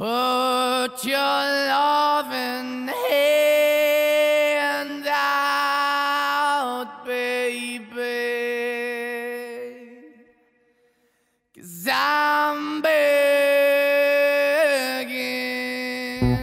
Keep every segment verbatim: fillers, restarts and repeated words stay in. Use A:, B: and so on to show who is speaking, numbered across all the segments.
A: Put your loving hand out, baby, 'cause I'm begging.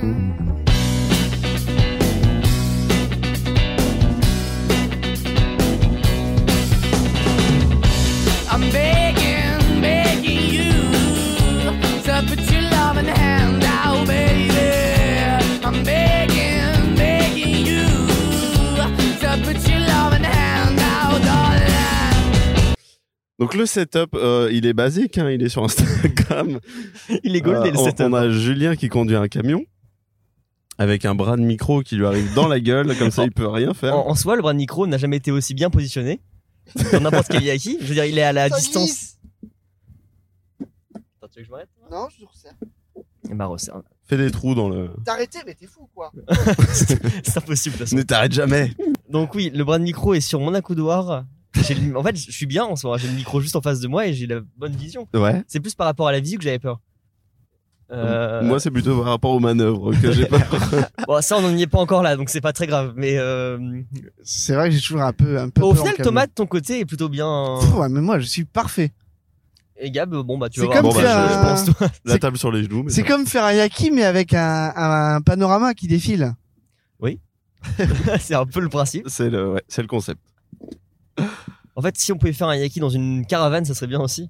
A: I'm begging, begging you to put your loving hand out, baby. I'm begging, begging you to put your loving hand out, darling.
B: Donc le setup, euh, il est basique, hein, il est sur Instagram.
C: Il est goldé,
B: Euh,
C: le
B: on,
C: setup.
B: on a Julien qui conduit un camion avec un bras de micro qui lui arrive dans la gueule, comme ça il peut rien faire.
C: En, en soi, le bras de micro n'a jamais été aussi bien positionné dans n'importe quel yaki. Je veux dire, il est à la
D: Ça
C: distance.
D: glisse.
C: Attends, tu veux que je m'arrête?
D: Non, je resserre.
C: Bah, resserre.
B: Fais des trous dans le...
D: T'as arrêté, mais t'es fou, quoi.
C: C'est impossible, de toute façon.
B: Ne t'arrête jamais.
C: Donc oui, le bras de micro est sur mon accoudoir. J'ai le- En fait, je suis bien en soi. J'ai le micro juste en face de moi et j'ai la bonne vision.
B: Ouais.
C: C'est plus par rapport à la visu que j'avais peur. Euh...
B: Moi c'est plutôt par rapport aux manœuvres que j'ai peur.
C: Bon, ça, on n'en y est pas encore là, donc c'est pas très grave. Mais euh...
D: C'est vrai que j'ai toujours un peu, un peu
C: au
D: peur en
C: final,
D: camion.
C: Thomas, de ton côté, est plutôt bien.
D: Pff, ouais, mais moi, je suis parfait.
C: Et Gab, bon bah tu vas
D: C'est
C: voir.
D: comme
B: Bon, bah,
D: faire
B: je-
C: je
D: un-
C: pense toi.
B: La table sur les genoux. Mais
D: C'est
B: ça-
D: comme faire un yaki, mais avec un, un panorama qui défile.
C: C'est un peu le principe.
B: C'est le, ouais, c'est le concept.
C: En fait, si on pouvait faire un yaki dans une caravane, ça serait bien aussi.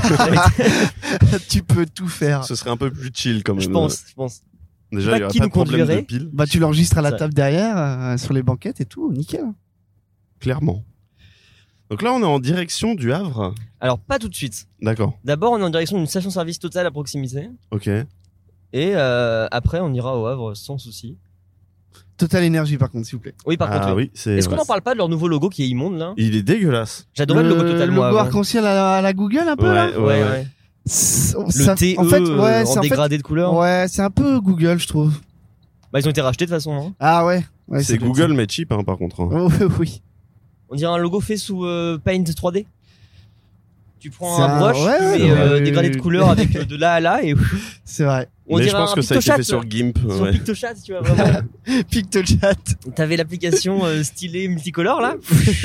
D: Tu peux tout faire.
B: Ce serait un peu plus chill quand même.
C: Je pense, je pense.
B: Déjà
C: Pas
B: il y aurait
C: qui
B: pas
C: nous
B: de problème de
C: conduirait.
B: pile,
D: Bah, tu l'enregistres à la
C: Ça.
D: table derrière, euh, sur les banquettes et tout, nickel.
B: clairement. Donc là on est en direction du Havre.
C: Alors pas tout de suite.
B: D'accord.
C: D'abord, on est en direction d'une station-service Total à proximité,
B: Ok.
C: et euh, après, on ira au Havre sans souci.
D: Total énergie, par contre, s'il vous plaît.
C: Oui, par
B: ah
C: contre. oui.
B: oui, c'est.
C: Est-ce qu'on
B: ouais.
C: en parle pas de leur nouveau logo qui est immonde là?
B: Il est dégueulasse.
C: J'adorais le, logo Total moi.
D: logo
C: avant.
D: arc-en-ciel à, la- à la Google, un peu,
B: Ouais,
D: là.
B: ouais,
C: Ouais,
B: ouais.
C: ouais.
D: C'est-
C: Le
D: ça-
C: T E
D: en fait, ouais,
C: euh,
D: c'est
C: en
D: en fait,
C: dégradé de couleur.
D: ouais, c'est un peu Google, je trouve.
C: Bah ils ont été rachetés de toute façon. Hein.
D: Ah ouais. ouais
B: C'est
D: ça doit être
B: Google mais cheap hein, par contre. hein.
D: ça. Oh, oui, oui.
C: On dirait un logo fait sous euh, Paint trois D. Tu prends
D: C'est
C: un
D: un-
C: brush,
D: ouais,
C: tu
D: ouais,
C: mets euh,
D: ouais,
C: dégradé
D: ouais.
C: de couleur avec euh, de là à là et
D: C'est vrai.
C: on
B: mais je
C: dirait
B: pense
C: un
B: que ça a été
C: PictoChat,
B: fait sur GIMP.
C: sur
B: ouais.
C: PictoChat, tu vois vraiment.
D: PictoChat.
C: T'avais l'application euh, stylée multicolore là.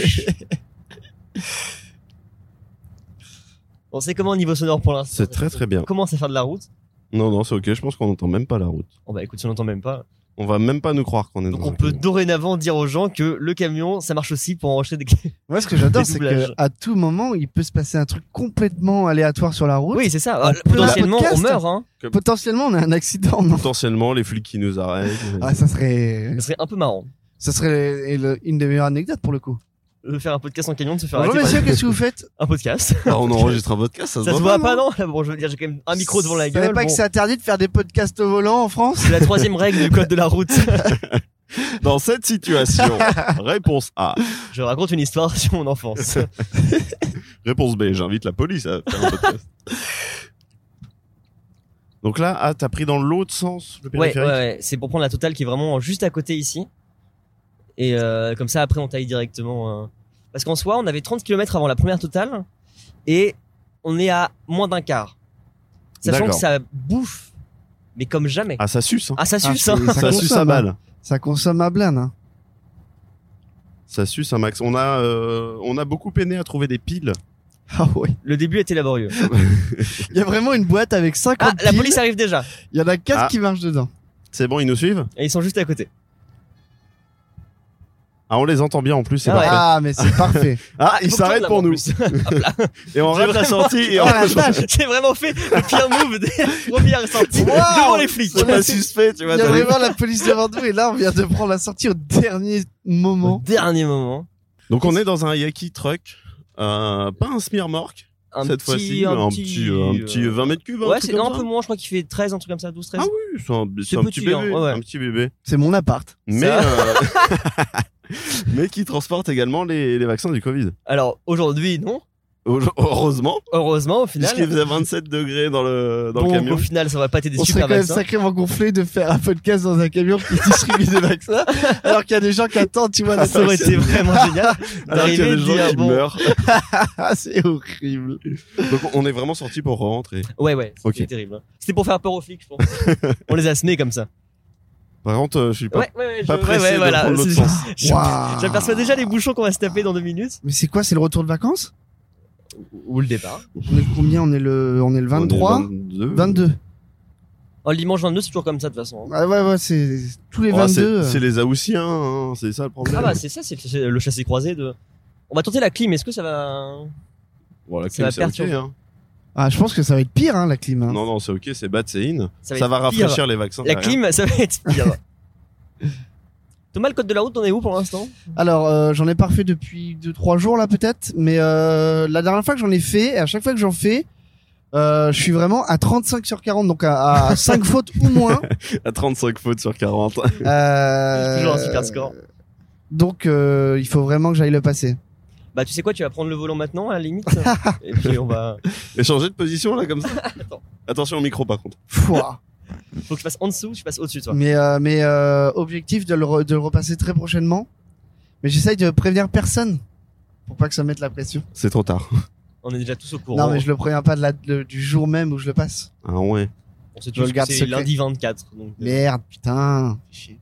C: On sait comment au niveau sonore pour l'instant.
B: C'est très très bien.
C: On commence à faire de la route.
B: Non non c'est ok. Je pense qu'on n'entend même pas la route.
C: Oh bah écoute, si on n'entend même pas.
B: On va même pas nous croire qu'on est
C: Donc
B: dans
C: on
B: un
C: peut
B: camion.
C: dorénavant dire aux gens que le camion, ça marche aussi pour enregistrer des.
D: Moi, ce que j'adore,
C: Des
D: c'est
C: doublages.
D: que à tout moment, il peut se passer un truc complètement aléatoire sur la route.
C: Oui, c'est ça.
D: En
C: Euh,
D: plein
C: Potentiellement, on
D: podcast.
C: meurt. Hein.
D: Potentiellement, on a un accident. Non
B: Potentiellement les flics qui nous arrêtent.
D: ah, ça serait,
C: Ce serait un peu marrant
D: ça serait le- une des meilleures anecdotes pour le coup.
C: de faire un podcast en camion, de se faire
D: Bonjour
C: arrêter
D: messieurs,
C: par-
D: qu'est-ce que vous faites?
C: un podcast.
B: Ah, on enregistre un podcast, ça,
C: Ça se voit pas, non? Là, bon, je veux dire, j'ai quand même un micro devant la
D: Vous savez
C: gueule.
D: pas
C: bon.
D: que c'est interdit de faire des podcasts au volant en France?
C: C'est la troisième règle du code de la route.
B: Dans cette situation, réponse A.
C: Je raconte une histoire sur mon enfance.
B: Réponse B, j'invite la police à faire un podcast. Donc là, ah, t'as pris dans l'autre sens le
C: Ouais, ouais,
B: périphérique.
C: ouais. C'est pour prendre la totale qui est vraiment juste à côté ici. Et euh, comme ça, après, on taille directement. euh. Parce qu'en soi, on avait trente kilomètres avant la première totale. Et on est à moins d'un quart. Sachant
B: D'accord.
C: que ça bouffe, mais comme jamais.
B: Ah, ça suce. Hein.
C: Ah, ça
D: Ah,
C: suce,
D: c'est-
C: hein.
D: ça
B: Ça suce
D: consomme,
B: à
D: hein.
B: balle.
D: Ça consomme à blinde, hein.
B: Ça suce un max. On a, euh, on a beaucoup peiné à trouver des piles.
D: Ah ouais.
C: Le début était laborieux.
D: Il y a vraiment une boîte avec cinquante
C: Ah, la
D: piles.
C: police arrive déjà.
D: Il y en a quatre
B: Ah.
D: qui marchent dedans.
B: C'est bon, ils nous suivent.
C: Et ils sont juste à côté.
B: Ah, on les entend bien en plus, c'est
C: Ah ouais.
B: parfait.
D: Ah, mais c'est parfait.
B: Ah, ils
C: Faut
B: s'arrêtent
C: prendre
B: pour
C: la
B: nous.
C: plus. Hop là.
B: Et on
C: J'ai
B: rate la
C: vraiment-
B: sortie et
D: Oh
B: on
D: la vache.
C: J'ai vraiment fait le pire move des premières sorties
D: Wow.
C: devant les flics.
B: c'est pas suspect, tu
D: Il
B: vois.
D: y a
B: t'as vu.
D: vraiment la police devant nous et là, on vient de prendre la sortie au dernier
C: Au
D: moment.
C: dernier moment.
B: Donc on est dans un Yaki truck, euh, pas un smearmork
C: Un
B: cette
C: petit,
B: fois-ci,
C: un,
B: un
C: petit,
B: petit, euh, un petit
C: euh,
B: vingt mètres cubes. un
C: Ouais,
B: truc
C: c'est
B: comme
C: non, un
B: ça.
C: peu moins, je crois qu'il fait treize, un truc comme ça, douze, treize.
B: Ah oui, c'est un, c'est
C: C'est
B: un
C: petit,
B: petit bébé,
C: hein, ouais, ouais.
B: un petit bébé.
D: C'est mon appart.
B: Mais,
C: Ça-
B: euh, mais qui transporte également les, les vaccins du Covid.
C: Alors, aujourd'hui, non.
B: Heureusement.
C: Heureusement, au final.
B: Puisqu'il faisait vingt-sept degrés dans le, dans
C: bon,
B: le camion.
C: au final, ça aurait pas été des
D: On serait
C: super
D: quand même
C: vaccins.
D: sacrément gonflé de faire un podcast dans un camion qui distribue des vaccins, alors qu'il y a des gens qui attendent, tu vois, les
C: Ça aurait été vraiment génial
B: Alors qu'il y a
C: d'arriver et
B: des
C: de
B: gens
C: dire
B: qui
C: bon.
B: meurent.
D: Ah, c'est horrible.
B: Donc on est vraiment sorti pour rentrer.
C: Ouais, ouais, c'était
B: Ok.
C: terrible. hein. C'était pour faire peur aux flics, je pense. On les a semés comme ça.
B: Par contre, euh, je suis pas,
C: Ouais, ouais, ouais.
B: pas
C: je-
B: pressé
C: ouais, ouais,
B: de
C: voilà.
B: prendre l'autre
C: C'est-
B: sens.
C: je-
D: Waouh.
C: J'aperçois déjà les bouchons qu'on va se taper dans deux minutes.
D: Mais c'est quoi, c'est le retour de vacances?
C: Ou le départ.
D: On est le combien? On est le, on est le vingt-trois?
B: On est vingt-deux.
D: vingt-deux.
C: Oh, le dimanche vingt-deux, c'est toujours comme ça de toute façon. hein.
D: Ah ouais, ouais, c'est tous les
B: Oh,
D: vingt-deux.
B: c'est, c'est les Aoussiens, hein, c'est ça le problème.
C: Ah bah c'est ça, c'est c'est le chassé croisé de. On va tenter la clim. Est-ce que ça va
B: Bon, la
C: ça
B: clim,
C: va
B: c'est ok,
C: perturber.
B: hein.
D: Ah, je pense que ça va être pire, hein, la clim. hein.
B: Non, non, c'est ok, c'est bad, c'est in.
C: Ça
B: Ça,
C: va
B: va
C: être pire.
B: rafraîchir les vaccins.
C: La
B: derrière.
C: clim, ça va être pire. Thomas, le code de la route, on est où pour l'instant?
D: Alors, euh, j'en ai pas refait depuis deux, trois jours, là, peut-être. Mais, euh, la dernière fois que j'en ai fait, et à chaque fois que j'en fais, euh, je suis vraiment à trente-cinq sur quarante, donc à, à cinq fautes ou moins.
B: À trente-cinq fautes sur quarante.
D: Euh,
C: Toujours un super score.
D: Donc, euh, il faut vraiment que j'aille le passer.
C: Bah tu sais quoi, tu vas prendre le volant maintenant à la limite. Et puis on va.
B: Et changer de position, là, comme ça.
C: Attends.
B: Attention au micro, par contre.
D: Fouah.
C: Faut que je passe en dessous, je passe au-dessus, toi.
D: Mais, euh, mais euh, objectif de le, re- de le repasser très prochainement. Mais j'essaye de prévenir personne pour pas que ça mette la pression.
B: C'est trop tard.
C: On est déjà tous au courant.
D: Non, mais je le préviens pas de la, de- du jour même où je le passe.
B: Ah ouais.
C: On sait
D: je le
C: tous que
D: garde
C: c'est
D: secret.
C: lundi vingt-quatre. Donc, euh,
D: Merde, putain. Fais chier.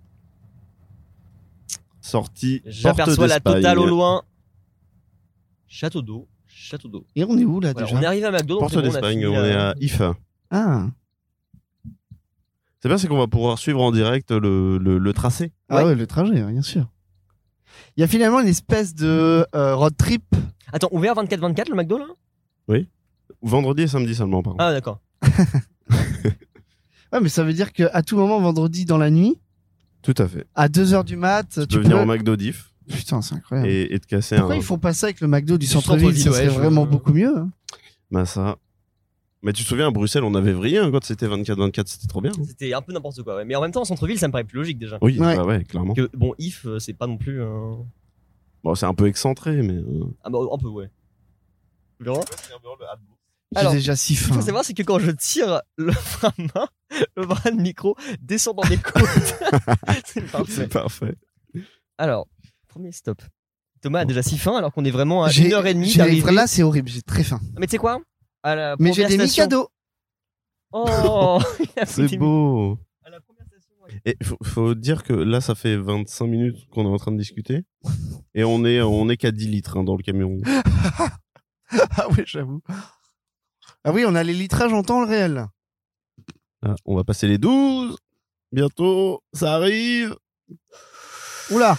B: Sortie.
C: j'aperçois
B: porte
C: la
B: d'Espagne.
C: totale au loin. Château d'eau. Château d'eau.
D: Et on est où là
C: Voilà,
D: déjà
C: on est arrivé à McDo. donc
B: Porte
C: c'est bon, a
B: d'Espagne,
C: fini
B: on
C: la-
B: est à I F A.
D: Ah.
B: C'est bien, c'est qu'on va pouvoir suivre en direct le, le, le tracé.
D: Ah ouais. le trajet, bien sûr. Il y a finalement une espèce de euh, road trip.
C: Attends, ouvert vingt-quatre vingt-quatre le McDo là?
B: Vendredi et samedi seulement, par contre.
C: Ah d'accord.
D: Ouais, mais ça veut dire que à tout moment, vendredi dans la nuit,
B: Tout à fait.
D: à deux heures du mat, tu,
B: Tu peux venir au McDo Diff
D: Putain, c'est incroyable.
B: et, et te casser
D: Pourquoi
B: un.
D: ils font pas ça avec le McDo du
C: Du
D: centre-ville?
C: centre-ville,
D: Ça
C: ouais,
D: serait
C: je-
D: vraiment beaucoup mieux. hein.
B: Bah ça. Mais tu te souviens, à Bruxelles, on avait vrillé hein, quand c'était vingt-quatre vingt-quatre, c'était trop bien. hein.
C: C'était un peu n'importe quoi. Ouais. Mais en même temps, en centre-ville, ça me paraît plus logique déjà.
B: Oui,
D: Ouais.
B: bah ouais, clairement.
C: Que bon, if, euh, c'est pas non plus. euh,
B: Bon, c'est un peu excentré, mais. euh,
C: Ah bah un peu ouais. Tu verras.
D: J'ai
C: Alors,
D: déjà si
C: Ce qu'il
D: faim.
C: faut savoir, c'est que quand je tire le frein à main, le bras de micro descend dans mes côtes. C'est parfait.
B: C'est parfait.
C: Alors, premier stop. Thomas a déjà si faim alors qu'on est vraiment à
D: J'ai-
C: une heure et demie
D: j'ai-
C: d'arriver.
D: Là, c'est horrible. J'ai très faim.
C: Mais tu sais quoi? À la
D: Mais j'ai
C: première
D: des
C: station-
D: mi-cadeaux.
C: Oh, il a pris
B: C'est
C: des-
B: beau.
C: À la première station, ouais.
B: Et faut, faut dire que là, ça fait vingt-cinq minutes qu'on est en train de discuter. Et on est, on est qu'à dix litres hein, dans le camion.
D: Ah oui, j'avoue. Ah oui, on a les litrages en temps réel.
B: Là, on va passer les douze. Bientôt, ça arrive.
D: Oula.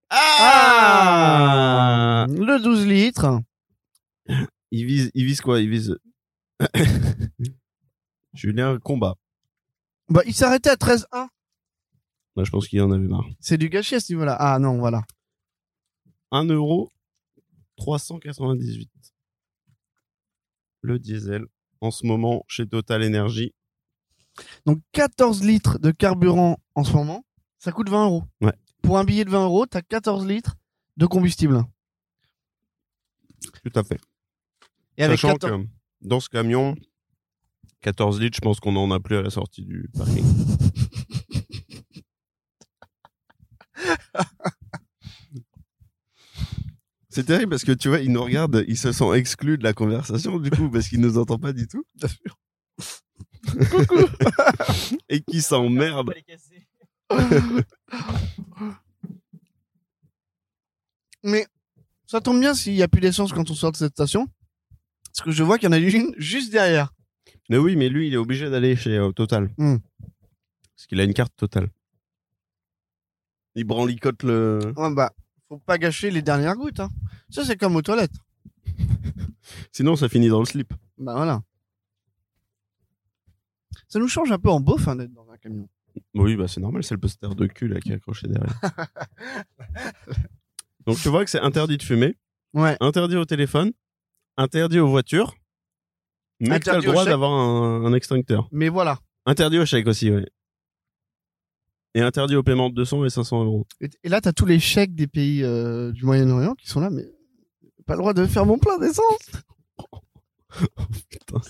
B: Ah,
D: Le douze litres.
B: Il vise, il vise quoi? Il vise. Julien Combat.
D: Bah, il s'arrêtait à treize un.
B: Là, je pense qu'il en avait marre.
D: C'est du gâchis à ce niveau-là. Ah non, voilà.
B: un euro trois cent quatre-vingt-dix-huit. Le diesel. En ce moment, chez Total Energy.
D: Donc quatorze litres de carburant en ce moment, ça coûte vingt euros.
B: Ouais.
D: Pour un billet de vingt euros, t'as quatorze litres de combustible.
B: Tout à fait.
D: Et avec
B: Sachant
D: quatorze...
B: que dans ce camion, quatorze litres, je pense qu'on en a plus à la sortie du parking. C'est terrible parce que tu vois, il nous regarde, il se sent exclu de la conversation du coup parce qu'il nous entend pas du tout. Coucou. Et qui s'emmerde.
C: On va les casser.
D: Mais ça tombe bien s'il y a plus d'essence quand on sort de cette station. Parce que je vois qu'il y en a une juste derrière.
B: Mais oui, mais lui, il est obligé d'aller chez euh, Total.
D: Hmm.
B: Parce qu'il a une carte Total. Il branlicote le...
D: Ouais, bah, faut pas gâcher les dernières gouttes. Hein. Ça, c'est comme aux toilettes.
B: Sinon, ça finit dans le slip.
D: Bah voilà. Ça nous change un peu en beauf hein, d'être dans un camion.
B: Oui, bah c'est normal, c'est le poster de cul là qui est accroché derrière. Donc tu vois que c'est interdit de fumer,
D: Ouais.
B: interdit au téléphone, interdit aux voitures, mais tu as le
D: Interdit au
B: droit
D: chèque.
B: d'avoir un, un extincteur.
D: Mais voilà.
B: Interdit au chèque aussi, oui. Et interdit au paiement de deux cents et cinq cents euros.
D: Et, et là, t'as tous les chèques des pays euh, du Moyen-Orient qui sont là, mais j'ai pas le droit de faire mon plein d'essence.
B: Putain.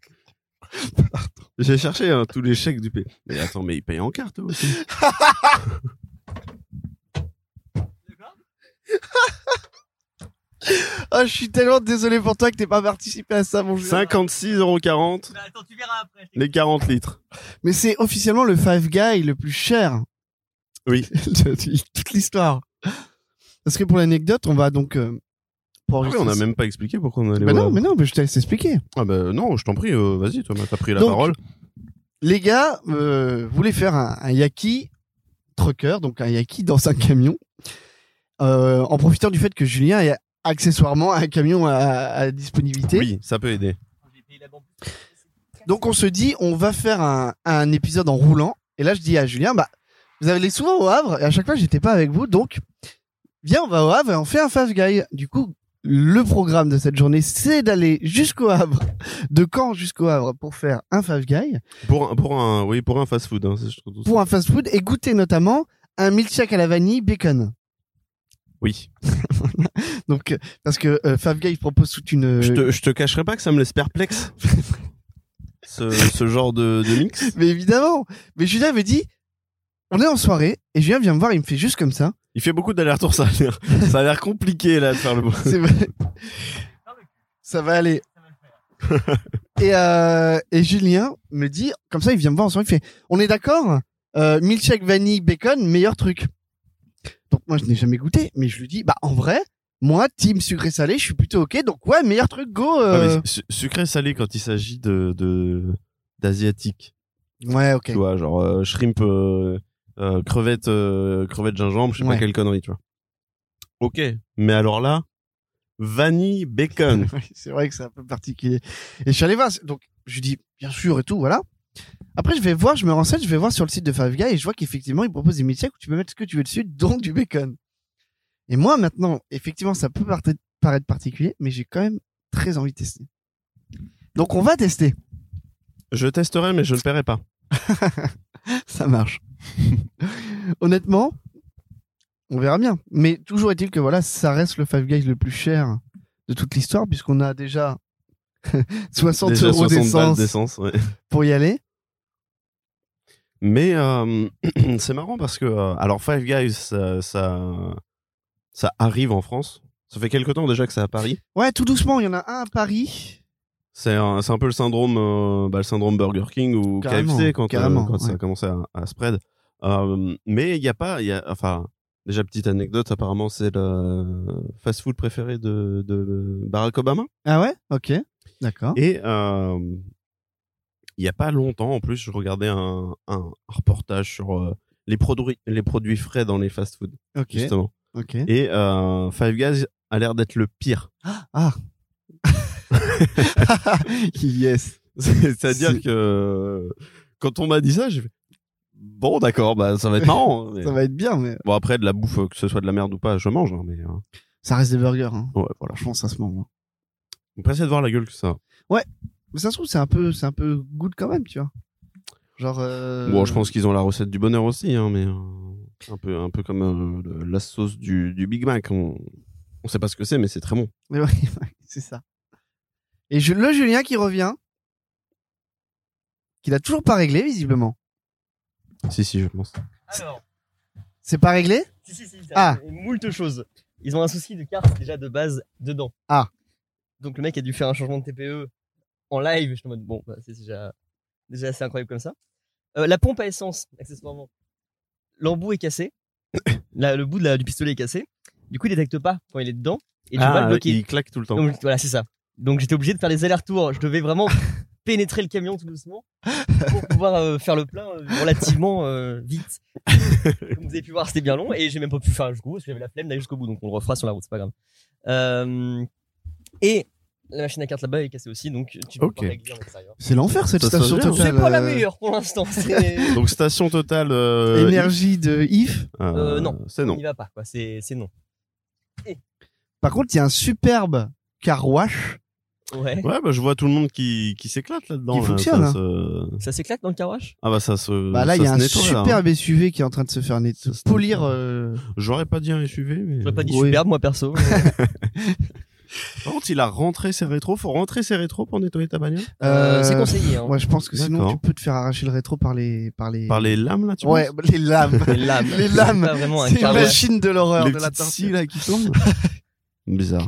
B: J'ai cherché hein, tous les chèques du P. Mais attends, mais ils payent en carte eux aussi.
D: Ah, je suis tellement désolé pour toi que t'aies pas participé à ça, mon Julien.
B: cinquante-six euros quarante.
C: Bah, attends, tu verras après.
B: Les quarante litres.
D: Mais c'est officiellement le Five Guy le plus cher
B: Oui.
D: de toute l'histoire. Parce que pour l'anecdote, on va donc euh, pour
B: Ah oui, on n'a même pas expliqué pourquoi on allait.
D: Bah
B: voir.
D: non, mais non, mais je te laisse expliquer.
B: Ah bah non, je t'en prie, euh, vas-y, toi, t'as pris la
D: Donc,
B: parole.
D: Les gars euh, voulaient faire un, un yaki trucker, donc un yaki dans un camion, euh, en profitant du fait que Julien ait accessoirement un camion à, à disponibilité.
B: Oui, ça peut aider.
D: Donc on se dit, on va faire un, un épisode en roulant. Et là, je dis à Julien, bah, vous allez souvent au Havre, et à chaque fois, j'étais pas avec vous, donc viens, on va au Havre et on fait un Five Guy. Du coup, le programme de cette journée, c'est d'aller jusqu'au Havre, de Caen jusqu'au Havre, pour faire un Five Guy,
B: Pour un, pour un, oui, pour un fast-food. Hein, c'est- je trouve tout ça.
D: pour un fast-food, et goûter notamment un milkshake à la vanille bacon.
B: Oui.
D: Donc, euh, parce que euh, Five Guys propose toute une.
B: Je te, je te cacherai pas que ça me laisse perplexe. ce, ce genre de, de mix.
D: Mais évidemment. Mais Julien me dit, on est en soirée et Julien vient me voir, il me fait juste comme ça.
B: Il fait beaucoup d'allers-retours, ça a l'air, ça a l'air compliqué là de faire le.
D: C'est vrai. Ça va aller. et euh, et Julien me dit, comme ça, il vient me voir en soirée, il fait, on est d'accord, euh, milkshake vanille bacon, meilleur truc. Donc moi, je n'ai jamais goûté, mais je lui dis, bah en vrai, moi, team sucré salé, je suis plutôt ok. Donc ouais, meilleur truc, go.
B: Ah,
D: Euh...
B: mais su- sucré salé quand il s'agit de, de d'asiatique.
D: Ouais, ok.
B: Tu vois, genre euh, shrimp, euh, euh, crevettes, euh, crevettes gingembre, je sais
D: Ouais.
B: pas quelle connerie, tu vois. Ok, mais alors là, vanille bacon.
D: Oui, c'est vrai que c'est un peu particulier. Et je suis allé voir, donc je lui dis bien sûr et tout, voilà. Après, je vais voir, je me renseigne, je vais voir sur le site de Five Guys et je vois qu'effectivement, ils proposent des milkshakes où tu peux mettre ce que tu veux dessus, dont du bacon. Et moi, maintenant, effectivement, ça peut paraître paraître particulier, mais j'ai quand même très envie de tester. Donc, on va tester.
B: Je testerai, mais je ne paierai pas.
D: Ça marche. Honnêtement, on verra bien. Mais toujours est-il que voilà, ça reste le Five Guys le plus cher de toute l'histoire, puisqu'on a déjà soixante
B: Déjà
D: euros
B: soixante balles
D: d'essence
B: d'essence, ouais.
D: pour y aller.
B: Mais euh, c'est marrant parce que euh, alors Five Guys ça, ça ça arrive en France. Ça fait quelque temps déjà que c'est à Paris.
D: Ouais, tout doucement, il y en a un à Paris.
B: C'est un, c'est un peu le syndrome euh, bah, le syndrome Burger King ou
D: Carrément,
B: K F C quand euh,
D: carrément,
B: quand ça
D: ouais.
B: a commencé à, à spread. Euh, mais il y a pas il y a enfin déjà petite anecdote apparemment c'est le fast-food préféré de de Barack Obama
D: Ah ouais? Ok. D'accord.
B: et euh, il y a pas longtemps en plus je regardais un un reportage sur euh, les produits les produits frais dans les fast-food
D: Ok.
B: justement.
D: Ok.
B: Et euh, Five Guys a l'air d'être le pire.
D: Ah. Yes.
B: C'est-à-dire
D: C'est-
B: que euh, quand on m'a dit ça, j'ai fait bon d'accord, bah ça va être marrant. hein, mais-
D: Ça va être bien, mais
B: Bon après de la bouffe, que ce soit de la merde ou pas, je mange. Hein, mais euh,
D: ça reste des burgers. Hein.
B: ouais, voilà.
D: Franchement, ça se mange. hein.
B: On peut essayer de voir la gueule que ça.
D: Mais ça se trouve, c'est un peu, c'est un peu good quand même, tu vois. Genre. Euh...
B: Bon, je pense qu'ils ont la recette du bonheur aussi, hein, mais euh, un peu, un peu comme euh, le- la sauce du, du Big Mac. On, on sait pas ce que c'est, mais c'est très bon.
D: Mais ouais, ouais, c'est ça. Et je, le Julien qui revient, qu'il a toujours pas réglé visiblement.
B: Si si, je pense.
C: Alors,
D: C'est pas réglé?
C: si, si, si,
D: Ah.
C: ah. moult choses. Ils ont un souci de carte déjà de base dedans.
D: Ah.
C: Donc le mec a dû faire un changement de T P E en live. Je suis en mode, bon, bah, c'est déjà, déjà assez incroyable comme ça. Euh, la pompe à essence, accessoirement. L'embout est cassé. Là, le bout de la, du pistolet est cassé. Du coup, il détecte pas quand il est dedans. Et tu vas le
B: Ah,
C: bloquer.
B: il claque tout le temps.
C: Donc voilà, c'est ça. Donc j'étais obligé de faire des allers-retours. Je devais vraiment pénétrer le camion tout doucement pour pouvoir euh, faire le plein euh, relativement euh, vite. Comme vous avez pu voir, c'était bien long et j'ai même pas pu faire jusqu'au bout parce que j'avais la flemme d'aller jusqu'au bout. Donc on le refera sur la route, c'est pas grave. Euh, et la machine à carte là-bas est cassée aussi, donc tu peux
B: Ok.
C: pas régler en extérieur.
D: C'est l'enfer cette
B: Ça se
D: station
B: passe bien.
D: totale.
C: C'est pas la
D: euh,
C: meilleure pour l'instant. C'est...
B: Donc station totale. Euh,
D: Énergie de If.
B: euh,
C: Euh, non.
B: C'est
C: On
B: non.
C: n'y va pas, quoi. C'est, c'est non.
D: Par contre, il y a un superbe car wash.
C: Ouais.
B: Ouais, bah je vois tout le monde qui qui s'éclate là-dedans.
D: Qui
B: là.
D: fonctionne,
B: Ça
D: hein.
B: se-
C: Ça s'éclate dans le carouage?
B: Ah bah ça se.
D: Bah là,
B: ça
D: il y a
B: se
D: un
B: nettoie, là, hein.
D: superbe S U V qui est en train de se faire net...
B: Ça se
D: polir.
B: nettoie.
D: euh,
B: J'aurais pas dit un S U V, mais.
C: J'aurais pas dit
D: Oui.
C: superbe, moi, perso.
B: Par contre, il a rentré ses rétros. Faut rentrer ses rétros pour nettoyer ta bagnole.
C: Euh, c'est conseillé. Hein.
D: Ouais, je pense que sinon
B: D'accord.
D: tu peux te faire arracher le rétro par les par les
B: Par les lames là, tu
D: Ouais,
B: penses
D: les lames.
C: Les lames.
D: Les
C: C'est
D: lames.
C: pas vraiment un
D: C'est une
C: carreau.
D: machine de l'horreur
B: les
D: de la
B: petites scies
D: torture.
B: là qui tombent. Bizarre.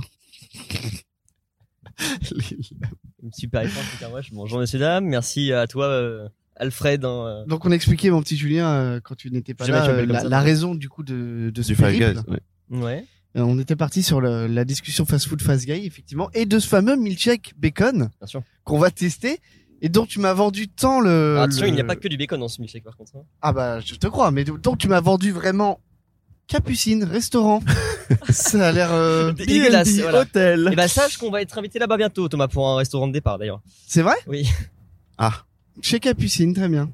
D: Les lames.
C: Une super réponse, super moche. Bonjour messieurs dames, merci à toi euh, Alfred. Hein, euh.
D: Donc on expliquait mon petit Julien euh, quand tu n'étais pas
C: Jamais
D: là
C: tu m'appelles
D: euh,
C: comme
D: la,
C: ça,
D: la
C: toi.
D: raison du coup de de ce
B: Du Five
D: périple.
B: Guys. Ouais.
C: Ouais.
D: Euh, On était parti sur le- la discussion fast food fast guy effectivement et de ce fameux milkshake bacon
C: Bien sûr.
D: qu'on va tester et dont tu m'as vendu tant le
C: Alors, attention,
D: le-
C: il n'y a pas que du bacon dans ce milkshake par contre. Hein.
D: Ah bah je te crois mais donc tu m'as vendu vraiment Capucine restaurant. Ça a l'air euh...
C: Dégueulasse,
B: B and B,
C: voilà.
B: hôtel.
C: Et bah sache qu'on va être invité là-bas bientôt, Thomas, pour un restaurant de départ d'ailleurs.
D: C'est vrai?
C: Oui.
B: Ah.
D: Chez Capucine, très bien.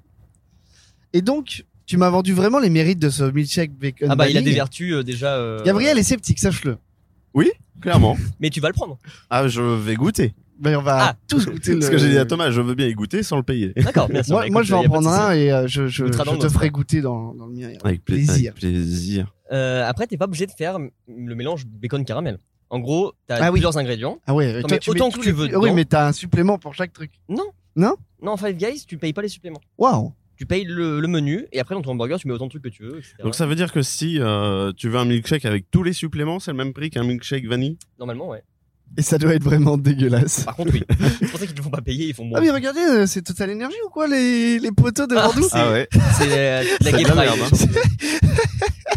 D: Et donc, tu m'as vendu vraiment les mérites de ce milkshake bacon.
C: Ah bah il a
D: vanille.
C: des vertus euh, déjà. Euh...
D: Gabriel est sceptique, sache-le.
B: Clairement.
C: Mais tu vas le prendre.
B: Ah, je vais goûter.
D: Ben on va
C: Ah.
D: tous goûter le.
B: Ce que j'ai dit à Thomas, je veux bien y goûter sans le payer.
C: D'accord, bien sûr.
D: Moi,
C: Bah,
D: moi,
C: écoute,
D: je vais en
C: y a pas de
D: prendre
C: souci.
D: un et euh, je, je,
C: Tu mettras dans
D: je
C: le
D: te
C: nôtre.
D: ferai goûter dans, dans le mien.
B: Avec pla-
D: Plaisir.
B: avec plaisir.
C: Euh, après, t'es pas obligé de faire le mélange bacon caramel. En gros, t'as
D: Ah oui.
C: plusieurs ingrédients.
D: Ah ouais.
C: T'en
D: toi,
C: mets
D: tu
C: autant
D: mets
C: que
D: tous
C: tu
D: les-
C: veux
D: Ah oui,
C: dedans.
D: mais t'as un supplément pour chaque truc.
C: Non.
D: Non
C: Non, en Five Guys, tu payes pas les suppléments.
D: Waouh.
C: Tu payes le, le menu et après dans ton hamburger, tu mets autant de trucs que tu veux, et cetera.
B: Donc ça veut dire que si euh, tu veux un milkshake avec tous les suppléments, c'est le même prix qu'un milkshake vanille.
C: Normalement, ouais.
D: Et ça doit être vraiment dégueulasse.
C: Par contre, oui. C'est pour ça qu'ils te font pas payer, ils font bon.
D: Ah mais regardez, euh, c'est Total Energy ou quoi les les poteaux devant
C: Ah,
D: nous?
C: c'est-
B: Ah ouais.
C: C'est euh, la
B: C'est
C: gay
B: de la
C: pride.
B: merde, hein.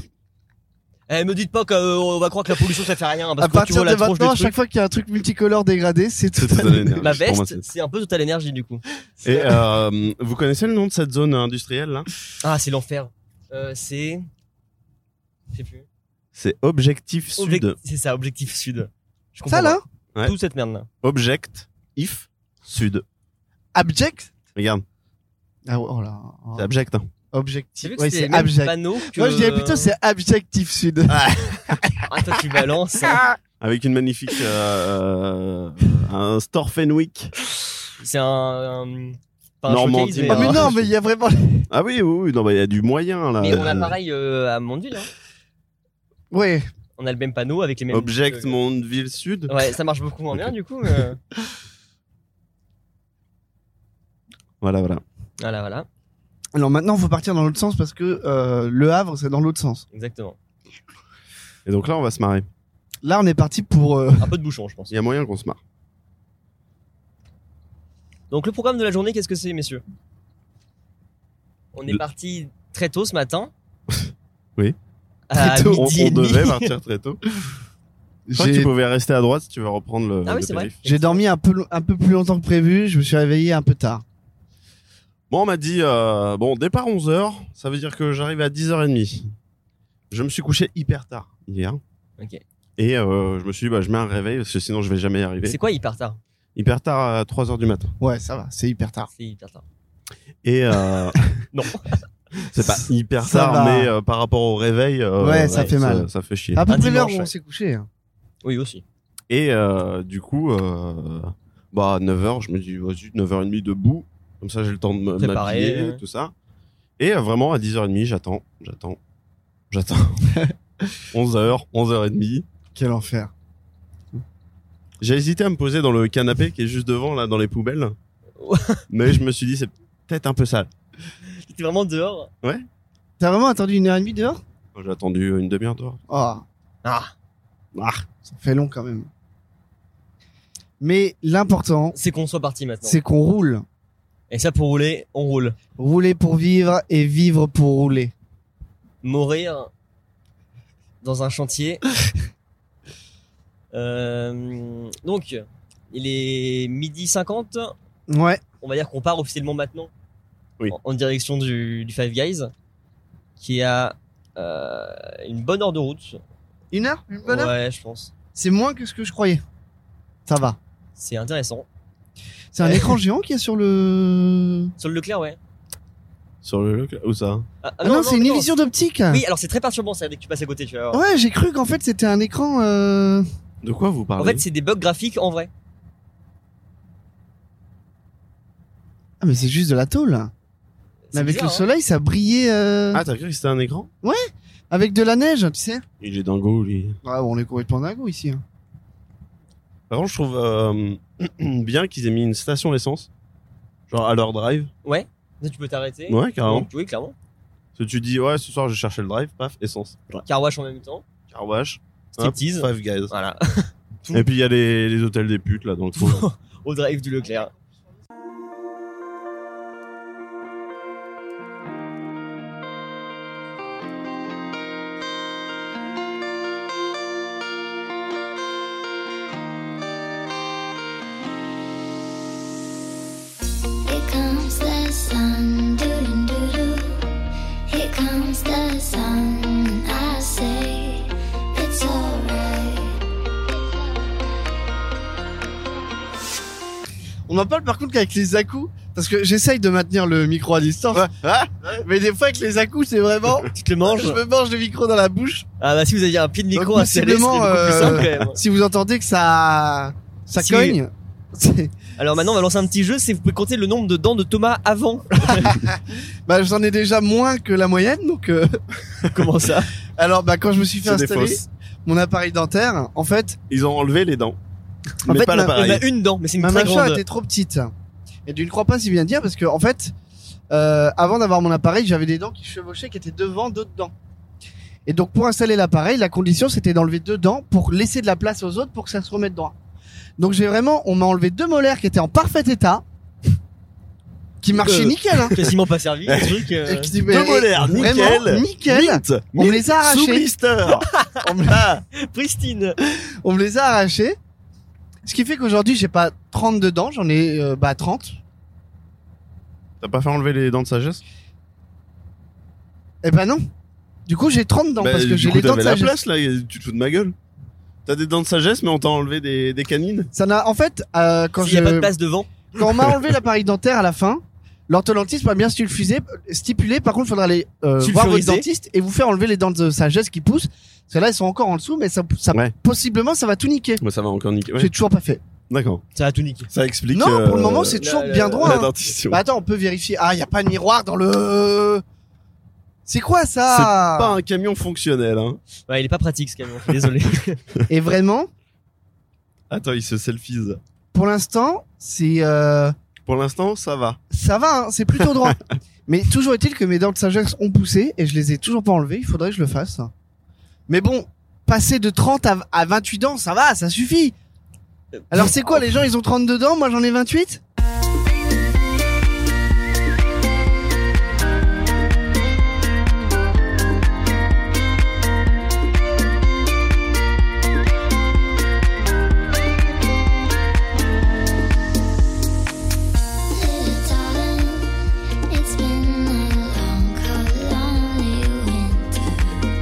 C: Eh, me dites pas qu'on va croire que la pollution ça fait rien parce
D: À
C: que quand tu
D: partir
C: vois
D: de
C: la tronche
D: maintenant, à
C: du
D: chaque
C: truc,
D: fois qu'il y a un truc multicolore dégradé, c'est
B: C'est
D: Total
B: Total
D: Energy.
B: Energy.
C: ma
B: Pour moi,
C: veste,
B: c'est-
C: c'est un peu Total Energy du coup.
B: Et euh, vous connaissez le nom de cette zone industrielle là?
C: Ah, c'est l'enfer. Euh, c'est. Je sais plus.
B: C'est Objectif
C: Object-
B: Sud.
C: C'est ça, Objectif Sud. Je comprends
D: Ça là,
C: pas.
B: Ouais.
C: Toute cette merde là.
B: Object If Sud.
D: abject.
B: Regarde,
D: Ah oh là. oh.
B: c'est abject. Hein.
C: J'ai
D: Objectif.
C: vu que
D: Ouais,
C: c'était
D: c'est
C: les mêmes
D: abject.
C: panneaux que.
D: Moi je dirais plutôt c'est Abjectif Sud.
C: Ah, toi tu balances. hein.
B: Avec une magnifique euh, euh, un store Fenwick.
C: C'est un. un... Pas un
B: Normandie.
C: showcase, mais,
D: Ah mais
C: un-
D: non, mais il y a vraiment.
B: Ah oui, oui, oui, non, bah il y a du moyen là.
C: Mais on a
B: Euh,
C: pareil euh, à Mondeville. Hein.
D: Ouais.
C: On a le même panneau avec les mêmes.
B: Object
C: euh,
B: Mondeville Sud.
C: Ouais, ça marche beaucoup moins bien
B: Ok.
C: du coup. Mais...
B: Voilà, voilà.
C: Voilà, voilà.
D: Alors maintenant, faut partir dans l'autre sens parce que euh, le Havre, c'est dans l'autre sens.
C: Exactement.
B: Et donc là, on va se marrer.
D: Là, on est parti pour. euh,
C: Un peu de bouchon, je pense.
B: Il y a moyen qu'on se marre.
C: Donc le programme de la journée, qu'est-ce que c'est, messieurs? On est
B: Le-
C: parti très tôt ce matin.
B: Oui.
C: À
D: Très tôt.
B: On,
C: midi et
B: on
C: demi.
B: devait partir très tôt. Je crois que tu
D: J'ai
B: pouvais rester à droite si tu veux reprendre le.
C: Ah oui,
B: le
C: c'est vrai.
B: périph'.
D: j'ai dormi un peu lo- un peu plus longtemps que prévu. Je me suis réveillé un peu tard.
B: Bon, on m'a dit, euh, bon, départ onze heures, ça veut dire que j'arrive à dix heures trente. Je me suis couché hyper tard hier.
C: Ok.
B: Et euh, je me suis dit, bah, je mets un réveil parce que sinon je vais jamais y arriver.
C: C'est quoi hyper tard?
B: Hyper tard à trois heures du matin.
D: Ouais, ça va. C'est hyper tard.
C: C'est hyper tard.
B: Et euh,
C: Non.
B: c'est pas hyper
D: Ça
B: tard,
D: va.
B: mais euh, par rapport au réveil, euh,
D: Ouais, ça fait mal.
B: Ça, fait chier.
D: À peu
C: Un
D: près l'heure où
C: dimanche,
D: on
C: ouais.
D: s'est couché. hein.
C: Oui, aussi.
B: Et euh, du coup, euh, bah, neuf heures, je me dis, vas-y, neuf heures trente debout. Comme ça, j'ai le temps de me-
C: Préparer,
B: m'habiller,
C: ouais.
B: tout ça. Et euh, vraiment, à dix heures trente, j'attends, j'attends, j'attends. onze heures, onze heures trente.
D: Quel enfer.
B: J'ai hésité à me poser dans le canapé qui est juste devant, là, dans les poubelles. Mais je me suis dit, c'est peut-être un peu sale.
C: T'étais vraiment dehors?
D: T'as vraiment attendu une heure et demie dehors?
B: J'ai attendu une demi-heure dehors.
D: Oh,
C: Ah.
B: Ah,
D: ça fait long quand même. Mais l'important,
C: C'est qu'on soit parti maintenant.
D: c'est qu'on roule.
C: Et ça, pour rouler, on roule.
D: Rouler pour vivre et vivre pour rouler.
C: Mourir dans un chantier. euh, donc, il est midi cinquante.
D: Ouais.
C: On va dire qu'on part officiellement maintenant.
B: Oui.
C: En, en direction du, du Five Guys. Qui a euh, une bonne heure de route.
D: Une heure? Une bonne heure?
C: Ouais, je pense.
D: C'est moins que ce que je croyais. Ça va.
C: C'est intéressant.
D: C'est un
C: Ouais.
D: écran géant qui est sur le...
C: Sur le Leclerc, ouais.
B: sur le, où ça?
C: Ah,
D: Ah non, c'est une
C: mais
D: illusion d'optique.
C: Oui, alors c'est très perturbant ça dès que tu passes à côté, tu vois.
D: Ouais, j'ai cru qu'en fait c'était un écran... Euh...
B: De quoi vous parlez?
C: En fait, c'est des bugs graphiques en vrai.
D: Ah mais c'est juste de la tôle.
C: C'est
D: Mais avec
C: bizarre,
D: le
C: hein.
D: soleil, ça brillait euh,
B: Ah, t'as cru que c'était un écran?
D: avec de la neige, tu sais.
B: Il est dingo, lui.
D: Ah, on est complètement dingo ici. hein.
B: Par contre, je trouve euh, bien qu'ils aient mis une station essence, genre à leur drive.
C: Ouais. Là, tu peux t'arrêter.
B: Ouais, carrément.
C: Donc, oui, clairement.
B: Parce que tu dis, ouais, ce soir, je cherchais le drive, paf, essence.
C: Car wash en même temps.
B: Car wash, hop,
C: Striptease.
B: Five Guys.
C: Voilà.
B: Et puis il y a les, les hôtels des putes là dans le fond.
C: Au drive du Leclerc.
E: Here comes the sun, doo-doo-doo-doo. Here comes the sun, and I say it's alright.
D: On en parle par contre qu'avec les à-coups, parce que j'essaye de maintenir le micro à distance.
B: Ah,
D: Mais des fois avec les à-coups, c'est vraiment.
C: Tu te le manges.
D: Je me mange le micro dans la bouche.
C: Ah bah si vous aviez un pied de micro
D: Donc,
C: à serrer, c'est beaucoup
D: possiblement,
C: plus
D: euh,
C: simple quand même.
D: Si vous entendez que ça, ça
C: Si-
D: cogne. c'est-
C: Alors maintenant on va lancer un petit jeu, c'est vous pouvez compter le nombre de dents de Thomas avant.
D: Bah, j'en ai déjà moins que la moyenne, donc. euh,
C: Comment ça?
D: Alors, bah, quand je me suis fait
B: C'est des
D: installer
B: fausses.
D: mon appareil dentaire, en fait,
B: Ils ont enlevé les dents.
D: En
B: mais
D: fait,
B: pas
D: ma-
C: On
B: l'appareil.
C: a une dent, mais c'est une
D: ma
C: très
D: mâchoire
C: grande.
D: était trop petite. Et tu ne crois pas si bien dire, parce que en fait, euh, avant d'avoir mon appareil, j'avais des dents qui chevauchaient, qui étaient devant d'autres dents. Et donc, pour installer l'appareil, la condition, c'était d'enlever deux dents pour laisser de la place aux autres pour que ça se remette droit. Donc, j'ai vraiment, on m'a enlevé deux molaires qui étaient en parfait état, qui marchaient
C: Euh,
D: nickel, hein.
C: Quasiment pas servi, le truc.
D: Et
C: euh.
D: qui-
B: Deux
D: et-
B: molaires,
D: vraiment,
B: nickel.
D: nickel.
B: Mint,
D: On me
B: mint,
D: les a arrachés.
B: Sous blister.
D: On me-
B: Ah,
C: Pristine.
D: On me les a arrachés. Ce qui fait qu'aujourd'hui, j'ai pas trente-deux dents, j'en ai, euh, bah, trente.
B: T'as pas fait enlever les dents de sagesse?
D: Eh ben non. Du coup, j'ai trente dents
B: Bah,
D: parce que
B: du
D: j'ai
B: coup,
D: les dents de
B: t'avais la
D: sagesse.
B: place là, tu te fous de ma gueule. T'as des dents de sagesse, mais on t'a enlevé des, des canines.
D: Ça n'a, en fait, euh, quand
C: S'il y
D: je,
C: a pas de place devant.
D: quand on m'a enlevé l'appareil dentaire à la fin, l'orthodontiste m'a bien stipulé, stipulé, par contre, il faudra aller, euh, voir votre
C: Sulfurisé.
D: dentiste et vous faire enlever les dents de sagesse qui poussent. Parce que là, elles sont encore en dessous, mais ça, ça,
B: Ouais.
D: possiblement, ça va tout niquer.
B: Moi, ça va encore niquer. Ouais.
D: J'ai toujours pas fait.
B: D'accord.
C: Ça a tout niqué.
B: Ça explique.
D: Non, pour le
B: euh,
D: moment, c'est toujours
C: la-
D: bien
C: la-
D: droit.
B: la
D: hein.
B: dentition.
D: Bah, attends, on peut vérifier. Ah, il y a pas de miroir dans le... C'est quoi ça?
B: C'est pas un camion fonctionnel, hein.
C: Ouais, il est pas pratique ce camion, je suis désolé.
D: Et vraiment,
B: Attends, il se selfies.
D: pour l'instant, c'est, euh,
B: Pour l'instant, ça va.
D: ça va, hein, c'est plutôt droit. Mais toujours est-il que mes dents de sagesse ont poussé et je les ai toujours pas enlevées. Il faudrait que je le fasse. Mais bon, passer de trente à, à vingt-huit dents, ça va, ça suffit. Alors c'est quoi, les gens ils ont trente-deux dents, moi j'en ai vingt-huit?
E: Little darling, it's been a long, cold, lonely winter.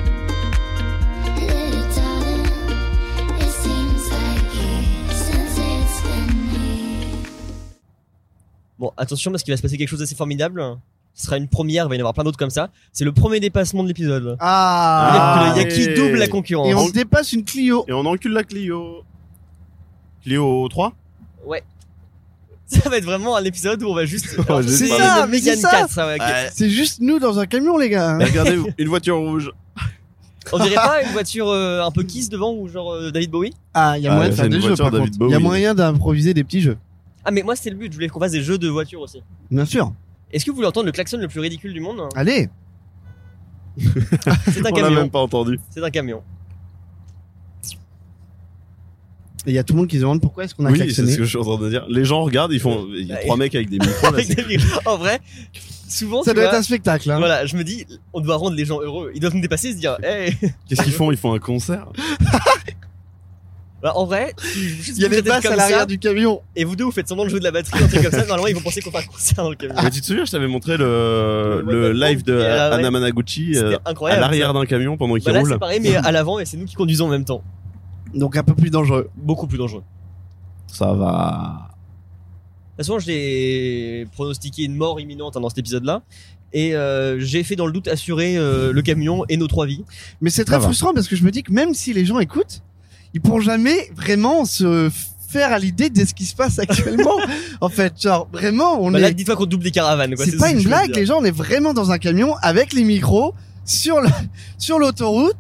E: Little darling, it seems like years since it's been here.
C: Bon, attention parce qu'il va se passer quelque chose d'assez formidable. Ce sera une première, il va y en avoir plein d'autres comme ça. C'est le premier dépassement de l'épisode.
D: Ah,
C: Il y a qui
B: et-
C: double la concurrence.
D: et on se dépasse une Clio.
B: Et on encule la Clio. Clio trois?
C: Ouais. Ça va être vraiment un épisode où on va juste.
B: Ouais,
D: c'est
C: parler
D: ça,
C: de
D: mais
C: Mégane
D: c'est ça.
C: quatre, ça va.
D: C'est juste nous dans un camion, les gars.
B: Et regardez, une voiture rouge.
C: On dirait pas une voiture euh, un peu Kiss devant ou genre euh, David Bowie?
D: Ah, il y a
B: Ah,
D: moyen de
B: c'est
D: faire
B: une
D: des jeux,
B: voiture
D: par
B: David
D: contre. Il
B: Bowie.
D: y a moyen d'improviser des petits jeux.
C: Ah mais moi c'était le but, je voulais qu'on fasse des jeux de voiture aussi.
D: Bien sûr.
C: Est-ce que vous voulez entendre le klaxon le plus ridicule du monde?
D: Allez.
C: C'est un
B: On l'a
C: camion.
B: même pas entendu.
C: C'est un camion.
D: Et il y a tout le monde qui se demande pourquoi est-ce qu'on a
B: Oui, c'est
D: klaxonné.
B: ce que je suis en train de dire. Les gens regardent, ils font. Il y a
C: Ouais.
B: trois mecs avec des micros. Là,
C: Avec
B: c'est-
C: des micros. En vrai, souvent
D: Ça
C: tu
D: doit
C: vois,
D: être un spectacle, hein.
C: voilà, je me dis, on doit rendre les gens heureux. Ils doivent nous dépasser et se dire, hey.
B: Qu'est-ce qu'ils font? Ils font un concert.
C: Bah, en vrai, si juste
D: Il y a
C: vous
D: des
C: êtes
D: basses
C: comme
D: à l'arrière
C: ça,
D: du camion.
C: et vous deux vous faites semblant de jouer de la batterie, un truc comme ça, normalement ils vont penser qu'on fait un concert dans le camion.
B: Mais tu te souviens, je t'avais montré le,
C: Le
B: le
C: Wonderful
B: live de
C: et à l'arrêt.
B: Anna Managuchi euh,
C: C'était
B: à
C: incroyable.
B: l'arrière d'un camion pendant qu'il
C: Bah là
B: roule.
C: c'est pareil, mais à l'avant et c'est nous qui conduisons en même temps.
D: Donc un peu plus dangereux.
C: Beaucoup plus dangereux.
B: Ça va.
C: De toute façon, j'ai pronostiqué une mort imminente hein, dans cet épisode-là. Et euh, j'ai fait dans le doute assurer euh, le camion et nos trois vies.
D: Mais c'est
B: Ça
D: très
B: va.
D: frustrant parce que je me dis que même si les gens écoutent, ils pourront jamais vraiment se faire à l'idée de ce qui se passe actuellement. En fait, genre vraiment, on
C: Bah
D: est.
C: là, dis-toi qu'on double des caravanes. quoi,
D: C'est
C: ce
D: pas
C: que
D: une
C: je veux
D: blague,
C: dire.
D: les gens, on est vraiment dans un camion avec les micros sur le, sur l'autoroute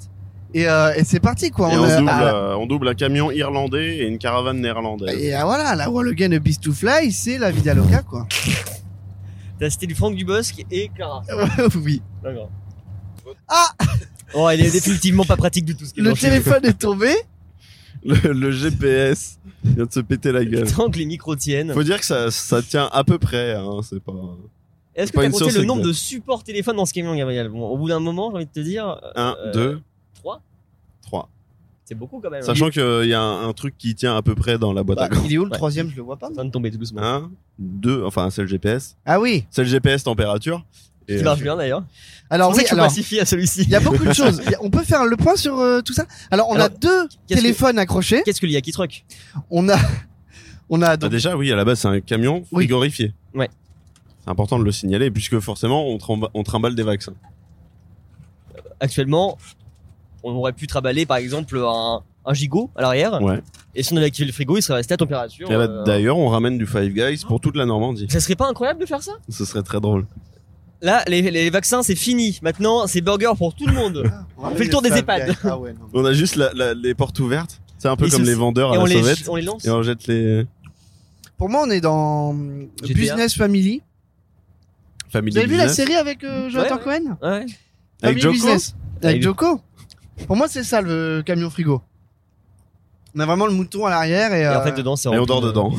D: Et, euh, et c'est parti quoi.
B: Et
D: on,
B: on,
D: a-
B: double,
D: ah,
B: euh, on double un camion irlandais et une caravane néerlandaise.
D: et ah, voilà, la Wallogan Beast to Fly, c'est la Vida Loca quoi.
C: T'as cité du Franck Dubosc et Clara.
D: Oui.
C: D'accord.
D: Ah,
C: Oh, elle est définitivement pas pratique du tout ce qu'il
D: le téléphone est tombé.
B: Le, le G P S vient de se péter la gueule.
C: Tant que les micros tiennent.
B: Faut dire que ça, ça tient à peu près, hein, c'est pas...
C: Est-ce que
B: pas
C: t'as
B: une
C: compté
B: science
C: le nombre
B: exacte.
C: de supports téléphone dans ce camion, Gabriel? Bon, au bout d'un moment, j'ai envie de te dire.
B: Un,
C: euh,
B: deux,
C: trois.
B: trois.
C: C'est beaucoup quand même.
B: Sachant qu'il y a un, un truc qui tient à peu près dans la boîte
D: Bah,
B: à gants.
D: il est où le
C: Ouais.
D: troisième? Je le vois pas.
C: En train de tomber tout doucement.
B: Un, deux, enfin c'est le G P S.
D: Ah oui.
B: C'est le G P S température. Et,
C: Qui marche bien d'ailleurs.
D: Alors
C: C'est pour ça
D: oui,
C: que je
D: alors
C: pacifie à celui-ci.
D: il y a beaucoup de choses. Il y a- On peut faire le point sur euh, tout ça. Alors on a
C: Alors,
D: deux
C: qu'est-ce que-
D: téléphones accrochés.
C: Qu'est-ce que l'I A qui truck?
D: On a, on a
B: Ah,
D: donc
B: déjà, oui, à la base, c'est un camion
D: Oui.
B: frigorifié.
C: Ouais.
B: C'est important de le signaler, puisque forcément, on, tremba- on trimballe des vaccins.
C: Actuellement, on aurait pu trimballer par exemple un, un gigot à l'arrière.
B: Ouais.
C: Et si on avait activé le frigo, il serait resté à température.
B: Et là,
C: euh,
B: d'ailleurs, on ramène du Five Guys pour toute la Normandie.
C: Ça serait pas incroyable de faire ça?
B: Ce serait très drôle.
C: Là, les, les vaccins, c'est fini. Maintenant, c'est burger pour tout le monde.
D: on
C: fait le tour des EHPAD.
D: Ah ouais, non.
B: On a juste la, la- les portes ouvertes. C'est un peu
C: Et
B: comme
C: ce-
B: les vendeurs à
C: Et on
B: la
C: les,
B: sauvette.
C: on les lance.
B: Et on jette les
D: Pour moi, on est dans
C: G T A.
D: Business Family.
B: familles
D: Vous avez vu la
B: business.
D: série avec euh, Jonathan
C: Ouais,
D: Cohen?
C: Ouais.
B: Avec
D: Family
B: Joko
D: Business. Avec
C: Avec-
D: Joko. Pour moi, c'est ça le camion frigo. On a vraiment le mouton à l'arrière et,
C: Et en
D: euh,
C: fait, dedans, c'est
B: Et on
C: rempli
B: dort
C: de-
B: dedans.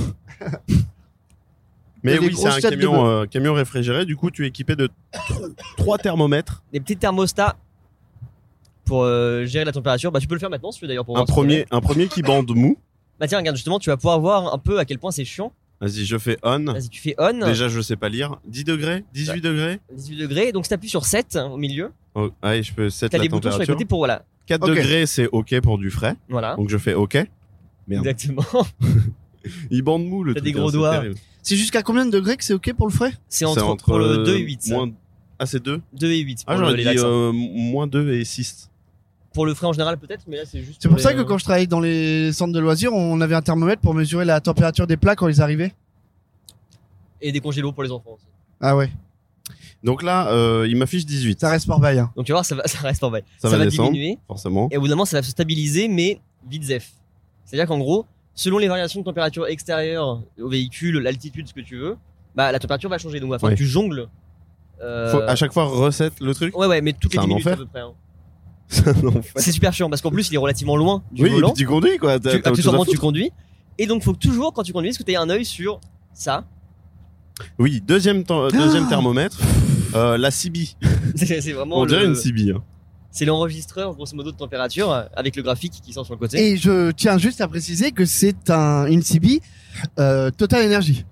D: Il y
B: Mais
D: a des
B: oui, c'est
D: grosses
B: un
D: têtes de
B: camion,
D: bœuf.
B: euh, camion réfrigéré. Du coup, tu es équipé de tro- trois thermomètres.
C: Des petits thermostats pour euh, gérer la température. Bah, tu peux le faire maintenant si tu veux d'ailleurs pour
B: Un
C: voir ce qu'on
B: premier,
C: est.
B: un premier qui bande mou.
C: Bah, tiens, regarde, justement, tu vas pouvoir voir un peu à quel point c'est chiant.
B: Vas-y, je fais on.
C: Vas-y, tu fais on.
B: Déjà, je sais pas lire. dix degrés, dix-huit degrés.
C: dix-huit degrés. Donc, si t'appuies sur sept hein, au milieu,
B: Oh, allez, je peux sept
C: t'as
B: la
C: les boutons sur les
B: température.
C: côtés pour voilà.
B: quatre
D: Ok.
B: degrés, c'est ok pour du frais.
C: Voilà.
B: Donc je fais ok. Merde.
C: Exactement.
B: Il bande mou le
C: T'as
B: truc.
C: des gros
B: hein, c'est
C: doigts.
B: terrible.
D: c'est jusqu'à combien de degrés que c'est ok pour le frais?
C: C'est entre, pour le deux et huit. ça.
B: Moins... Ah, c'est deux.
C: deux et huit
B: Ah,
C: pour le-
B: j'aurais
C: les
B: dit
C: vaccins.
B: euh, moins deux et six.
C: Pour le frais en général peut-être, mais là c'est juste.
D: C'est pour
C: les-
D: ça que quand je travaillais dans les centres de loisirs, on avait un thermomètre pour mesurer la température des plats quand ils arrivaient.
C: Et des congélos pour les enfants aussi.
D: Ah ouais.
B: Donc là, euh, il m'affiche dix-huit.
D: Ça reste par bail. Hein.
C: Donc tu vas voir, ça, va, ça reste en bas.
B: Ça va descendre.
C: diminuer.
B: Forcément.
C: Et au bout d'un moment, ça va se stabiliser, mais vite zef. C'est-à-dire qu'en gros, selon les variations de température extérieure au véhicule, l'altitude, ce que tu veux, bah la température va changer. Donc il va falloir
B: Ouais.
C: que tu jongles. Euh,
B: Faut à chaque fois recette le truc.
C: Ouais, ouais, mais toutes les
B: C'est
C: dix
B: un
C: minutes à
B: enfer.
C: peu près. hein.
B: C'est un enfer.
C: C'est super chiant parce qu'en plus, il est relativement loin du
B: Oui, et
C: volant.
B: puis tu conduis quoi. T'as-
C: Tu,
B: t'as autre chose à
C: accessoirement, tu
B: foutre.
C: conduis. Et donc, faut que toujours, quand tu conduis, que tu aies un œil sur ça.
B: Oui, deuxième, temps- deuxième thermomètre. Euh, la C B.
C: C'est c'est vraiment.
B: On dirait
C: le-
B: une C B. hein.
C: C'est l'enregistreur, grosso modo, de température euh, avec le graphique qui sort sur le côté.
D: Et je tiens juste à préciser que c'est un une C B euh, Total Energy.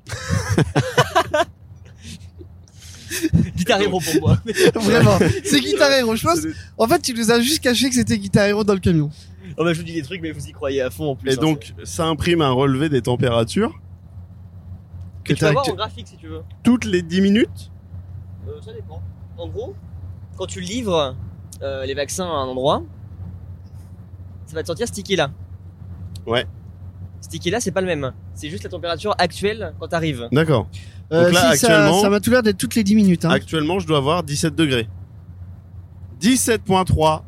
C: Guitare Hero pour moi.
D: Vraiment. C'est Guitar Hero. Je pense. En fait, tu nous as juste caché que c'était Guitar Hero dans le camion.
C: Oh bah, je vous dis des trucs, mais vous y croyez à fond en plus.
B: Et
C: hein,
B: donc, ça imprime un relevé des températures
C: c'est- que tu peux
D: t'as
C: avoir
D: actu-
C: en graphique si tu veux.
B: toutes les dix minutes.
C: Euh, ça dépend. En gros, quand tu livres euh, les vaccins à un endroit, ça va te sortir ce ticket là.
B: Ouais.
C: Ce ticket là, c'est pas le même. C'est juste la température actuelle quand t'arrives.
B: D'accord.
D: Euh,
B: Donc là,
D: si, ça-
B: actuellement-
D: ça m'a tout l'air d'être toutes les dix minutes. Hein.
B: Actuellement, je dois avoir dix-sept degrés. dix-sept virgule trois.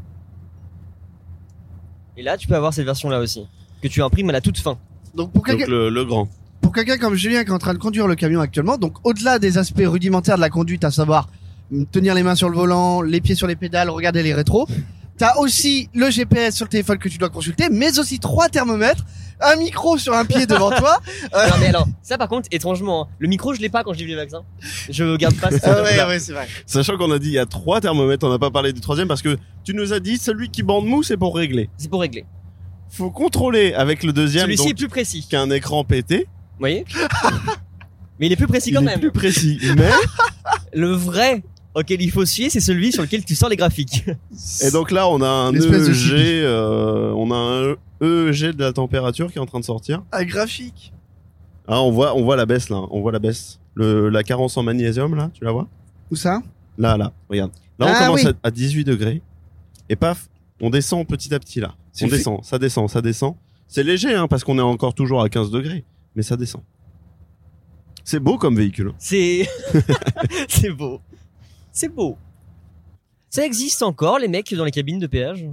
C: Et là, tu peux avoir cette version là aussi. Que tu imprimes à la toute fin.
D: Donc pour quelqu'un
B: Donc le, le grand.
D: pour quelqu'un comme Julien qui est en train de conduire le camion actuellement, donc au-delà des aspects rudimentaires de la conduite, à savoir mm, tenir les mains sur le volant, les pieds sur les pédales, regarder les rétros, t'as aussi le G P S sur le téléphone que tu dois consulter, mais aussi trois thermomètres, un micro sur un pied devant toi.
C: Non mais alors, ça par contre, étrangement, hein, le micro je l'ai pas quand je livre les vaccins. Je garde pas cette
D: Ah ouais,
C: là.
D: ouais, c'est vrai.
B: Sachant qu'on a dit il y a trois thermomètres, on n'a pas parlé du troisième parce que tu nous as dit celui qui bande mou c'est pour régler.
C: C'est pour régler.
B: Faut contrôler avec le deuxième
C: Celui-ci est
B: donc
C: plus précis.
B: qui a un écran pété.
C: Vous voyez? Mais il est plus précis
B: Il
C: quand
B: est
C: même.
B: plus précis. Mais
C: Le vrai auquel il faut se fier, c'est celui sur lequel tu sors les graphiques.
B: et donc là on a un
D: L'espèce de
B: E E G, euh, on a un E E G de la température qui est en train de sortir.
D: Un graphique.
B: Ah on voit on voit la baisse là, on voit la baisse. Le la carence en magnésium là, tu la vois?
D: Où ça?
B: Là là, regarde. Là on
D: Ah,
B: commence
D: oui.
B: à, à dix-huit degrés et paf, on descend petit à petit là.
D: C'est
B: On
D: le fait-
B: descend, ça descend, ça descend. C'est léger hein parce qu'on est encore toujours à quinze degrés, mais ça descend. C'est beau comme véhicule.
C: C'est, c'est beau. C'est beau. Ça existe encore, les mecs dans les cabines de péage?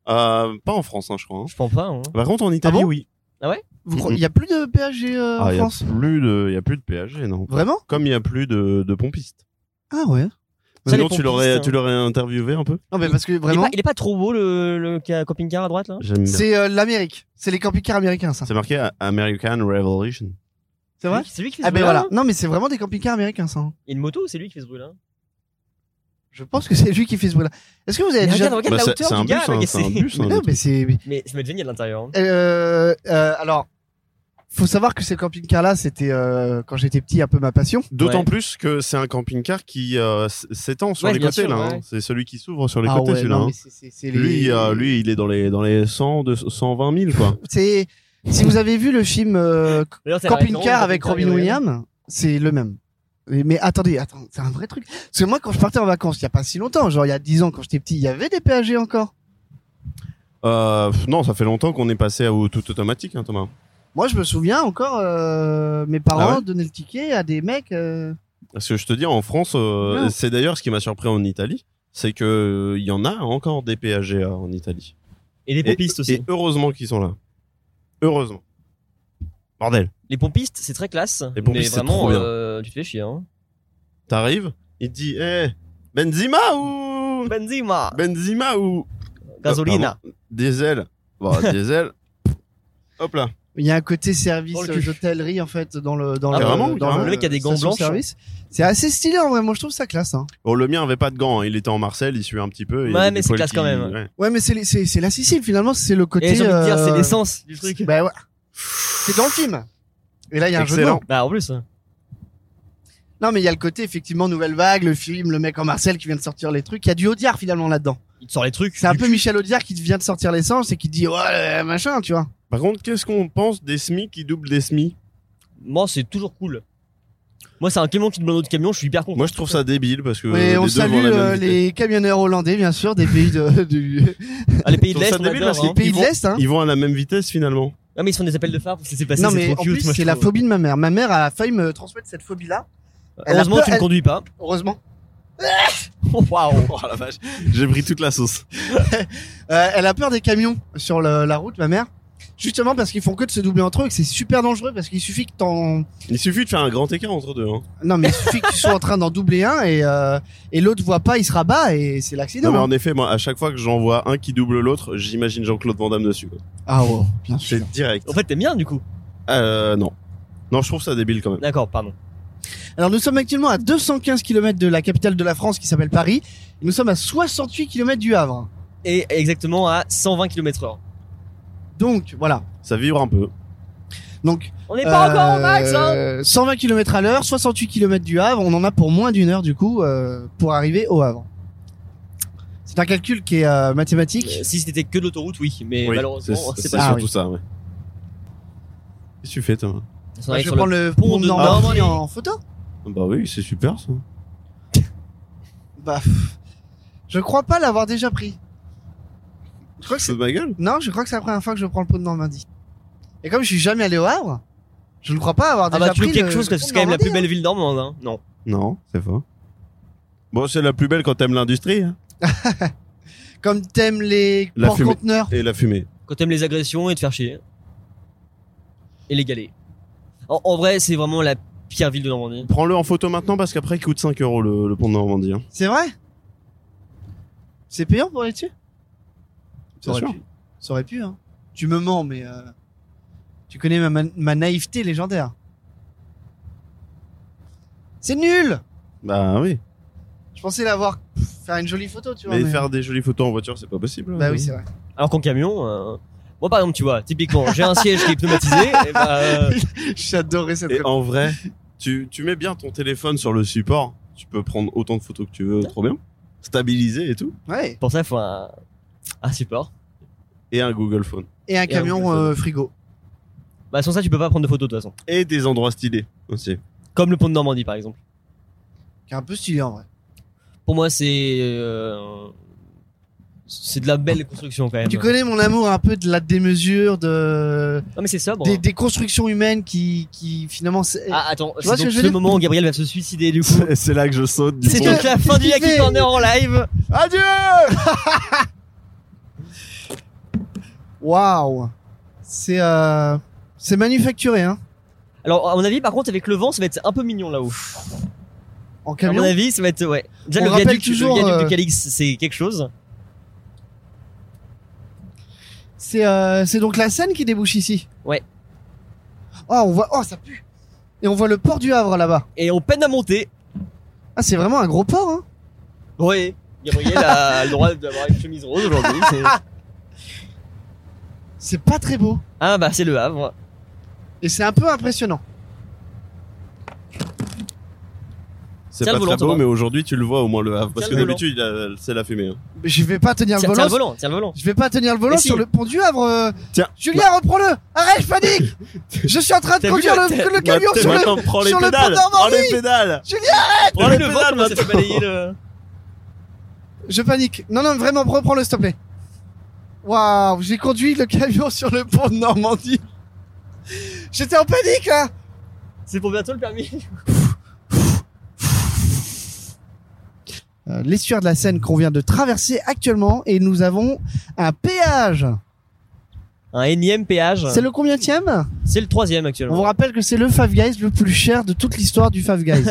B: Euh, pas en France, hein, je crois. Hein.
C: Je pense pas. Hein.
B: Par contre, en Italie,
D: bon
B: oui.
D: Vous croyez-
B: Mhm.
D: Il y a plus de péage euh,
B: Ah,
D: en
B: il y a
D: France
B: plus de, il y a plus de péage, non.
D: Vraiment?
B: Comme il y a plus de, de pompistes.
D: Ah ouais.
C: Ça, les
B: Sinon, tu l'aurais,
C: pompistes,
B: tu l'aurais interviewé un peu.
D: Non mais parce que
C: Il est,
D: vraiment,
C: pas, il est pas trop beau le, le ca- camping-car à droite là.
B: J'aime bien.
D: c'est euh, l'Amérique. C'est les camping-cars américains ça.
B: C'est marqué euh, American Revolution.
D: C'est vrai?
C: C'est lui qui fait
D: Ah
C: ce
D: ben
C: bruit
D: voilà. Non mais c'est vraiment des camping-cars américains ça. hein.
C: Il y a une moto ou c'est lui qui fait ce bruit là?
D: Je pense que c'est lui qui fait ce bruit-là. Est-ce que vous avez
C: Mais
D: déjà
C: regarde, regarde
B: Bah,
C: la
B: c'est-
C: hauteur
B: c'est un
C: du gars.
B: bus,
C: le
B: hein,
C: gars,
B: c'est un
C: c'est-
B: bus, hein.
D: Mais non, mais c'est
C: Mais ça va être génial à l'intérieur. hein.
D: euh, euh, alors faut savoir que ces camping-cars là c'était euh, quand j'étais petit un peu ma passion.
B: D'autant
C: Ouais.
B: plus que c'est un camping-car qui euh, s- s'étend sur
C: Ouais,
B: les
C: bien
B: côtés
C: sûr,
B: là.
C: ouais.
B: hein. C'est celui qui s'ouvre sur les
D: Ah
B: côtés
D: ouais,
B: celui-là.
D: non,
B: hein.
D: mais c'est- c'est- c'est les-
B: Lui, euh, lui, il est dans les dans les cent, deux- cent vingt mille quoi.
D: c'est si vous avez vu le film euh,
C: D'ailleurs, c'est la référence
D: Camping-car
C: de
D: avec
C: Camping-car
D: Robin
C: Williams.
D: Williams, c'est le même. Mais, mais attendez, attends, c'est un vrai truc. Parce que moi, quand je partais en vacances, il y a pas si longtemps, genre il y a dix ans, quand j'étais petit, il y avait des P A G encore.
B: Euh, non, ça fait longtemps qu'on est passé au tout automatique, hein, Thomas.
D: Moi, je me souviens encore, euh, mes parents
B: Ah ouais
D: donnaient le ticket à des mecs. Euh...
B: Parce que je te dis, en France, euh,
D: Non.
B: c'est d'ailleurs ce qui m'a surpris en Italie, c'est que il y en a encore des P A G A en Italie.
C: Et les
B: Et,
C: pompistes aussi.
B: et heureusement qu'ils sont là. Heureusement. Bordel.
C: Les pompistes, c'est très classe.
B: Les pompistes,
C: mais
B: c'est
C: vraiment,
B: trop bien.
C: euh, tu te fais chier. Hein.
B: T'arrives, il te dit, eh, Benzema ou
C: Benzema,
B: Benzema ou
C: gasolina.
B: Euh, pardon, diesel. Bon, diesel. Hop là.
D: Il y a un côté service
C: Dans le
D: euh,
C: cul.
D: d'hôtellerie, en fait, dans le, dans
C: Ah,
D: le,
B: carrément,
D: dans
B: carrément.
C: Le mec a des gants
D: station
C: blanches.
D: service. C'est assez stylé, en vrai. Moi, je trouve ça classe, hein.
B: Bon, le mien avait pas de gants, hein. Il était en Marseille, il suait un petit peu. et il y
C: Ouais,
B: avait
C: mais
B: des
C: c'est
B: poils
C: classe
B: qui-
C: quand même.
B: ouais.
D: Ouais, mais c'est, les- c'est, c'est la Sicile, finalement, c'est le côté,
C: Et j'ai envie de dire, c'est
D: euh,
C: l'essence du truc.
D: Bah ouais. C'est dans le film. Et là, il y a un jeu de
B: Excellent.
D: mots.
C: Bah en plus.
D: Non, mais il y a le côté, effectivement, nouvelle vague, le film, le mec en Marcel qui vient de sortir les trucs. Il y a du Audiard, finalement, là-dedans.
C: Il te sort les trucs.
D: C'est un
C: du
D: peu
C: cul.
D: Michel Audiard qui vient de sortir l'essence et qui dit, ouais, euh, machin, tu vois.
B: Par contre, qu'est-ce qu'on pense des S M I qui doublent des S M I?
C: Moi, c'est toujours cool. Moi, c'est un camion qui double un autre camion, je suis hyper content.
B: Moi, je trouve ça débile parce que
D: Et
B: les
D: on
B: deux
D: salue
B: vont à la même
D: euh,
B: vitesse.
D: les camionneurs hollandais, bien sûr, des pays de, du,
C: Ah, les pays de
B: Je trouve
C: l'Est,
B: ça
C: on
B: débile
C: adore,
B: parce
C: hein.
D: pays
B: Ils
D: de
B: vont-
D: l'Est, hein.
B: Ils vont à la même vitesse finalement.
C: Ah, mais ils se font des appels de phare pour se laisser passer,
D: Non,
C: c'est
D: mais
C: trop
D: en
C: cute,
D: plus,
C: moi, je
D: c'est la
C: trouve.
D: phobie de ma mère. Ma mère a failli me transmettre cette phobie-là. Elle a
C: Heureusement,
D: peur-
C: tu ne
D: elle-
C: conduis pas.
D: Heureusement.
C: Oh, waouh.
B: Oh la vache, j'ai pris toute la sauce.
D: Euh, elle a peur des camions sur le- la route, ma mère. Justement parce qu'ils font que de se doubler entre eux et que c'est super dangereux parce qu'il suffit que t'en...
B: Il suffit de faire un grand écart entre deux. Hein.
D: Non, mais il suffit que tu sois en train d'en doubler un et, euh, et l'autre voit pas, il se rabat et c'est l'accident.
B: Non mais
D: hein.
B: en effet, moi, à chaque fois que j'en vois un qui double l'autre, j'imagine Jean-Claude Van Damme dessus. Quoi.
D: Ah ouais, bien sûr.
B: C'est direct.
C: En fait, t'aimes bien, du coup.
B: Euh, non. Non, je trouve ça débile quand même.
C: D'accord, pardon.
D: Alors nous sommes actuellement à deux cent quinze kilomètres de la capitale de la France qui s'appelle Paris. Et nous sommes à soixante-huit kilomètres du Havre.
C: Et exactement à cent vingt kilomètres heure.
D: Donc voilà.
B: Ça vibre un peu.
D: Donc
C: On n'est pas encore au max, hein.
D: euh, cent vingt kilomètres à l'heure, soixante-huit kilomètres du Havre. On en a pour moins d'une heure du coup euh, pour arriver au Havre. C'est un calcul qui est euh, mathématique.
C: Euh, Si c'était que de l'autoroute, oui. Mais
B: Oui,
C: malheureusement,
B: c'est
C: c'est
B: c'est
C: pas
D: Ah
B: surtout
D: oui.
B: ça. Ouais. Qu'est-ce que tu fais, Thomas?
C: ça.
D: Bah,
C: On
D: je
C: arrive
D: vais
C: sur
D: prendre
C: le
D: le
C: pont
D: pont
C: de
D: de Normandie
C: Normandie.
D: en photo.
B: Bah oui, c'est super ça.
D: Bah, pff, je crois pas l'avoir déjà pris. Je crois que
B: C'est
D: c'est...
B: de ma gueule.
D: Non, je crois que c'est la première fois que je prends le pont de Normandie. Et comme je suis jamais allé au Havre, je ne crois pas avoir
C: Ah
D: déjà
C: bah tu
D: pris
C: loupes quelque
D: le-
C: chose
D: le
C: parce que
D: pont
C: c'est
D: de
C: quand même la plus
D: Normandie,
C: belle ville normande, hein. Non.
B: Non, c'est faux. Bon, c'est la plus belle quand t'aimes l'industrie hein.
D: hein. Comme t'aimes les
B: La fumée.
D: porte-conteneurs.
B: et la fumée.
C: Quand t'aimes les agressions et te faire chier. Et les galets. En, en vrai, c'est vraiment la pire ville de Normandie.
B: Prends-le en photo maintenant parce qu'après il coûte cinq euros le, le pont de Normandie. Hein.
D: C'est vrai? C'est payant pour aller dessus? Ça
B: Bien
D: aurait
B: sûr.
D: pu. Ça aurait pu, hein. Tu me mens, mais euh, tu connais ma, ma, ma naïveté légendaire. C'est nul!
B: Bah oui.
D: Je pensais l'avoir faire une jolie photo, tu vois.
B: Mais
D: mais-
B: faire des jolies photos en voiture, c'est pas possible.
D: Bah
B: hein.
D: oui, c'est vrai.
C: Alors qu'en camion, euh... moi par exemple, tu vois, typiquement, j'ai un siège qui est pneumatisé, et bah, euh,
D: J'adorais cette
B: Et
D: réponse.
B: en vrai, tu, tu mets bien ton téléphone sur le support. Tu peux prendre autant de photos que tu veux, trop bien. Stabilisé et tout.
D: Ouais.
C: pour ça, il faut un, un support.
B: Et un Google Phone.
D: Et un
C: un
D: camion
C: téléphone.
D: euh, frigo.
C: Bah sans ça, tu peux pas prendre de photos de toute façon.
B: Et des endroits stylés aussi.
C: Comme le pont de Normandie par exemple.
D: Qui est un peu stylé en vrai.
C: Pour moi, c'est euh... c'est de la belle construction quand même.
D: Tu connais mon amour un peu de la démesure, de
C: Non mais c'est sobre.
D: des,
C: hein.
D: des constructions humaines qui, qui finalement. c'est-
C: Ah attends,
D: Tu
C: c'est
D: vois ce
C: donc
D: que je veux
C: ce
D: dire
C: moment où Gabriel va se suicider du coup.
B: C'est c'est là que je saute du
C: C'est
B: pont.
C: donc la fin du
D: Qu'est-ce qu'il
C: Yaki
D: fait
C: Corner en live.
D: Adieu. Waouh. C'est euh... c'est manufacturé, hein.
C: Alors, à mon avis, par contre, avec le vent, ça va être un peu mignon là-haut.
D: En
C: À
D: camion.
C: mon avis, ça va être, ouais. Déjà,
D: On
C: le
D: rappelle
C: viaduc,
D: toujours,
C: le viaduc
D: euh,
C: de Calix, c'est quelque chose.
D: C'est euh... c'est donc la Seine qui débouche ici.
C: Ouais.
D: Oh, on voit. Oh, ça pue. Et on voit le port du Havre là-bas.
C: Et on peine à monter.
D: Ah, c'est vraiment un gros port, hein.
C: Ouais. Gabriel a le droit d'avoir une chemise rose aujourd'hui. c'est-
D: C'est pas très beau.
C: Ah bah, c'est le Havre.
D: Et c'est un peu impressionnant.
B: C'est
C: Tiens
B: pas
C: le volant,
B: très beau,
C: Thomas.
B: mais aujourd'hui tu le vois au moins le Havre. Parce
C: Tiens
B: que
C: le
B: d'habitude, il a- c'est la fumée. hein.
D: Mais je vais pas tenir
C: Tiens,
D: le
C: tiens
D: volant.
C: le volant, tiens le volant.
D: Je vais pas tenir le volant
C: Mais si.
D: sur le pont du Havre. euh.
B: Tiens.
D: Julien, reprends-le. Arrête, je panique. Je suis en train de
C: T'as
D: conduire
C: vu,
D: le,
C: t'as-
D: le camion
B: Maintenant,
D: sur le.
B: maintenant, prends les
D: sur le pont
B: pédales.
D: de
B: Prends
D: Normandie.
B: les pédales.
D: Julien,
B: Prends les
C: le vent,
B: pédales
C: comment ça fait
B: maintenant.
C: balayer le...
D: je panique. Non, non, vraiment, reprends-le, s'il te plaît. Waouh, j'ai conduit le camion sur le pont de Normandie. J'étais en panique, là.
C: C'est pour bientôt le permis.
D: Euh, l'estuaire de la Seine qu'on vient de traverser actuellement et nous avons un péage.
C: Un énième péage.
D: C'est le combienième?
C: C'est le troisième
D: On
C: actuellement.
D: vous rappelle que c'est le Five Guys le plus cher de toute l'histoire du Five Guys.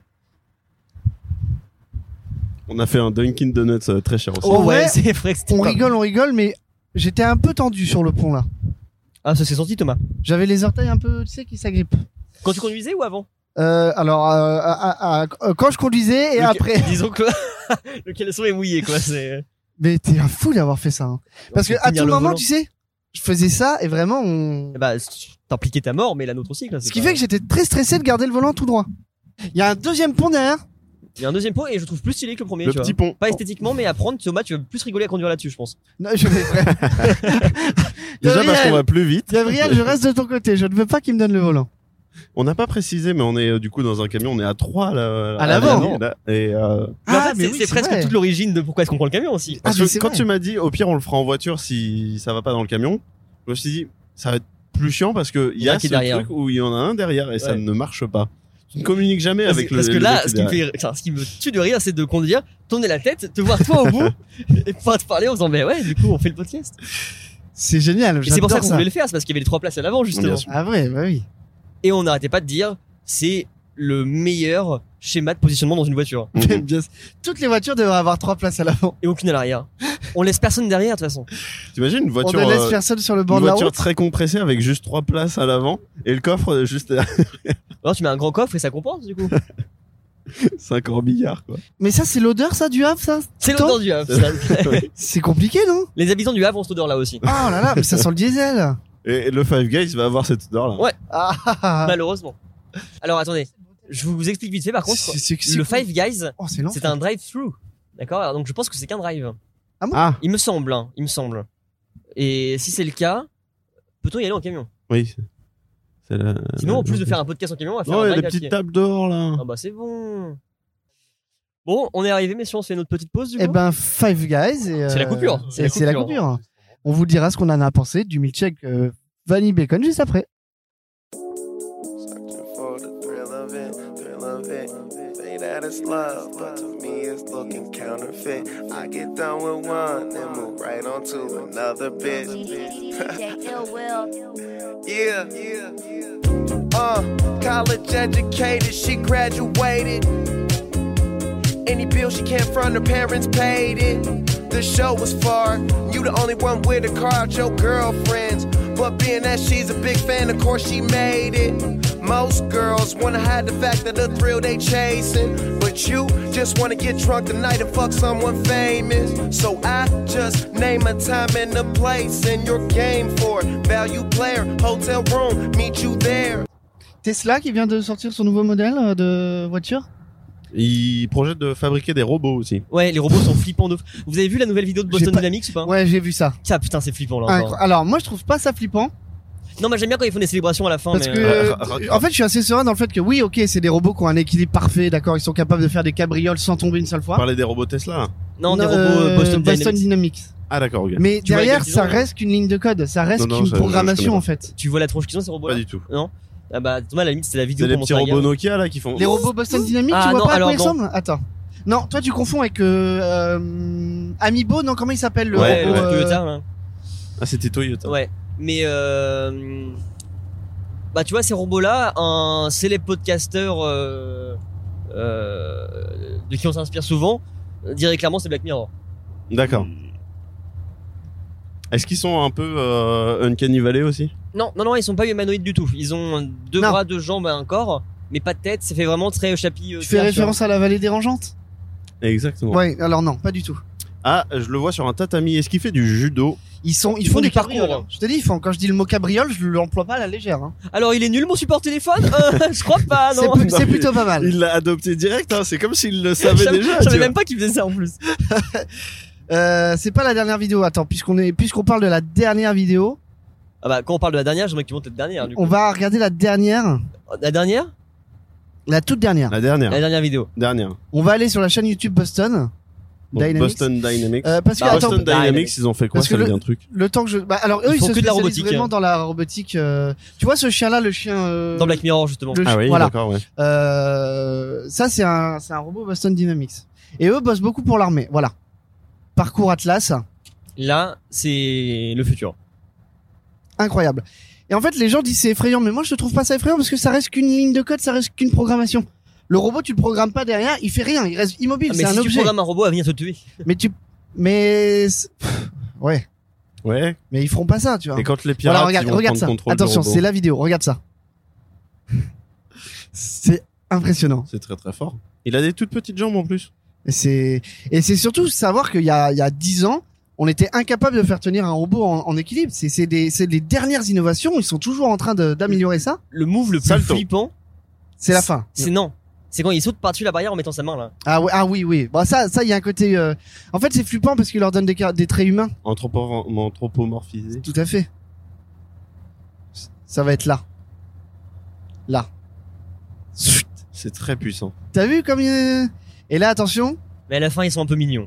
B: On a fait un Dunkin' Donuts euh, très cher aussi.
D: Oh,
C: Oh ouais,
D: ouais.
C: c'est vrai que c'était
D: On
C: pas-
D: rigole, on rigole, mais j'étais un peu tendu sur le pont là.
C: Ah, ça s'est senti, Thomas.
D: J'avais les orteils un peu, tu sais, qui s'agrippent.
C: Quand tu conduisais ou avant?
D: Euh, alors, euh, à- à- à- euh, quand je conduisais et
C: Le-
D: après.
C: Disons que le caleçon est mouillé, quoi. C'est...
D: Mais t'es un fou d'avoir fait ça. hein. Parce que
C: Faut
D: à
C: tenir
D: tout
C: le
D: moment,
C: volant.
D: tu sais, je faisais ça et vraiment, on...
C: Bah, t'impliquais ta mort, mais la nôtre aussi, quoi.
D: ce qui fait que j'étais très stressé de garder le volant tout droit. Il y a un deuxième pont derrière.
C: Il y a un deuxième pot et je trouve plus stylé que le premier,
B: Le
C: tu
B: petit
C: vois.
B: pont.
C: Pas esthétiquement, mais à prendre, Thomas, tu vas plus rigoler à conduire là-dessus, je pense.
D: Non, je vais...
B: Déjà parce
D: Gabriel,
B: qu'on va plus vite.
D: Gabriel, je reste de ton côté. Je ne veux pas qu'il me donne le volant.
B: On n'a pas précisé, mais on est euh, du coup dans un camion, on est à trois à la-
D: À l'avant.
B: là. Et euh,
C: Mais en
D: Ah,
C: fait,
D: mais
C: c'est
D: oui,
C: c'est
D: c'est
C: presque
D: vrai.
C: toute l'origine de pourquoi est-ce qu'on prend le camion aussi.
B: parce
D: Ah, mais
B: que
D: c'est
B: quand
D: vrai.
B: tu m'as dit, au pire, on le fera en voiture si ça va pas dans le camion, je me suis dit, ça va être plus chiant parce que il y
C: en a
B: a
C: qui
B: ce
C: est derrière.
B: truc où il y en a un derrière et ça
C: Ouais.
B: ne marche pas. Tu ne communiques jamais
C: Parce,
B: avec
C: que-
B: le.
C: parce que
B: le
C: là,
B: mec
C: ce qui, me
B: derrière.
C: fait, enfin, ce qui me tue de rire, c'est de conduire, tourner la tête, te voir toi au bout, et pouvoir te parler en disant, mais ouais, du coup, on fait le podcast.
D: C'est génial.
C: Et c'est pour ça
D: j'adore
C: qu'on voulait le faire, c'est parce qu'il y avait les trois places à l'avant, justement.
B: Bien sûr.
D: Ah vrai, bah oui.
C: Et on n'arrêtait pas de dire, c'est le meilleur schéma de positionnement dans une voiture.
B: Mhm.
D: Bien sûr. Toutes les voitures devraient avoir trois places à l'avant.
C: Et aucune à l'arrière. On laisse personne derrière, de toute façon.
B: T'imagines une
D: On
B: voiture,
D: ne laisse
B: euh,
D: personne sur le bord
B: une
D: de la
B: voiture
D: route.
B: très compressée avec juste trois places à l'avant et le coffre euh, juste à
C: Alors, tu mets un grand coffre et ça compense, du coup.
B: cinq billards quoi.
D: Mais ça, c'est l'odeur, ça, du Havre, ça
C: C'est
D: Toi
C: l'odeur du Havre. ça.
D: C'est compliqué, non?
C: Les habitants du Havre ont cette odeur-là aussi.
D: Oh là là, mais ça sent le diesel.
B: Et le Five Guys va avoir cette odeur là.
C: Ouais.
D: Ah, ah, ah.
C: Malheureusement. Alors, attendez. Je vous explique vite fait, par contre.
D: C'est- c'est- c'est
C: Le
D: cool.
C: Five Guys,
D: Oh, c'est l'enfer.
C: c'est un drive-through. D'accord? Alors, donc, je pense que c'est qu'un drive.
B: Ah
C: Il me semble, hein. Il me semble. Et si c'est le cas, peut-on y aller en camion?
B: oui. C'est la...
C: Sinon, en plus de faire un podcast en camion, on va faire
B: Non,
C: un
B: il y a
C: drive
B: des
C: à pied.
B: petites tables dehors là.
C: Ah bah, c'est bon. Bon, on est arrivé, messieurs, on se fait notre petite pause, du coup.
D: Eh ben, Five Guys. et,
C: C'est la
D: euh,
C: coupure.
D: C'est c'est la coupure. On vous dira ce qu'on en a pensé du milkshake euh, Vanille Bacon juste après.
F: Searching for the thrill of it, thrill of it. Say that it's love, but to me it's looking counterfeit. I get done with one and move right on to another bitch. Yeah, yeah. Uh, college educated, she graduated. Any bill she can't front, her parents paid it. The show was far, you the only one with a car out your girlfriends. But being that she's a big fan, of course she made it. Most girls wanna hide the fact that the thrill they chasing, but you just wanna get drunk tonight and fuck someone famous. So I just name a time and a place, and you're game for it. Value player, hotel room, meet you there.
D: Tesla qui vient de sortir son nouveau modèle euh, de voiture.
B: Ils projettent de fabriquer des robots aussi.
C: Ouais, les robots sont flippants de ouf. Vous avez vu la nouvelle vidéo de Boston
D: J'ai pas-
C: Dynamics ou pas?
D: Ouais, j'ai vu ça.
C: Ça, putain, c'est flippant là
D: Incro-
C: encore.
D: Alors, moi, je trouve pas ça flippant.
C: Non, mais j'aime bien quand ils font des célébrations à la fin.
D: Parce
C: mais,
D: que,
C: euh,
D: euh, en fait, je suis assez serein dans le fait que oui, ok, c'est des robots qui ont un équilibre parfait, d'accord, ils sont capables de faire des cabrioles sans tomber une seule fois.
B: Parler des robots Tesla là.
C: Non, des
D: Non,
C: robots
D: euh,
C: Boston,
D: Boston
C: Dynamics.
D: Dynamics.
B: Ah d'accord, ok.
D: Mais
C: Tu vois
D: derrière,
C: les gars,
D: ça
C: disons,
D: reste qu'une ligne de code, ça reste
B: Non, non,
D: qu'une
B: ça, je- je
D: programmation
B: connais
D: en
B: pas.
D: fait.
C: Tu vois la tronche qu'ils ont ces robots
B: Pas
C: là?
B: du tout.
C: Non. Ah bah Thomas, à la limite, c'est la vidéo
B: C'est les
C: pour
B: petits
C: montrer à
B: robots
C: Yann.
B: Nokia là qui font.
D: Les robots Boston Dynamics,
C: Ah,
D: tu vois
C: non,
D: pas à
C: alors
D: quoi ils
C: non.
D: ressemblent? Attends. Non, toi tu confonds avec euh, euh, Amiibo, non, comment il s'appelle le
C: Ouais,
D: robot
C: le
D: euh,
C: Toyota là.
B: Ah, c'était Toyota.
C: Ouais. Mais euh, bah tu vois ces robots là, un célèbre podcasteur euh, euh, de qui on s'inspire souvent dirait clairement c'est Black Mirror.
B: D'accord. Est-ce qu'ils sont un peu euh, Uncanny Valley aussi?
C: Non, non, non, ils sont pas humanoïdes du tout. Ils ont deux
D: Non.
C: bras, deux jambes, un corps, mais pas de tête. Ça fait vraiment très chapitre.
D: Tu fais référence à la vallée dérangeante?
B: Exactement.
D: Ouais, alors non, pas du tout.
B: Ah, je le vois sur un tatami. Est-ce qu'il fait du judo?
D: Ils sont, ils,
C: Ils
D: font,
C: font
D: des
C: du parcours.
D: cabrioles. hein. Je te dis, ils font, quand je dis le mot cabriole, je l'emploie pas à la légère. Hein.
C: Alors, il est nul mon support téléphone euh, Je crois pas,
D: C'est
C: non.
D: plus- c'est
B: Non,
D: plutôt pas mal.
B: Il l'a adopté direct, hein. C'est comme s'il le
C: Je
B: savait
C: savais-
B: déjà.
C: Je
B: tu
C: savais
B: vois.
C: même pas qu'il faisait ça en plus.
D: Euh, c'est pas la dernière vidéo. Attends, puisqu'on est, puisqu'on parle de la dernière vidéo,
C: Ah bah, quand on parle de la dernière, j'aimerais que tu montes la dernière. Du coup.
D: on va regarder la dernière,
C: La dernière
D: la toute dernière.
B: La dernière.
C: La dernière vidéo.
B: Dernière.
D: On va aller sur la chaîne YouTube Boston
B: Donc,
D: Dynamics.
B: Boston Dynamics.
D: Euh, parce que
B: Ah,
D: attends,
B: Boston
C: Dynamics.
B: Dynamics, ils ont fait quoi?
D: Parce que
B: Ça me
D: le-
B: dit un truc.
D: le temps que je, bah alors eux
C: Ils
D: ils,
C: font
D: se
C: que de la
D: spécialisent
C: robotique.
D: vraiment dans la robotique. euh, Tu vois ce chien là, le chien. euh,
C: Dans Black Mirror, justement.
D: le
B: Ah
D: chi-
B: oui,
D: voilà.
B: d'accord, ouais.
D: Euh, ça c'est un, c'est un robot Boston Dynamics. Et eux bossent beaucoup pour l'armée. Voilà. Parcours Atlas,
C: Là, c'est le futur.
D: incroyable. Et en fait les gens disent c'est effrayant, mais moi je trouve pas ça effrayant parce que ça reste qu'une ligne de code, ça reste qu'une programmation. Le robot tu le programmes pas derrière, il fait rien, il reste immobile,
C: Ah,
D: c'est
C: mais
D: un
C: si tu
D: objet.
C: programmes un robot à venir te tuer.
D: Mais tu, mais c'est- pff, ouais,
B: Ouais.
D: mais ils feront pas ça, tu vois.
B: Et quand les pirates,
D: Voilà, regarde,
B: ils vont
D: regarde
B: prendre
D: ça.
B: contrôle
D: Attention,
B: du robot.
D: c'est la vidéo, regarde ça. C'est impressionnant.
B: C'est très très fort. Il a des toutes petites jambes en plus.
D: Et c'est, et c'est surtout savoir qu'il y a, il y a dix ans, on était incapable de faire tenir un robot en, en équilibre. C'est, c'est des, c'est les dernières innovations. Ils sont toujours en train de, d'améliorer ça.
C: Le move le plus
B: Salto.
C: flippant,
D: C'est la fin.
C: c'est non. C'est quand il saute par-dessus la barrière en mettant sa main là.
D: Ah ouais, ah oui, oui. Bon, ça, ça, il y a un côté, euh, en fait, c'est flippant parce qu'il leur donne des, car- des traits humains.
B: Anthropo- anthropomorphisé.
D: Tout à fait. Ça va être là. Là. Chut.
B: C'est très puissant.
D: T'as vu comme il... Et là, attention.
C: Mais à la fin, ils sont un peu mignons.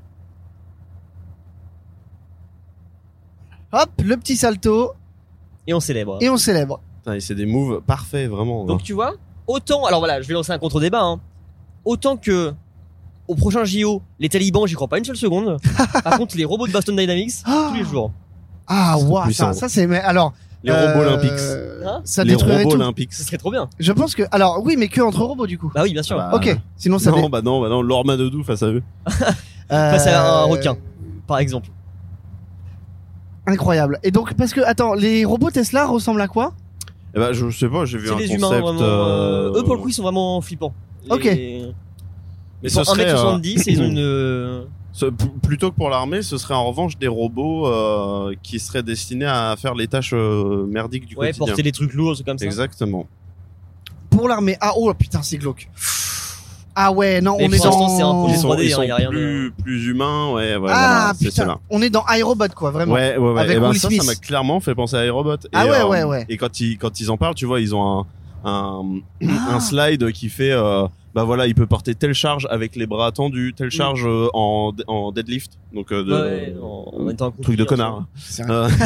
D: Hop, le petit salto.
C: Et on célèbre.
D: Et on célèbre.
B: Putain, et c'est des moves parfaits, vraiment.
C: Donc tu vois, autant, alors voilà, je vais lancer un contre-débat, hein. Autant que au prochain J O, les talibans, j'y crois pas une seule seconde. Par contre, les robots de Boston Dynamics,
D: Ah.
C: tous les jours.
D: Ah, waouh,
B: puissant.
D: ça, ça c'est, mais alors.
B: Les
D: euh,
B: robots olympiques.
C: Hein
D: Ça
B: les
D: détruirait
B: robots
D: tout.
B: olympiques.
C: Ce serait trop bien.
D: Je pense que, alors oui, mais que entre robots du coup.
C: Bah oui, bien sûr.
B: Ah bah,
D: Ok, sinon ça.
B: Non,
D: dé-
B: bah non, bah non, l'Ormadodou face à eux.
C: Face à un
D: Euh,
C: requin, par exemple.
D: Incroyable. Et donc, parce que, attends, les robots Tesla ressemblent à quoi?
B: Eh ben, je sais pas, j'ai vu
C: C'est
B: un
C: des
B: concept.
C: humains, vraiment. euh,
B: euh,
C: Eux, pour le coup, ils sont vraiment flippants.
D: Ok.
C: Les-
B: mais
C: Ils font
B: ce serait,
C: un mètre
B: euh,
C: soixante-dix et ils ont une. euh,
B: ce- p- plutôt que pour l'armée, ce serait en revanche des robots euh, qui seraient destinés à faire les tâches euh, merdiques du
C: Ouais,
B: quotidien.
C: porter des trucs lourds, c'est comme ça.
B: Exactement.
D: Pour l'armée. Ah, oh putain, c'est glauque. Ah ouais, non,
C: Mais
D: on est
C: pour l'instant, c'est un
D: dans.
C: projet
B: Ils sont,
C: trois D,
B: ils
C: hein,
B: sont
C: y a rien de-
B: plus, plus humains, ouais, ouais,
D: Ah
B: voilà, c'est
D: putain,
B: cela.
D: on est dans iRobot quoi, vraiment.
B: Ouais, ouais, ouais.
D: Avec
B: Et ben
D: Will
B: ça,
D: Smith.
B: ça m'a clairement fait penser à iRobot. Et,
D: Ah ouais,
B: euh,
D: ouais, ouais.
B: Et quand ils, quand ils en parlent, tu vois, ils ont un, un,
D: Ah.
B: un slide qui fait, euh, bah voilà, il peut porter telle charge avec les bras tendus, telle charge euh, en, en deadlift. Donc, euh, de,
C: Ouais, en- en étant un
B: truc de
C: coup
B: connard.
D: C'est un-
B: Euh,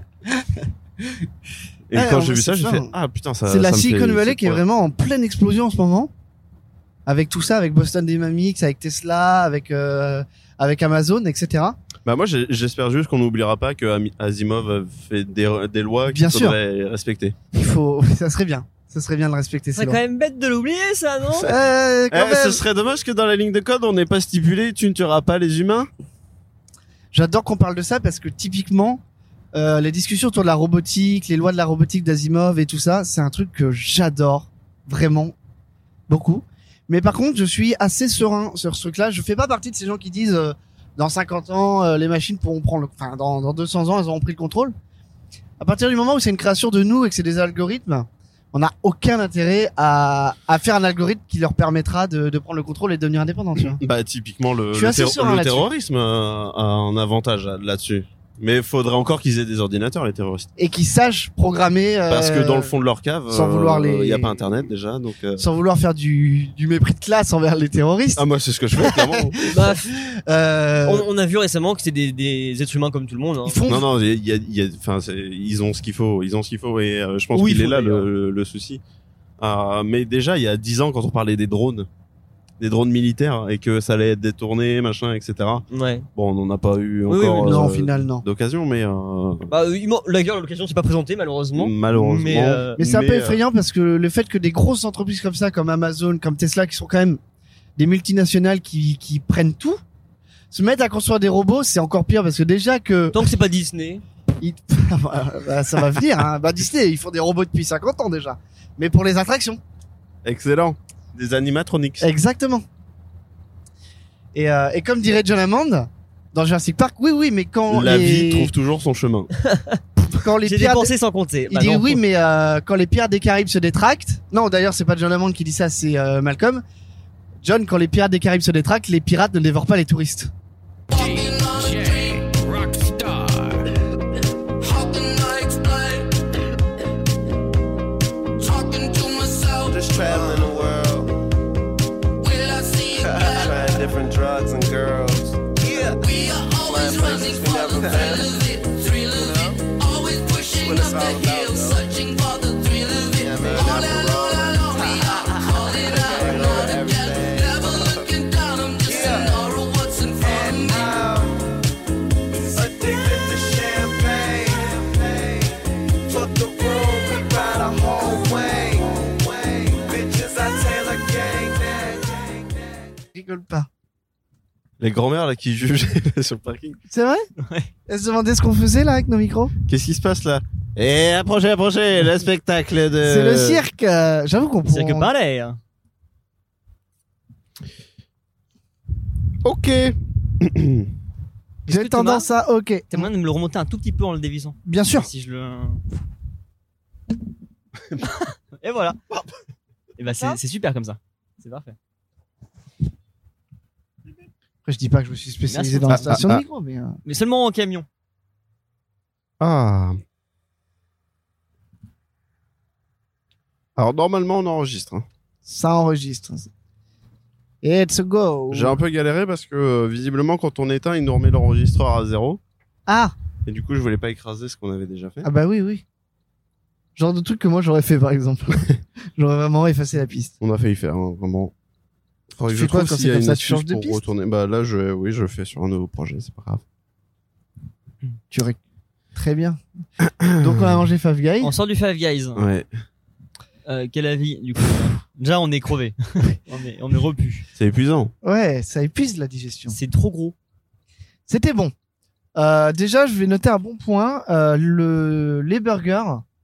B: Et
D: Ouais,
B: quand
D: en
B: j'ai
D: vrai,
B: vu ça,
D: c'est
B: j'ai
D: ça.
B: fait, ah putain, ça,
D: C'est la
B: ça me
D: Silicon
B: fait-
D: Valley
B: c'est
D: qui est
B: trop-
D: vraiment en pleine explosion en ce moment. Avec tout ça, avec Boston Dynamics, avec Tesla, avec euh, avec Amazon, et cetera.
B: Bah moi j'ai- j'espère juste qu'on n'oubliera pas que Ami- Asimov fait des, des lois qu'il
D: Bien sûr.
B: faudrait respecter.
D: Il faut, ça serait bien, ça serait bien de le respecter.
C: C'est
D: ces
C: quand
D: lois.
C: même bête de l'oublier, ça, non?
D: Euh, quand
B: Eh,
D: même.
B: ce serait dommage que dans la ligne de code on n'ait pas stipulé tu ne tueras pas les humains.
D: J'adore qu'on parle de ça parce que typiquement, euh, les discussions autour de la robotique, les lois de la robotique d'Asimov et tout ça, c'est un truc que j'adore vraiment beaucoup. Mais par contre, je suis assez serein sur ce truc-là. Je fais pas partie de ces gens qui disent euh, dans cinquante ans, euh, les machines pourront prendre, le... enfin dans, dans deux cents ans, elles auront pris le contrôle. À partir du moment où c'est une création de nous et que c'est des algorithmes, on n'a aucun intérêt à, à faire un algorithme qui leur permettra de, de prendre le contrôle et de devenir indépendant. Tu vois.
B: Bah typiquement le,
D: Je suis
B: le,
D: assez
B: terro-
D: serein
B: le
D: là-dessus.
B: terrorisme euh, a un avantage à- là-dessus. Mais faudrait encore qu'ils aient des ordinateurs les terroristes.
D: Et qui sachent programmer. euh,
B: Parce que dans le fond de leur cave,
D: sans vouloir les-
B: il y a pas internet déjà donc. euh,
D: sans vouloir faire du, du mépris de classe envers les terroristes.
B: Ah moi c'est ce que je fais clairement.
C: Bah,
D: Euh,
C: on, on a vu récemment que c'est des, des êtres humains comme tout le monde. Hein.
D: ils font
B: Non non, il y a, il y a, enfin c'est- ils ont ce qu'il faut, ils ont ce qu'il faut et euh, je pense
C: Oui,
B: qu'il
C: il
B: est
C: faut,
B: là
C: d'ailleurs.
B: le, le souci. Euh, mais déjà il y a dix ans quand on parlait des drones, des drones militaires et que ça allait être détourné, machin, et cetera.
C: Ouais.
B: Bon, on n'en a pas eu
C: Oui,
B: encore
C: oui,
D: non,
B: euh,
D: au final, non.
B: d'occasion, mais euh,
C: Bah, euh, il m'en- la guerre, l'occasion s'est pas présentée, malheureusement.
B: malheureusement.
C: Mais, euh,
D: Mais c'est un peu
B: Mais, euh,
D: effrayant parce que le fait que des grosses entreprises comme ça, comme Amazon, comme Tesla, qui sont quand même des multinationales qui, qui prennent tout, se mettent à construire des robots, c'est encore pire parce que déjà que
C: Tant que c'est pas Disney.
D: ils- bah, ça va venir, hein. Bah Disney, ils font des robots depuis cinquante ans déjà. Mais pour les attractions.
B: Excellent. Des animatronics.
D: Exactement. Et, euh, et comme dirait John Hammond dans Jurassic Park, oui, oui, mais quand
B: La
D: les,
B: vie trouve toujours son chemin.
D: quand les
C: J'ai
D: pirates,
C: dépensé sans compter.
D: il
C: Bah,
D: dit
C: non.
D: oui, mais euh, quand les pirates des Caraïbes se détractent, non, d'ailleurs, c'est pas John Hammond qui dit ça, c'est euh, Malcolm. John, quand les pirates des Caraïbes se détractent, les pirates ne dévorent pas les touristes.
A: D J Rockstar. How can I explain? Talking to myself.
F: Just traveling the world,
A: Will I see you back?
F: trying different drugs and girls. Yeah,
A: We are always running
F: places we
A: for
F: never
A: the
F: been.
A: thrill of it, thrill of it. Always pushing
F: what it's
A: up
F: all
A: the
F: about,
A: hill,
F: though.
A: searching for the thrill of it.
F: Yeah, man,
A: All
F: never
A: alone, all alone, we are calling out,
F: Hanging
A: not
F: over
A: together.
F: everything.
A: Never looking down, I'm just
F: Yeah.
A: an aura, what's in front of
F: And
A: me.
F: I'm addicted to champagne. Fuck the room, we ride a whole way. Bitches, I tell a gang, gang, gang, gang.
D: Rigole pas.
B: Les grands-mères là qui jugeaient sur le parking.
D: C'est vrai?
C: Ouais.
D: Elle se demandait ce qu'on faisait là avec nos micros?
B: Qu'est-ce qui se passe là? Et approchez, approchez, le spectacle de.
D: C'est le cirque. euh, J'avoue qu'on
C: C'est que
D: pourrait.
C: parler. hein.
B: Ok.
C: Est-ce
D: J'ai
C: que
D: tendance à. Ok.
C: T'as moyen de me le remonter un tout petit peu en le dévissant.
D: Bien sûr.
C: Si je le. Et voilà. Et bah c'est c'est super comme ça. C'est parfait.
D: Après, je dis pas que je me suis spécialisé
C: Merci.
D: dans
B: Ah,
D: l'installation
B: ah,
D: de
B: ah.
D: micro, mais. euh,
C: Mais seulement en camion.
B: Ah. Alors normalement on enregistre. hein.
D: Ça enregistre. It's a go.
B: J'ai un peu galéré parce que euh, visiblement quand on éteint il nous remet l'enregistreur à zéro.
D: Ah!
B: Et du coup je voulais pas écraser ce qu'on avait déjà fait.
D: Ah bah oui, oui. Genre de truc que moi j'aurais fait par exemple. J'aurais vraiment effacé la piste.
B: On a failli faire hein, vraiment. Faudrait
D: Tu
B: que je
D: fais quoi
B: trouve
D: quand
B: s'il
D: c'est
B: y a
D: comme
B: une
D: ça, tu
B: astuce
D: changes de
B: pour
D: piste
B: retourner. Bah là je oui je le fais sur un nouveau projet, c'est pas grave.
D: Tu aurais. Très bien. Donc on a mangé Five Guys.
C: On sort du Five Guys.
B: Ouais.
C: Euh, quel avis du coup? Déjà on est crevé. on est on est repu.
B: C'est épuisant.
D: Ouais, ça épuise la digestion.
C: C'est trop gros.
D: C'était bon. Euh, déjà, je vais noter un bon point. Euh, le les burgers.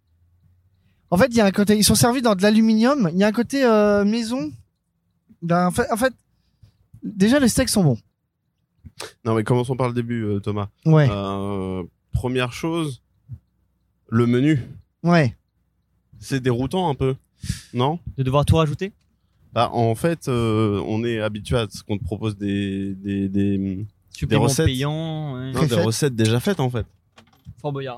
D: En fait, il y a un côté. Ils sont servis dans de l'aluminium. Il y a un côté euh, maison. Ben, en fait, en fait, déjà les steaks sont bons.
B: Non mais commençons par le début euh, Thomas.
D: Ouais,
B: Euh, première chose, le menu.
D: ouais.
B: C'est déroutant un peu. Non?
C: De devoir tout rajouter.
B: Bah en fait euh, on est habitué à ce qu'on te propose des des des,
C: Supplément
B: recettes.
C: payant. Ouais.
B: non, des
D: Préfaites.
B: recettes déjà faites en fait.
C: Fort Boyard.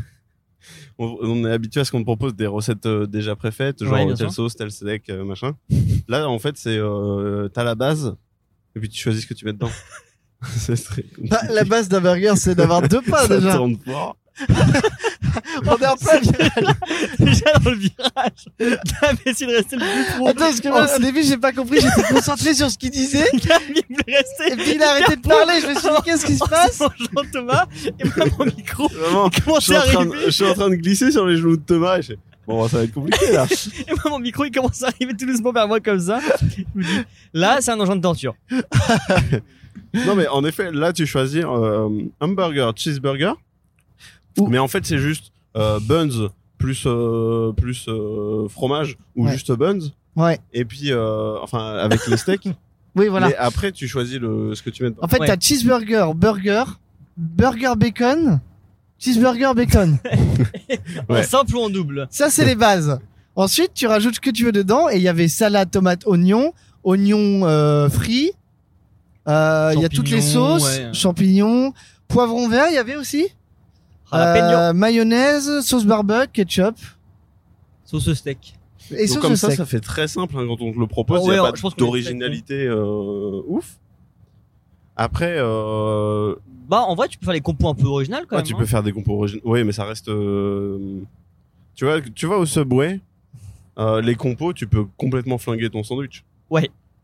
B: On, on est habitué à ce qu'on te propose des recettes euh, déjà préfaites, genre
C: Ouais, bien
B: telle
C: sûr.
B: sauce, tel steak, euh, machin. Là en fait c'est euh, t'as la base et puis tu choisis ce que tu mets dedans. C'est très compliqué.
D: Bah, la base d'un burger, c'est d'avoir deux pains
B: Ça
D: déjà.
B: tourne fort.
D: On est en plein virage.
C: Déjà dans le virage. Gab essaie de rester le plus pro.
D: Attends, parce que moi, au début, j'ai pas compris. J'étais concentré sur ce qu'il disait.
C: Gab il voulait rester.
D: Et puis il a arrêté de parler. Je me suis dit, qu'est-ce qui se passe?
C: Jean Thomas et moi mon micro
B: Vraiment, je
C: commence
B: suis,
C: à
B: en train de,
C: arriver.
B: je suis en train de glisser sur les genoux de Thomas et je fais, bon ça va être compliqué là.
C: Et moi mon micro il commence à arriver tout doucement vers moi comme ça. Je me dis là c'est un engin de torture.
B: Non mais en effet là tu choisis euh, hamburger, cheeseburger.
D: Ou-
B: Mais en fait c'est juste euh, buns plus euh, plus euh, fromage ou
D: Ouais.
B: juste buns
D: Ouais.
B: et puis euh, enfin avec les steaks.
D: Oui, voilà.
B: Et après tu choisis le ce que tu mets dedans.
D: En fait,
C: Ouais.
D: t'as cheeseburger, burger, burger bacon, cheeseburger bacon.
B: Ouais.
C: En simple ou en double.
D: Ça, c'est les bases. Ensuite, tu rajoutes ce que tu veux dedans. Et il y avait salade, tomate, oignon, oignon euh, frit. Euh, Il y a toutes les
C: Champignons,
D: sauces,
C: ouais.
D: champignons, poivron vert. Il y avait aussi.
C: Jalapeno.
D: Euh, mayonnaise, sauce barbecue, ketchup
C: Sauce steak.
D: et
B: Donc
D: sauce
B: comme
D: au
B: ça
D: steak.
B: ça fait très simple hein, quand on te le propose, il
C: Oh,
B: y a
C: ouais,
B: pas
C: je pense qu'on est
B: d'originalité euh, ouf. Après euh,
C: Bah en vrai tu peux faire les compos un peu originales quand
B: ouais,
C: même.
B: tu
C: hein.
B: peux faire des compos originaux. Oui, mais ça reste euh, tu vois tu vois au Subway euh, les compos tu peux complètement flinguer ton sandwich.
C: Ouais.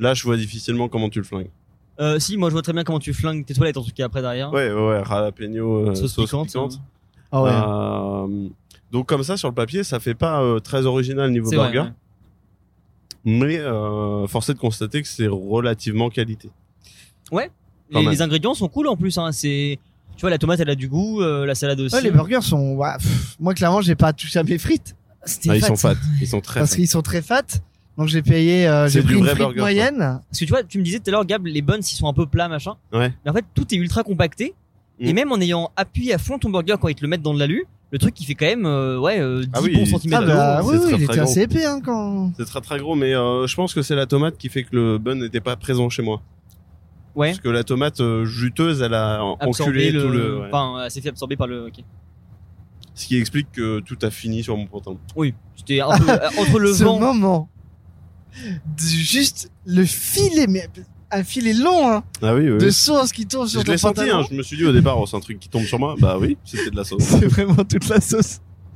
B: Là, je vois difficilement comment tu le flingues.
C: Euh, si, moi je vois très bien comment tu flingues tes toilettes en tout cas après derrière.
B: Ouais, ouais, ouais, jalapeno, euh,
C: Sauce
B: sauce,
C: piquante,
B: piquante.
D: Ah ouais.
B: Euh, donc comme ça, sur le papier, ça fait pas euh, très original niveau
C: C'est vrai,
B: burger.
C: ouais.
B: Mais euh, force est de constater que c'est relativement qualité.
C: Ouais.
B: Quand
C: Les,
B: même.
C: les ingrédients sont cool en plus. Hein. C'est, tu vois, la tomate elle a du goût, euh, la salade aussi.
D: Ouais, les burgers sont. Ouais, pff, moi, clairement, j'ai pas touché à mes frites
C: C'était
B: Ah, ils
C: fat.
B: sont fat, ils sont très
D: parce
B: fat.
D: qu'ils sont très fat. Donc j'ai payé. Euh,
B: C'est
D: j'ai
B: du
D: pris une
B: vrai
D: frite
B: burger,
D: moyenne.
C: Parce que tu vois, tu me disais tout à l'heure, Gab, les buns ils sont un peu plats machin.
B: Ouais.
C: Mais en fait, tout est ultra compacté.
B: Mm.
C: Et même en ayant appuyé à fond ton burger quand ils te le mettent dans de l'alu, le truc il fait quand même euh, ouais euh, dix
B: Ah oui,
C: bons
B: il-
D: Ah
C: centimètres.
D: bah
B: c'est
D: oui,
B: très,
D: oui, il
B: très
D: était
B: gros.
D: assez épais hein, quand.
B: C'est très très gros, mais euh, je pense que c'est la tomate qui fait que le bun n'était pas présent chez moi.
C: Ouais.
B: Parce que la tomate euh, juteuse, elle a en-
C: Absorbé
B: enculé
C: le,
B: tout le... ouais.
C: enfin, euh, c'est fait absorber par le. Ok.
B: Ce qui explique que tout a fini sur mon pantalon.
C: Oui. C'était un peu euh, entre le
D: Ce
C: vent.
D: moment, du- juste le filet, mais un filet long hein,
B: Ah oui, oui.
D: de
B: oui.
D: sauce qui tombe sur
B: Je
D: ton
B: l'ai senti,
D: pantalon.
B: hein, je me suis dit au départ, oh, c'est un truc qui tombe sur moi. Bah oui, c'était de la sauce.
D: C'est vraiment toute la sauce.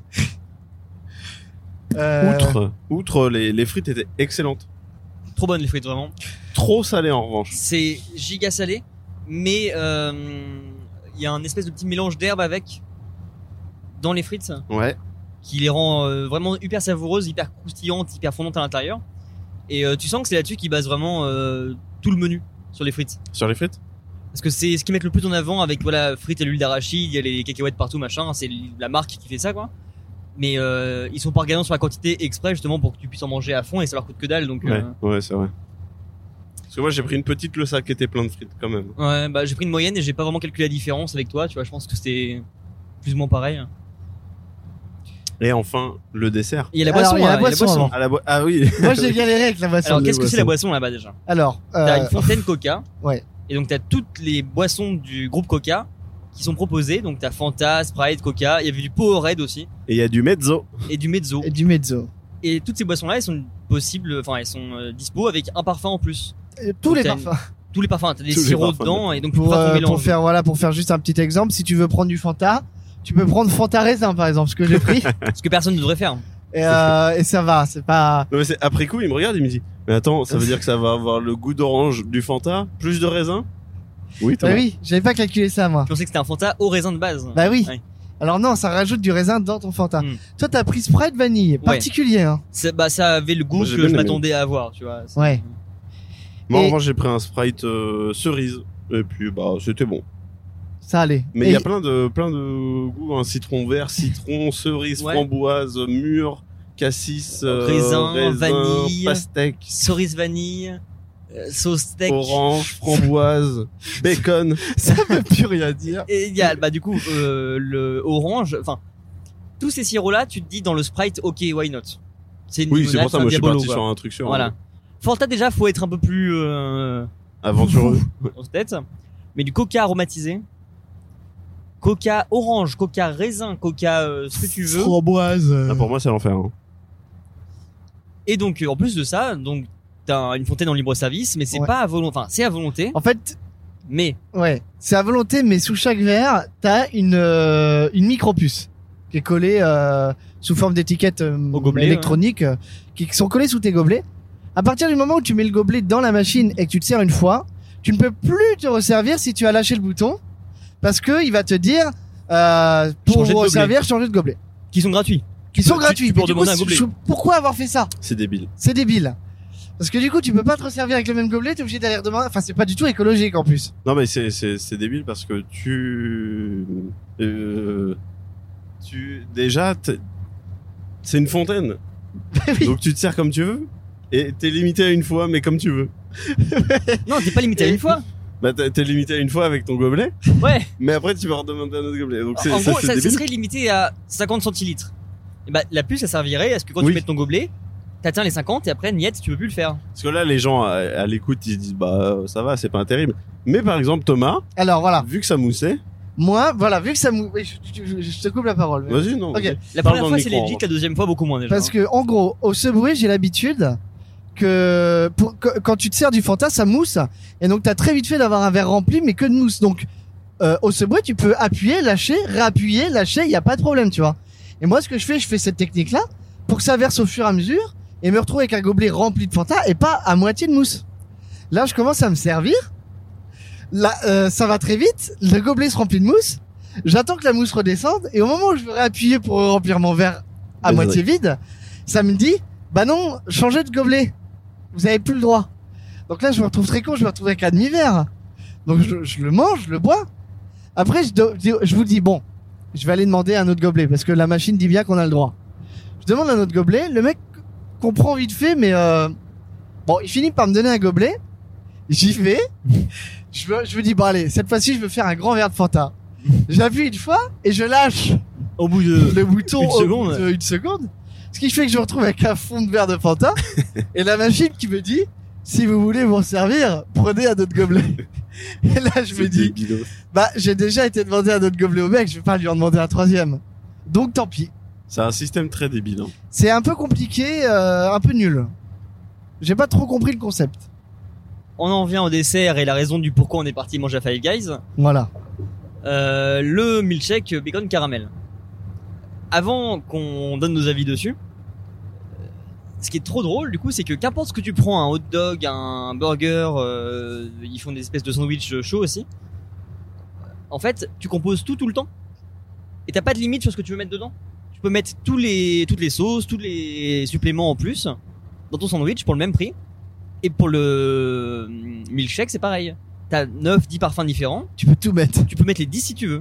D: Euh,
B: Outre, outre les, les frites étaient excellentes.
C: Trop bonnes les frites vraiment.
B: Trop salées en revanche.
C: C'est giga salé, mais euh, il y a un espèce de petit mélange d'herbes avec dans les frites
B: Ouais.
C: qui les rend euh, vraiment hyper savoureuses, hyper croustillantes, hyper fondantes à l'intérieur. Et euh, tu sens que c'est là-dessus qu'ils basent vraiment euh, tout le menu sur les frites.
B: Sur les frites
C: Parce que c'est ce qu'ils mettent le plus en avant avec voilà frites et l'huile d'arachide, il y a les cacahuètes partout machin, c'est la marque qui fait ça quoi. Mais euh, ils sont pas regardants sur la quantité exprès justement pour que tu puisses en manger à fond et ça leur coûte que dalle donc.
B: Ouais,
C: euh,
B: ouais, c'est vrai. Parce que moi j'ai pris une petite le sac qui était plein de frites quand même.
C: Ouais, bah j'ai pris une moyenne et j'ai pas vraiment calculé la différence avec toi, tu vois, je pense que c'était plus ou moins pareil.
B: Et enfin, le dessert.
C: Il y a la
D: Alors,
C: boisson,
D: il y a la
C: hein,
D: boisson avant.
B: À la bo- Ah oui.
D: Moi j'ai galéré avec la boisson.
C: Alors
B: les
C: qu'est-ce que c'est la
B: boissons.
C: boisson là-bas déjà?
D: Alors,
C: T'as
D: euh,
C: une fontaine Coca.
D: ouais.
C: Et donc t'as toutes les boissons du groupe Coca qui sont proposées. Donc t'as Fanta, Sprite, Coca. Il y avait du Powerade aussi
B: Et il y a du mezzo.
C: et du Mezzo.
D: et du mezzo.
C: Et toutes ces boissons-là, elles sont possibles. Enfin, elles sont euh, dispo avec un parfum en plus.
D: Euh, Tous les
C: T'as une-
D: parfums.
C: Tous les parfums. T'as des
B: Tous les
C: sirops
B: parfums.
C: dedans et donc tu peux
D: Pour,
C: faire ton
D: euh,
C: mélange.
D: pour faire voilà, pour faire juste un petit exemple, si tu veux prendre du Fanta, tu peux prendre Fanta raisin par exemple, ce que j'ai pris.
C: Ce que personne ne devrait faire.
D: et, euh, et ça va, c'est pas.
B: Non, mais c'est après coup, il me regarde, il me dit mais attends, ça veut dire que ça va avoir le goût d'orange du Fanta, plus de raisin. Oui,
D: Bah
B: Thomas.
D: oui, j'avais pas calculé ça moi.
C: Je pensais que c'était un Fanta au raisin de base.
D: Bah oui.
C: Ouais.
D: Alors non, ça rajoute du raisin dans ton Fanta.
C: Mm.
D: Toi t'as pris Sprite vanille, particulier hein.
C: C'est- Bah ça avait le goût
B: Moi, j'ai
C: que
B: bien
C: je
B: aimé.
C: m'attendais à avoir, tu vois. C'est-
D: Ouais.
B: Moi, en
D: Et-
B: revanche, j'ai pris un Sprite euh, cerise. Et puis, bah, c'était bon.
D: Ça allait.
B: Mais
D: Et-
B: il y a plein de, plein de goûts, un citron vert, citron, cerise,
C: Ouais.
B: framboise, mûre, cassis, euh,
C: Raisin, vanille.
B: pastèque,
C: Cerise vanille, euh, sauce steak.
B: orange, framboise, bacon.
D: ça veut plus rien dire.
C: Et il y a bah du coup euh, le orange. Enfin, tous ces sirops là, tu te dis dans le Sprite, ok, why not. C'est une
B: Oui, c'est
C: limonade,
B: pour ça,
C: un
B: moi, je suis
C: Diabolo,
B: parti
C: quoi.
B: sur un truc sur
C: Voilà. Fanta déjà, faut être un peu plus euh,
B: aventureux.
C: en tête. Mais du Coca aromatisé, Coca orange, Coca raisin, Coca euh, ce que tu veux.
D: Framboise. euh,
B: Ah, pour moi, c'est l'enfer. Hein.
C: Et donc euh, en plus de ça, donc t'as une fontaine en libre service, mais c'est
D: Ouais.
C: pas à volonté. Enfin, c'est à volonté,
D: En fait,
C: mais
D: ouais, c'est à volonté, mais sous chaque verre, t'as une euh, une micro-puce qui est collée euh, sous forme d'étiquette euh,
C: Au gobelet,
D: électronique, euh, qui sont collées sous tes gobelets. À partir du moment où tu mets le gobelet dans la machine et que tu te sers une fois, tu ne peux plus te resservir si tu as lâché le bouton, parce que il va te dire euh, pour
C: Changer de gobelet.
D: resservir, changer de gobelet,
C: qui sont gratuits.
D: qui sont
C: tu-
D: gratuits.
C: tu peux
D: Mais du coup,
C: redemander un gobelet.
D: je- pourquoi avoir fait ça?
B: C'est débile.
D: C'est débile. Parce que du coup, tu peux pas te resservir avec le même gobelet, t'es obligé d'aller redemander. Enfin, c'est pas du tout écologique en plus.
B: Non, mais c'est, c'est, c'est débile parce que tu, euh, tu, déjà, t'es- c'est une fontaine.
D: Oui.
B: Donc tu te sers comme tu veux. Et t'es limité à une fois, mais comme tu veux.
C: Non, t'es pas limité à une fois.
B: Bah, t'es t'es limité à une fois avec ton gobelet.
C: Ouais.
B: Mais après, tu vas redemander un autre gobelet. Donc c'est,
C: En
B: ça,
C: gros,
B: c'est
C: ça, ça
B: débile.
C: serait limité à cinquante centilitres. Et bah, la puce, ça servirait à ce que quand
B: Oui.
C: tu mets ton gobelet, t'atteins les cinquante et après, niet, tu peux plus le faire.
B: Parce que là, les gens à, à l'écoute, ils se disent, bah, ça va, c'est pas terrible. Mais par exemple, Thomas,
D: Alors voilà,
B: vu que ça moussait,
D: moi, voilà, vu que ça mou... oui, je, je- je- je te coupe la parole. mais-
B: vas-y, non.
D: Ok.
B: vas-y.
C: La
B: Parle
C: première
B: dans
C: fois,
B: le
C: c'est
B: micro,
C: legit,
B: en
C: la deuxième fois, beaucoup moins déjà.
D: Parce que, en gros, au Subway, j'ai l'habitude que, pour, que- quand tu te sers du Fanta, ça mousse. Et donc, t'as très vite fait d'avoir un verre rempli, mais que de mousse. Donc, euh, au Subway, tu peux appuyer, lâcher, réappuyer, lâcher, il y a pas de problème, tu vois. Et moi, ce que je fais, je fais cette technique-là pour que ça verse au fur et à mesure et me retrouver avec un gobelet rempli de Fanta et pas à moitié de mousse. Là, je commence à me servir. Là, euh, ça va très vite. Le gobelet se remplit de mousse. J'attends que la mousse redescende. Et au moment où je veux réappuyer pour remplir mon verre à
B: Vas-y.
D: moitié vide, ça me dit, bah non, changez de gobelet. Vous avez plus le droit. Donc là, je me retrouve très con. Je me retrouve avec un demi-verre. Donc je, je le mange, je le bois. Après, je, do- je vous dis, bon, je vais aller demander un autre gobelet parce que la machine dit bien qu'on a le droit. Je demande un autre gobelet. Le mec comprend vite fait, mais euh, bon, il finit par me donner un gobelet. J'y vais. Je me, je me dis, bon allez, cette fois-ci, je veux faire un grand verre de Fanta. J'appuie une fois et je lâche
C: Au bout de.
D: le bouton
C: une
D: au
C: seconde.
D: bout de une seconde. Ce qui fait que je me retrouve avec un fond de verre de Fanta et la machine qui me dit, si vous voulez vous en servir, prenez un autre gobelet. Et là, je me
B: C'est
D: dis,
B: débilos.
D: bah, j'ai déjà été demander un autre gobelet au mec, je vais pas lui en demander un troisième. Donc tant pis.
B: C'est un système très débile. Hein.
D: C'est un peu compliqué, euh, un peu nul. J'ai pas trop compris le concept.
C: On en vient au dessert et la raison du pourquoi on est parti manger à Five Guys.
D: Voilà.
C: Euh, le milkshake bacon caramel. Avant qu'on donne nos avis dessus, euh, ce qui est trop drôle du coup, c'est que qu'importe ce que tu prends, un hot dog, un burger, euh, ils font des espèces de sandwich chauds aussi. En fait, tu composes tout tout le temps. Et t'as pas de limite sur ce que tu veux mettre dedans. Tu peux mettre tous les, toutes les sauces, tous les suppléments en plus dans ton sandwich pour le même prix. Et pour le milkshake, c'est pareil. T'as neuf, dix parfums différents.
D: Tu peux tout mettre.
C: Tu peux mettre les dix si tu veux.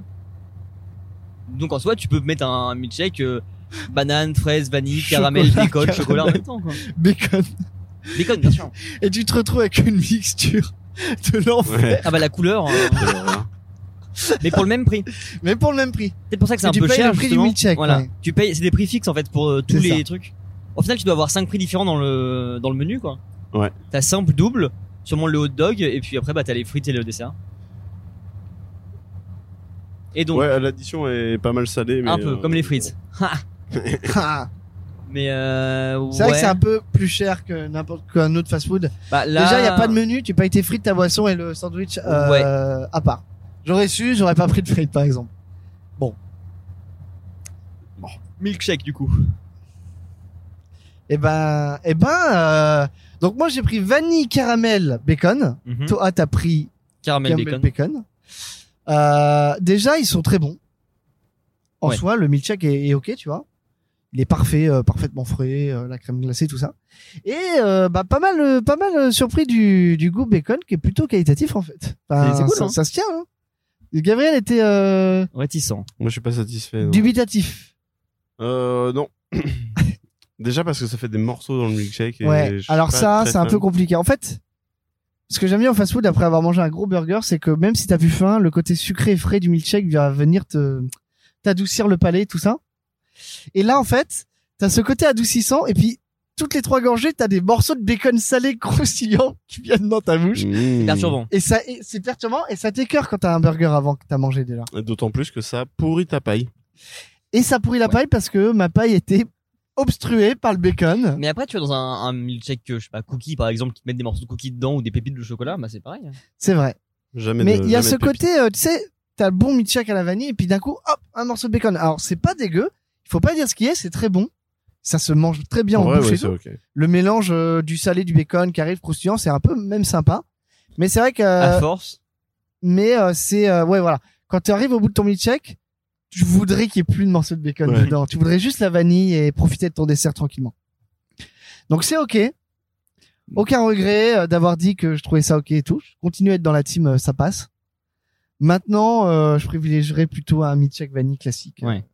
C: Donc en soi, tu peux mettre un milkshake euh, banane, fraise, vanille, caramel,
D: Chocolat,
C: bacon,
D: caramel.
C: chocolat en même temps, quoi.
D: Bacon.
C: Bacon, bien sûr.
D: Et tu te retrouves avec une mixture de l'enfer.
B: Ouais.
C: Ah bah la couleur, hein.
B: C'est l'horreur.
C: Mais pour le même prix.
D: Mais pour le même prix.
C: C'est pour ça que c'est
D: Et
C: un
D: tu
C: peu
D: payes
C: cher,
D: le prix du
C: justement.
D: milkshake,
C: Voilà.
D: ouais.
C: Tu payes, c'est des prix fixes en fait pour euh, tous
D: C'est
C: les
D: ça.
C: trucs. Au final, tu dois avoir cinq prix différents dans le dans le menu, quoi.
B: Ouais.
C: T'as simple, double, sûrement le hot dog, et puis après bah t'as les frites et le dessert. Et donc
B: Ouais, l'addition est pas mal salée. Mais
C: un peu
B: euh,
C: comme les frites.
D: Ah.
C: Mais euh,
D: C'est vrai
C: ouais.
D: que c'est un peu plus cher que n'importe qu'un autre fast-food.
C: Bah, là...
D: Déjà, il y a pas de menu, tu payes tes frites, ta boisson et le sandwich euh,
C: Ouais.
D: à part. J'aurais su, j'aurais pas pris de frites par exemple.
C: milkshake du coup.
D: Et ben, et ben, euh, donc moi j'ai pris vanille caramel bacon.
C: Mhm.
D: Toi, t'as pris
C: Caramel
D: caramel
C: bacon.
D: bacon. Euh, déjà, ils sont très bons. En
C: Ouais.
D: soi, le milkshake est, est ok, tu vois. Il est parfait, euh, parfaitement frais, euh, la crème glacée, tout ça. Et euh, bah pas mal, euh, pas mal euh, surpris du, du goût bacon qui est plutôt qualitatif en fait. Enfin,
C: C'est- c'est cool,
D: ça,
C: hein.
D: ça se tient. Hein. Gabriel était euh,
C: Réticent.
B: Moi, je suis pas satisfait. non.
D: dubitatif.
B: Euh, non. Déjà parce que ça fait des morceaux dans le milkshake. Et
D: Ouais.
B: je suis
D: Alors
B: pas
D: ça,
B: très
D: c'est un
B: fan.
D: peu compliqué. En fait, ce que j'aime bien au fast-food après avoir mangé un gros burger, c'est que même si t'as plus faim, le côté sucré et frais du milkshake va venir te t'adoucir le palais, tout ça. Et là, en fait, t'as ce côté adoucissant et puis toutes les trois gorgées, t'as des morceaux de bacon salé croustillants qui viennent dans ta bouche.
B: Mmh.
C: Perturbant.
D: Et ça, et c'est perturbant et ça t'écœure quand t'as un burger avant que t'as mangé déjà.
B: Et D'autant plus que ça pourrit ta paille.
D: Et ça pourrit la
C: Ouais.
D: paille parce que ma paille était obstruée par le bacon.
C: Mais après, tu vois, dans un, un milkshake, je sais pas, cookie par exemple, qui te mettent des morceaux de cookies dedans ou des pépites de chocolat, bah c'est pareil.
D: C'est vrai.
B: Jamais
D: Mais
B: de-
D: il y a
B: jamais
D: ce
B: de pépites.
D: côté, euh, tu sais, t'as le bon milkshake à la vanille et puis d'un coup, hop, un morceau de bacon. Alors c'est pas dégueu, il faut pas dire ce qui est, c'est très bon. Ça se mange très bien
B: En
D: en
B: vrai,
D: bouche
B: ouais,
D: et
B: c'est
D: tout.
B: ok.
D: Le mélange euh, du salé, du bacon qui arrive croustillant, c'est un peu même sympa. Mais c'est vrai que,
C: À force.
D: mais euh, c'est, euh, ouais voilà, quand tu arrives au bout de ton milkshake, tu voudrais qu'il y ait plus de morceaux de bacon
B: Ouais.
D: dedans. Tu voudrais juste la vanille et profiter de ton dessert tranquillement. Donc c'est ok. Aucun regret euh, d'avoir dit que je trouvais ça ok et tout. Je continue à être dans la team, euh, ça passe. Maintenant, euh, je privilégierais plutôt un milkshake vanille classique.
C: Ouais.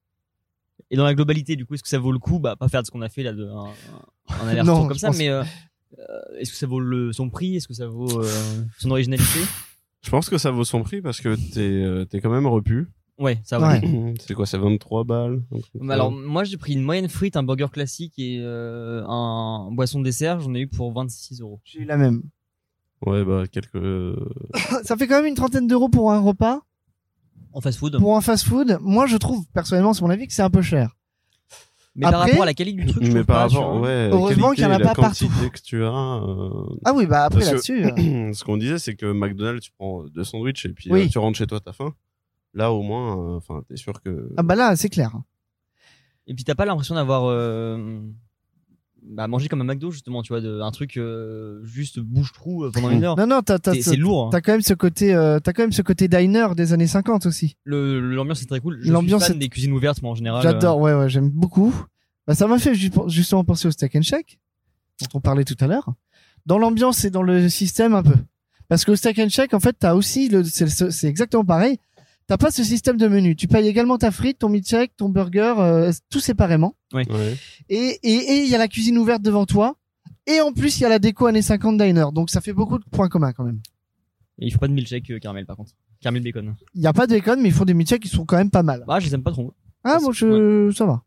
C: Et dans la globalité, du coup, est-ce que ça vaut le coup, bah, pas faire de ce qu'on a fait là, de un, un aller-retour
D: Non,
C: comme
D: je
C: ça,
D: pense-
C: mais euh, euh, est-ce que ça vaut le, son prix, est-ce que ça vaut euh, son originalité?
B: Je pense que ça vaut son prix parce que t'es euh, t'es quand même repu.
C: Ouais, ça vaut.
D: Ouais.
B: C'est quoi, c'est vingt-trois balles un truc comme
C: Mais
B: ça.
C: alors, moi, j'ai pris une moyenne frite, un burger classique et euh, un boisson de dessert. J'en ai eu pour vingt-six euros.
D: J'ai eu la même.
B: Ouais, bah, quelques. euh,
D: Ça fait quand même une trentaine d'euros pour un repas.
C: En fast-food.
D: Pour un fast-food, moi je trouve personnellement, c'est mon avis, que c'est un peu cher.
C: Mais par
D: Après-
C: rapport à la qualité du truc, je
B: Mais
C: trouve
B: par
C: pas, tu
B: rapport,
C: vois.
B: ouais,
D: Heureusement
B: qualité
D: qu'il y en a
B: et la
D: pas partout.
B: quantité que tu as. euh,
D: Ah oui, bah après
B: Parce
D: là-dessus. euh,
B: Ce qu'on disait, c'est que McDonald's, tu prends deux sandwichs et puis
D: Oui.
B: euh, tu rentres chez toi, t'as faim. Là, au moins, enfin, t'es sûr que.
D: Ah bah là, c'est clair.
C: Et puis t'as pas l'impression d'avoir euh, bah, manger comme un McDo justement, tu vois, de, un truc euh, juste bouche-trou euh, pendant une heure.
D: Non, non, t'as, t'as,
C: C'est, c'est lourd. Hein.
D: t'as quand même ce côté, euh, t'as quand même ce côté diner des années cinquante aussi.
C: Le, l'ambiance est très cool. Je
D: L'ambiance
C: suis fan
D: est-
C: des cuisines ouvertes, moi en général.
D: J'adore, ouais, ouais, j'aime beaucoup. Bah, ça m'a fait ju- justement penser au Steak and Shake, dont on parlait tout à l'heure. Dans l'ambiance et dans le système un peu. Parce qu'au Steak and Shake, en fait, t'as aussi le, c'est, c'est exactement pareil. T'as pas ce système de menu. Tu payes également ta frite, ton milkshake, ton burger, euh, tout séparément.
B: Ouais.
D: Et, et, et il y a la cuisine ouverte devant toi. Et en plus, il y a la déco années cinquante diner. Donc, ça fait beaucoup de points communs quand même.
C: Et il faut pas de milkshake euh, caramel par contre. Caramel bacon.
D: Il y a pas de bacon, mais ils font des milkshakes qui sont quand même pas mal.
C: Bah, je les aime pas trop.
D: Ah, moi, je, ça va.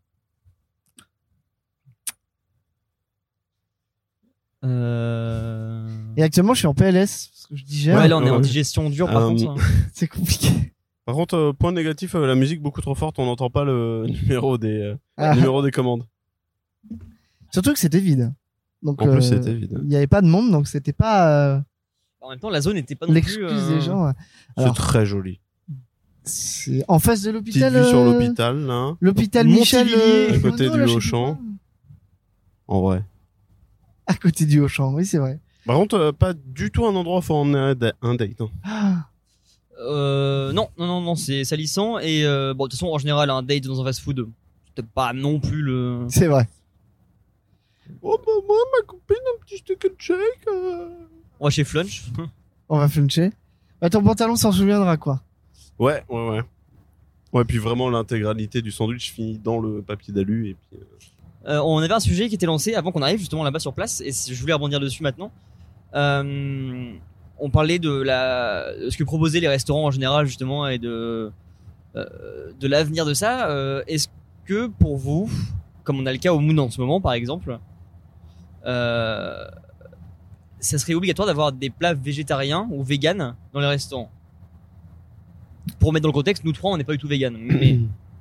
C: Euh...
D: Et actuellement, je suis en P L S. Parce que je digère.
C: Ouais, là on est en
B: ouais.
C: digestion dure par
B: Euh,
C: contre. hein.
D: C'est compliqué.
B: Par contre, euh, point négatif, euh, la musique beaucoup trop forte, on n'entend pas le numéro des, euh,
D: Ah.
B: numéro des commandes.
D: Surtout que c'était vide. Donc,
B: En plus,
D: euh,
B: c'était vide.
D: il y avait pas de monde, donc c'était pas euh,
C: En même temps, la zone était pas non
D: l'excuse
C: plus. euh,
D: des gens. Alors,
B: C'est très joli.
D: c'est en face de
B: Petite
D: l'hôpital.
B: vue sur
D: euh,
B: l'hôpital, là,
D: L'hôpital
C: Montivilliers,
D: Michel. euh,
B: à côté
D: Renaud,
B: du
D: là, je sais
B: Auchan.
D: pas.
B: en vrai.
D: À côté du Auchan, oui, c'est vrai.
B: Par contre, euh, pas du tout un endroit où faut emmener un da- un date. hein.
D: Ah,
C: Euh, non, non, non, non, c'est salissant. Et euh, bon, de toute façon, en général, un date dans un fast-food, c'était pas non plus le.
D: c'est vrai.
B: Oh bah moi, ma copine, un petit steak and shake. euh.
C: On va chez Flunch.
D: On va fluncher. Bah, ton pantalon s'en souviendra, quoi.
B: Ouais, ouais, ouais. Ouais, puis vraiment l'intégralité du sandwich finit dans le papier d'alu et puis. euh,
C: Euh, on avait un sujet qui était lancé avant qu'on arrive justement là-bas sur place, et je voulais rebondir dessus maintenant. Euh, on parlait de la, de ce que proposaient les restaurants en général justement et de euh, de l'avenir de ça. Euh, est-ce que pour vous, comme on a le cas au Moon en ce moment par exemple, euh, ça serait obligatoire d'avoir des plats végétariens ou véganes dans les restaurants? Pour mettre dans le contexte, nous trois on n'est pas du tout véganes, mais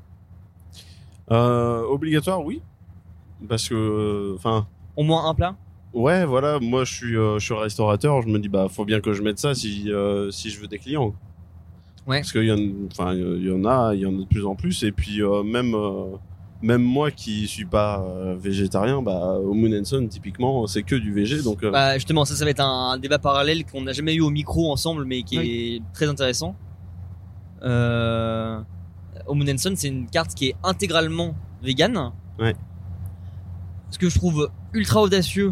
B: Euh, obligatoire, oui. Parce que, enfin,
C: au moins un plat.
B: ouais, voilà, moi je suis, euh, je suis restaurateur, je me dis, bah, faut bien que je mette ça si, euh, si je veux des clients.
C: Ouais.
B: Parce qu'il y en, enfin, il y en a, il y en a de plus en plus, et puis euh, même, euh, même moi qui suis pas euh, végétarien, bah, au Moon and Son, typiquement, c'est que du végé, donc. euh,
C: Bah justement, ça, ça va être un, un débat parallèle qu'on n'a jamais eu au micro ensemble, mais qui est très intéressant. Euh, au Moon and Son, c'est une carte qui est intégralement végane.
B: Ouais.
C: Ce que je trouve ultra audacieux,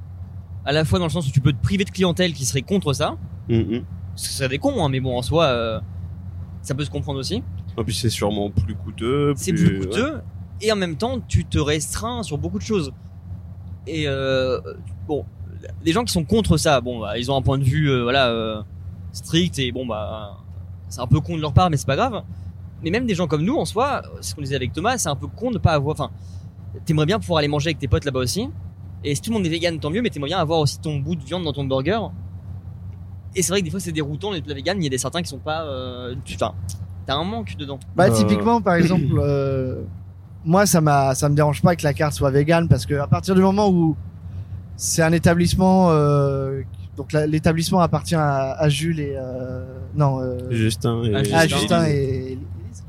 C: à la fois dans le sens où tu peux te priver de clientèle qui serait contre ça.
B: mm, mm.
C: Ce serait des cons, hein, mais bon, en soi, euh, ça peut se comprendre aussi.
B: Et puis c'est sûrement plus coûteux.
C: C'est plus coûteux, et en même temps, tu te restreins sur beaucoup de choses. Et euh, bon, les gens qui sont contre ça, bon, bah, ils ont un point de vue, euh, voilà, euh, strict, et bon, bah, c'est un peu con de leur part, mais c'est pas grave. Mais même des gens comme nous, en soi, ce qu'on disait avec Thomas, c'est un peu con de pas avoir, enfin, t'aimerais bien pouvoir aller manger avec tes potes là-bas aussi. Et si tout le monde est vegan, tant mieux, mais t'aimerais bien avoir aussi ton bout de viande dans ton burger. Et c'est vrai que des fois, c'est déroutant, les plats vegan, il y a des certains qui sont pas, euh, enfin, t'as un manque dedans.
D: Bah,
B: Euh.
D: typiquement, par exemple, euh, moi, ça m'a, ça me dérange pas que la carte soit végane parce que à partir du moment où c'est un établissement, euh, donc la- l'établissement appartient à, à Jules et euh, non, euh,
B: Justin et.
C: Ah,
D: à
C: Justin.
D: Justin et, et Lise.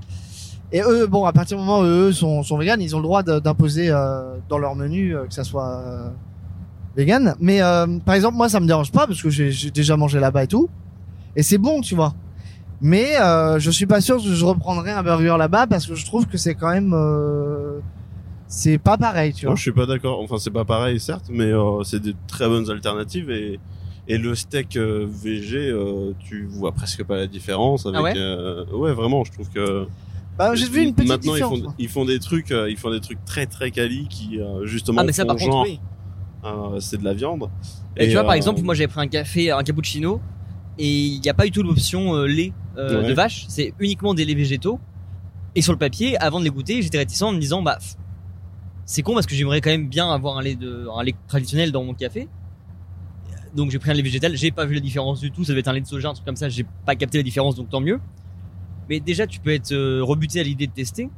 D: Et eux, bon, à partir du moment où eux sont, sont véganes, ils ont le droit de- d'imposer euh, dans leur menu euh, que ça soit euh, vegan. Mais euh, par exemple, moi, ça me dérange pas parce que j'ai j'ai déjà mangé là-bas et tout, et c'est bon, tu vois. Mais euh, je suis pas sûr que je reprendrai un burger là-bas parce que je trouve que c'est quand même euh, c'est pas pareil, tu
B: Non,
D: vois.
B: je suis pas d'accord. Enfin, c'est pas pareil, certes, mais euh, c'est des très bonnes alternatives et et le steak euh, végé, euh, tu vois presque pas la différence. Avec,
C: Ah ouais
B: euh, ouais, vraiment, je trouve que.
D: Bah, j'ai vu une petite
B: Maintenant,
D: différence.
B: ils font
D: moi.
B: ils font des trucs, euh, ils font des trucs très très quali qui euh, justement
C: Ah, mais ça,
B: font
C: par
B: genre
C: contre, oui.
B: euh, c'est de la viande.
C: Et, tu vois, par
B: euh,
C: exemple, moi j'avais pris un café, un cappuccino, et il n'y a pas du tout l'option euh, lait euh,
B: Ouais.
C: de vache, c'est uniquement des laits végétaux. Et sur le papier, avant de les goûter, j'étais réticent en me disant, bah, pff, c'est con parce que j'aimerais quand même bien avoir un lait de, un lait traditionnel dans mon café. Donc j'ai pris un lait végétal, j'ai pas vu la différence du tout, ça devait être un lait de soja, un truc comme ça, j'ai pas capté la différence, donc tant mieux. Mais déjà, tu peux être euh, rebuté à l'idée de tester.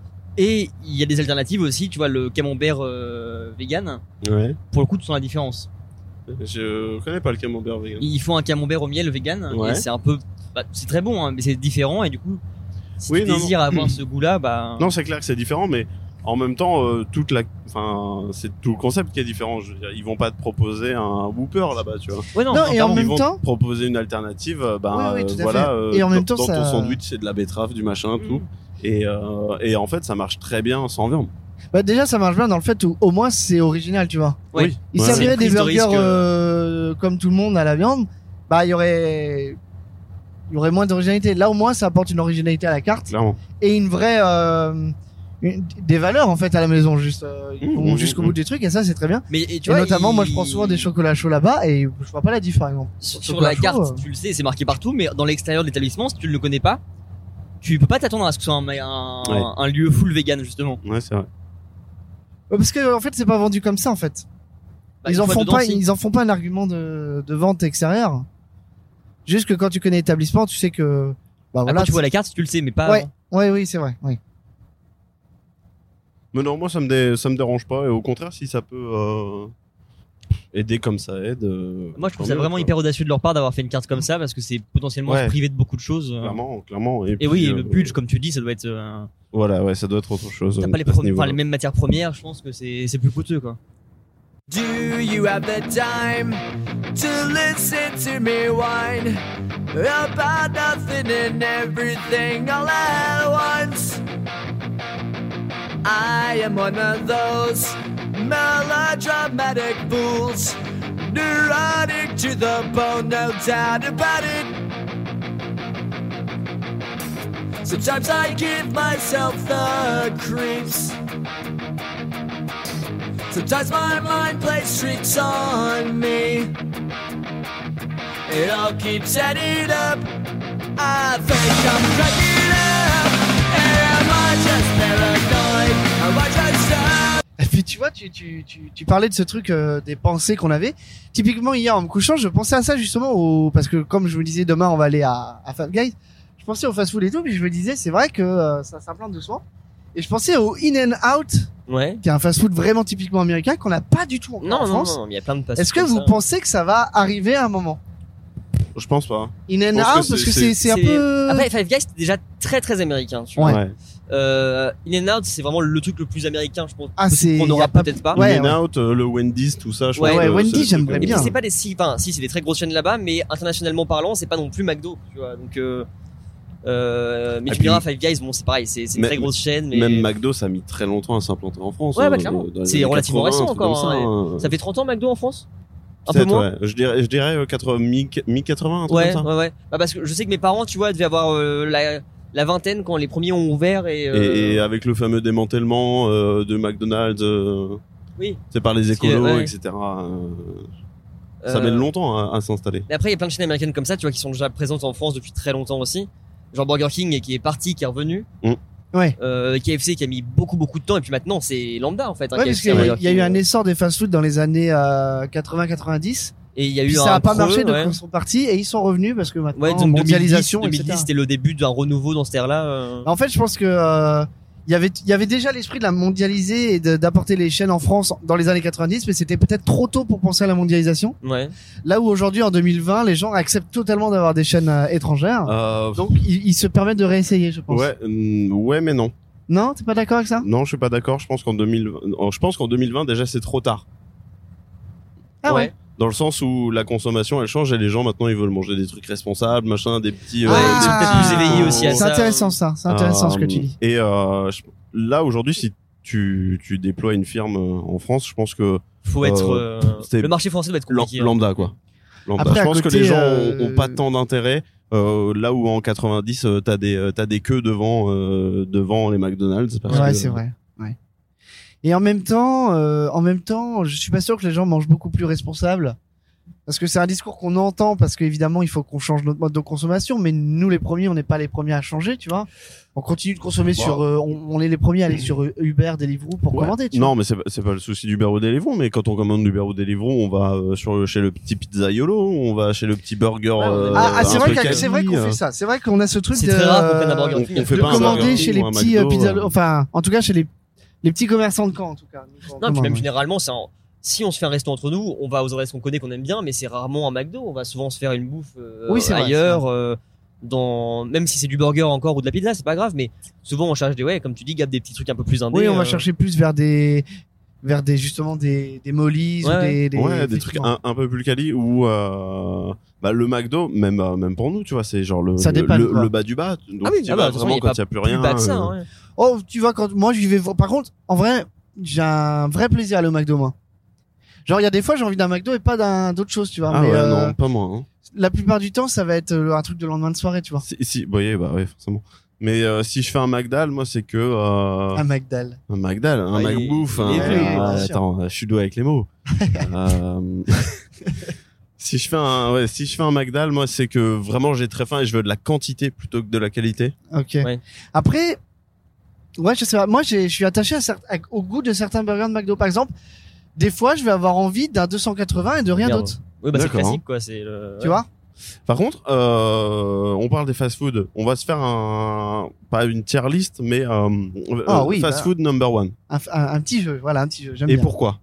C: Et il y a des alternatives aussi, tu vois, le camembert euh, vegan,
B: Ouais.
C: pour le coup, tu sens la différence.
B: Je connais pas le camembert vegan.
C: Ils font un camembert au miel vegan
B: Ouais.
C: et c'est un peu, bah, c'est très bon, hein, mais c'est différent et du coup, si
B: Oui,
C: tu
B: non,
C: désires avoir ce goût-là, bah,
B: Non, c'est clair que c'est différent, mais En même temps, euh, toute la, enfin, c'est tout le concept qui est différent. Je veux dire, ils vont pas te proposer un Whooper là-bas, tu vois.
C: Ouais, non,
D: Non,
C: non,
D: et en
C: clairement.
D: même
B: Ils vont
D: temps-
B: te proposer une alternative. euh, Ben
D: Oui, oui,
B: euh,
D: tout à
B: voilà.
D: fait.
B: euh,
D: Et en même
B: dans,
D: temps,
B: dans
D: ça-
B: ton sandwich, c'est de la betterave, du machin,
C: Mm.
B: tout. Et euh, et en fait, ça marche très bien sans viande.
D: Bah déjà ça marche bien dans le fait où au moins c'est original, tu vois.
C: Ouais.
B: Oui.
D: Ils
B: Ouais,
D: serviraient
C: c'est
D: des
C: une prise de
D: burgers
C: risque,
D: euh, comme tout le monde à la viande, bah il y aurait il y aurait moins d'originalité. Là au moins ça apporte une originalité à la carte
B: Clairement.
D: et une vraie euh, une- des valeurs en fait à la maison, juste euh, ils
B: Mmh,
D: vont
B: mmh,
D: jusqu'au
B: mmh.
D: bout des trucs et ça c'est très bien.
C: Mais et tu
D: Et
C: vois,
D: notamment
C: il-
D: moi je prends souvent des chocolats chauds là-bas et je vois pas la diff par exemple.
C: sur,
D: Chocolat
C: la
D: chaud,
C: carte,
D: euh.
C: tu le sais, c'est marqué partout, mais dans l'extérieur de l'établissement, si tu ne le connais pas, tu peux pas t'attendre à ce que ce soit un, un,
B: Ouais.
C: un lieu full vegan justement.
B: Ouais, c'est vrai.
D: Ouais, parce que en fait c'est pas vendu comme ça en fait.
C: Bah,
D: ils
C: une
D: en
C: fois
D: font
C: dedans,
D: pas
C: si.
D: ils en font pas un argument de, de vente extérieure. Juste que quand tu connais l'établissement, tu sais que bah
C: Ah,
D: voilà.
C: quand tu vois la carte, tu le sais, mais pas
D: Ouais.
C: avant.
D: Ouais oui, c'est vrai. Oui.
B: Mais non, moi ça me dé... ça me dérange pas. Et au contraire, si ça peut euh, aider comme ça aide. euh,
C: Moi, je trouve
B: tant
C: ça
B: mieux,
C: vraiment
B: quoi.
C: hyper audacieux de leur part d'avoir fait une carte comme ça parce que c'est potentiellement
B: Ouais.
C: se priver de beaucoup de choses. euh.
B: Clairement, clairement. Et,
C: Et
B: puis,
C: oui, et
B: euh,
C: le budget, comme tu dis, ça doit être. euh,
B: Voilà, ouais, ça doit être autre chose.
C: T'as
B: euh,
C: pas les,
B: à ce
C: pro- enfin,
B: niveau-là.
C: les mêmes matières premières, je pense que c'est c'est plus coûteux quoi.
F: Do you have the time to listen to me whine about nothing and everything all at once? I am one of those melodramatic fools, neurotic to the bone, no doubt about it. Sometimes I give myself the creeps. Sometimes my mind plays tricks on me. It all keeps adding up. I think I'm cracking up. Am I just paranoid? Am I just up?
D: Et puis tu vois, tu, tu, tu, tu parlais de ce truc euh, des pensées qu'on avait. Typiquement hier en me couchant, je pensais à ça justement au... parce que comme je me disais demain on va aller à, à Five Guys, je pensais au fast food et tout, puis je me disais c'est vrai que euh, ça s'implante doucement. Et je pensais au In and Out,
C: Ouais.
D: qui est un fast food vraiment typiquement américain qu'on n'a pas du tout encore
C: Non,
D: en
C: non,
D: France.
C: non, mais il y a plein de passes.
D: Est-ce que
C: comme
D: vous
C: ça.
D: pensez que ça va arriver à un moment?
B: Je pense pas.
D: In and
B: pense que
D: Out
B: c'est-
D: parce que
B: c'est-
D: c'est c'est un
C: C'est-
D: peu
C: Après, Five Guys, c'était déjà très très américain. Tu
D: Ouais.
C: vois. Euh, In and Out, c'est vraiment le truc le plus américain, je pense.
D: Ah, c'est-
C: qu'on
D: y a
C: n'aura
D: pas-
C: peut-être pas.
D: Ouais,
B: In
D: ouais.
B: and Out, euh, le Wendy's, tout ça. Je
C: Ouais,
B: pense
D: ouais,
B: que
D: Wendy's,
B: c'est des
D: j'aimerais
B: trucs,
C: Et
D: bien.
C: puis c'est pas des si, enfin si c'est des très grosses chaînes là-bas, mais internationalement parlant, c'est pas non plus McDo, tu vois. Donc euh, euh, mais
B: Et
C: tu me diras
B: puis-
C: Five Guys, bon c'est pareil, c'est c'est une
B: Mais-
C: très grosse chaîne, mais
B: Même McDo, ça a mis très longtemps à s'implanter en France.
C: Ouais,
B: hein,
C: bah, clairement.
B: dans les
C: C'est
B: années
C: relativement
B: quatre-vingts,
C: récent
B: un truc comme
C: encore,
B: ça,
C: hein,
B: hein.
C: ça fait trente ans McDo en France. Un
B: Peut-être,
C: peu moins.
B: ouais. Je dirais, je dirais euh, quatre- mi- mi-quatre-vingts, un truc
C: Ouais,
B: comme ça.
C: ouais, ouais. Bah parce que je sais que mes parents, tu vois, devaient avoir euh, la la vingtaine quand les premiers ont ouvert et. euh,
B: Et, et avec le fameux démantèlement euh, de McDonald's, euh,
C: Oui.
B: c'est par les
C: Parce que,
B: écolos,
C: ouais.
B: et cetera. euh, Ça
C: euh,
B: met longtemps à, à s'installer.
C: Mais après, il y a plein de chaînes américaines comme ça, tu vois, qui sont déjà présentes en France depuis très longtemps aussi. Genre Burger King qui est parti, qui est revenu.
D: ouais.
C: Euh, K F C qui a mis beaucoup beaucoup de temps et puis maintenant c'est lambda en fait. hein,
D: Ouais,
C: K F
D: parce
C: C,
D: qu'il y, a-
C: Burger
D: il y a eu
C: King.
D: un essor des fast-food dans les années euh, quatre-vingts quatre-vingt-dix.
C: Et il y a eu
D: Puis
C: un
D: ça a pas
C: creux,
D: marché, donc
C: ouais.
D: ils sont partis et ils sont revenus parce que maintenant
C: Ouais, donc
D: mondialisation,
C: deux mille dix, deux mille dix,
D: et cetera.
C: c'était le début d'un renouveau dans cette ère-là. euh.
D: En fait, je pense que euh, il y avait il y avait déjà l'esprit de la mondialiser et de- d'apporter les chaînes en France dans les années quatre-vingt-dix, mais c'était peut-être trop tôt pour penser à la mondialisation.
C: Ouais.
D: Là où aujourd'hui en deux mille vingt, les gens acceptent totalement d'avoir des chaînes euh, étrangères.
B: Euh,
D: Donc ils, ils se permettent de réessayer, je pense.
B: ouais, mm, ouais, mais non.
D: Non, t'es pas d'accord avec ça?
B: Non, je suis pas d'accord. Je pense qu'en deux mille vingt, oh, je pense qu'en deux mille vingt déjà c'est trop tard.
D: Ah ouais.
B: Dans le sens où la consommation elle change et les gens maintenant ils veulent manger des trucs responsables, machin, des petits.
C: Ouais, ils sont peut-être plus éveillés aussi à
D: C'est
C: ça.
D: intéressant ça, c'est intéressant ce que
B: Euh,
D: tu dis.
B: Et euh, je- là aujourd'hui, si tu, tu déploies une firme euh, en France, je pense que
C: Faut être.
B: Euh,
C: euh,
B: c'était
C: Le marché français doit être
B: lam-
C: compliqué. hein.
B: lambda quoi. Lambda.
D: Après,
B: je
D: à
B: pense
D: côté,
B: que les gens
D: euh,
B: ont, ont pas tant d'intérêt. Euh, là où en quatre-vingt-dix euh, t'as des euh, t'as des queues devant euh, devant les McDonald's. Parce
D: Ouais,
B: que-
D: c'est vrai. Ouais. Et en même temps, euh, en même temps, je suis pas sûr que les gens mangent beaucoup plus responsable. Parce que c'est un discours qu'on entend, parce qu'évidemment, il faut qu'on change notre mode de consommation, mais nous, les premiers, on n'est pas les premiers à changer, tu vois. On continue de consommer
B: Wow.
D: sur, euh, on, on est les premiers à aller sur euh, Uber, Deliveroo pour
B: Ouais.
D: commander, tu
B: Non, mais c'est pas- c'est pas le souci d'Uber ou Deliveroo, mais quand on commande d'Uber ou Deliveroo, on va euh, sur chez le petit pizzaiolo, on va chez le petit burger. euh,
D: vois. Ah, ah, c'est
B: un
D: vrai,
B: peu
D: qu'à-
B: quali,
D: c'est vrai qu'on
B: euh,
D: fait ça. C'est vrai qu'on a ce truc
C: C'est
D: de,
C: très rare qu'on prenne un Burger
B: on-
C: King.
B: on fait
D: de
B: pas un
D: commander
B: Burger
D: chez
B: King
D: les
B: ou un
D: petits euh,
B: McDo,
D: pizza,
B: euh.
D: enfin, en tout cas, chez les, les petits commerçants de camp, en tout cas. Nous, on
C: Non, puis
D: commande,
C: même
D: ouais.
C: généralement, c'est en- si on se fait un resto entre nous, on va aux adresses qu'on connaît, qu'on aime bien, mais c'est rarement un McDo. On va souvent se faire une bouffe euh,
D: Oui, c'est vrai,
C: ailleurs. euh, dans même si c'est du burger encore ou de la pizza, c'est pas grave, mais souvent on cherche des ouais, comme tu dis, Gab, des petits trucs un peu plus indés.
D: Oui, on va
C: euh,
D: chercher plus vers des vers des justement des des mollies
C: Ouais,
D: ou des des,
B: Ouais, des trucs
D: effectivement.
B: un, un peu plus quali ou euh, bah le McDo, même euh, même pour nous, tu vois, c'est genre le
D: Ça
B: le,
D: dépanne,
B: le,
D: quoi.
B: le bas du bas. Donc
C: Ah oui,
B: tu
C: ah
B: vas
C: bah, de toute façon,
B: vraiment
C: y a
B: quand
C: pas
B: il y a plus
C: plus
B: rien.
C: bas que ça.
B: euh,
C: hein, ouais.
D: Oh, tu vois, quand moi j'y vais voir. Par contre, en vrai, j'ai un vrai plaisir à aller au McDo, moi. Genre, il y a des fois, j'ai envie d'un McDo et pas d'un d'autre chose, tu vois.
B: Ah
D: mais
B: ouais,
D: euh,
B: non, pas moi. Hein.
D: la plupart du temps, ça va être euh, un truc de lendemain de soirée, tu vois.
B: Si, si, vous voyez, bah ouais, forcément. Mais euh, si je fais un McDal, moi c'est que euh,
D: Un McDal.
B: un McDal, un
C: Ouais,
B: McBouffe.
C: il-
B: un-
C: il est
D: vu,
B: ah,
D: bien sûr.
B: attends, je suis doué avec les mots. euh, si je fais un, ouais, si je fais un McDal, moi c'est que vraiment j'ai très faim et je veux de la quantité plutôt que de la qualité.
D: Ok.
C: Ouais.
D: Après, ouais, je sais pas. Moi, j'ai- je suis attaché à cer- à- au goût de certains burgers de McDo. Par exemple, des fois, je vais avoir envie d'un deux cent quatre-vingts et de rien
C: Merde.
D: d'autre.
C: Oui, bah c'est
B: D'accord.
C: classique quoi, c'est le.
D: Tu vois?
B: Par contre, euh, on parle des fast-food. On va se faire un, pas une tier list, mais euh,
D: Ah
B: euh,
D: oui,
B: fast-food number one.
D: Un, un, un petit jeu. Voilà, un petit jeu. J'aime
B: Et
D: bien.
B: pourquoi?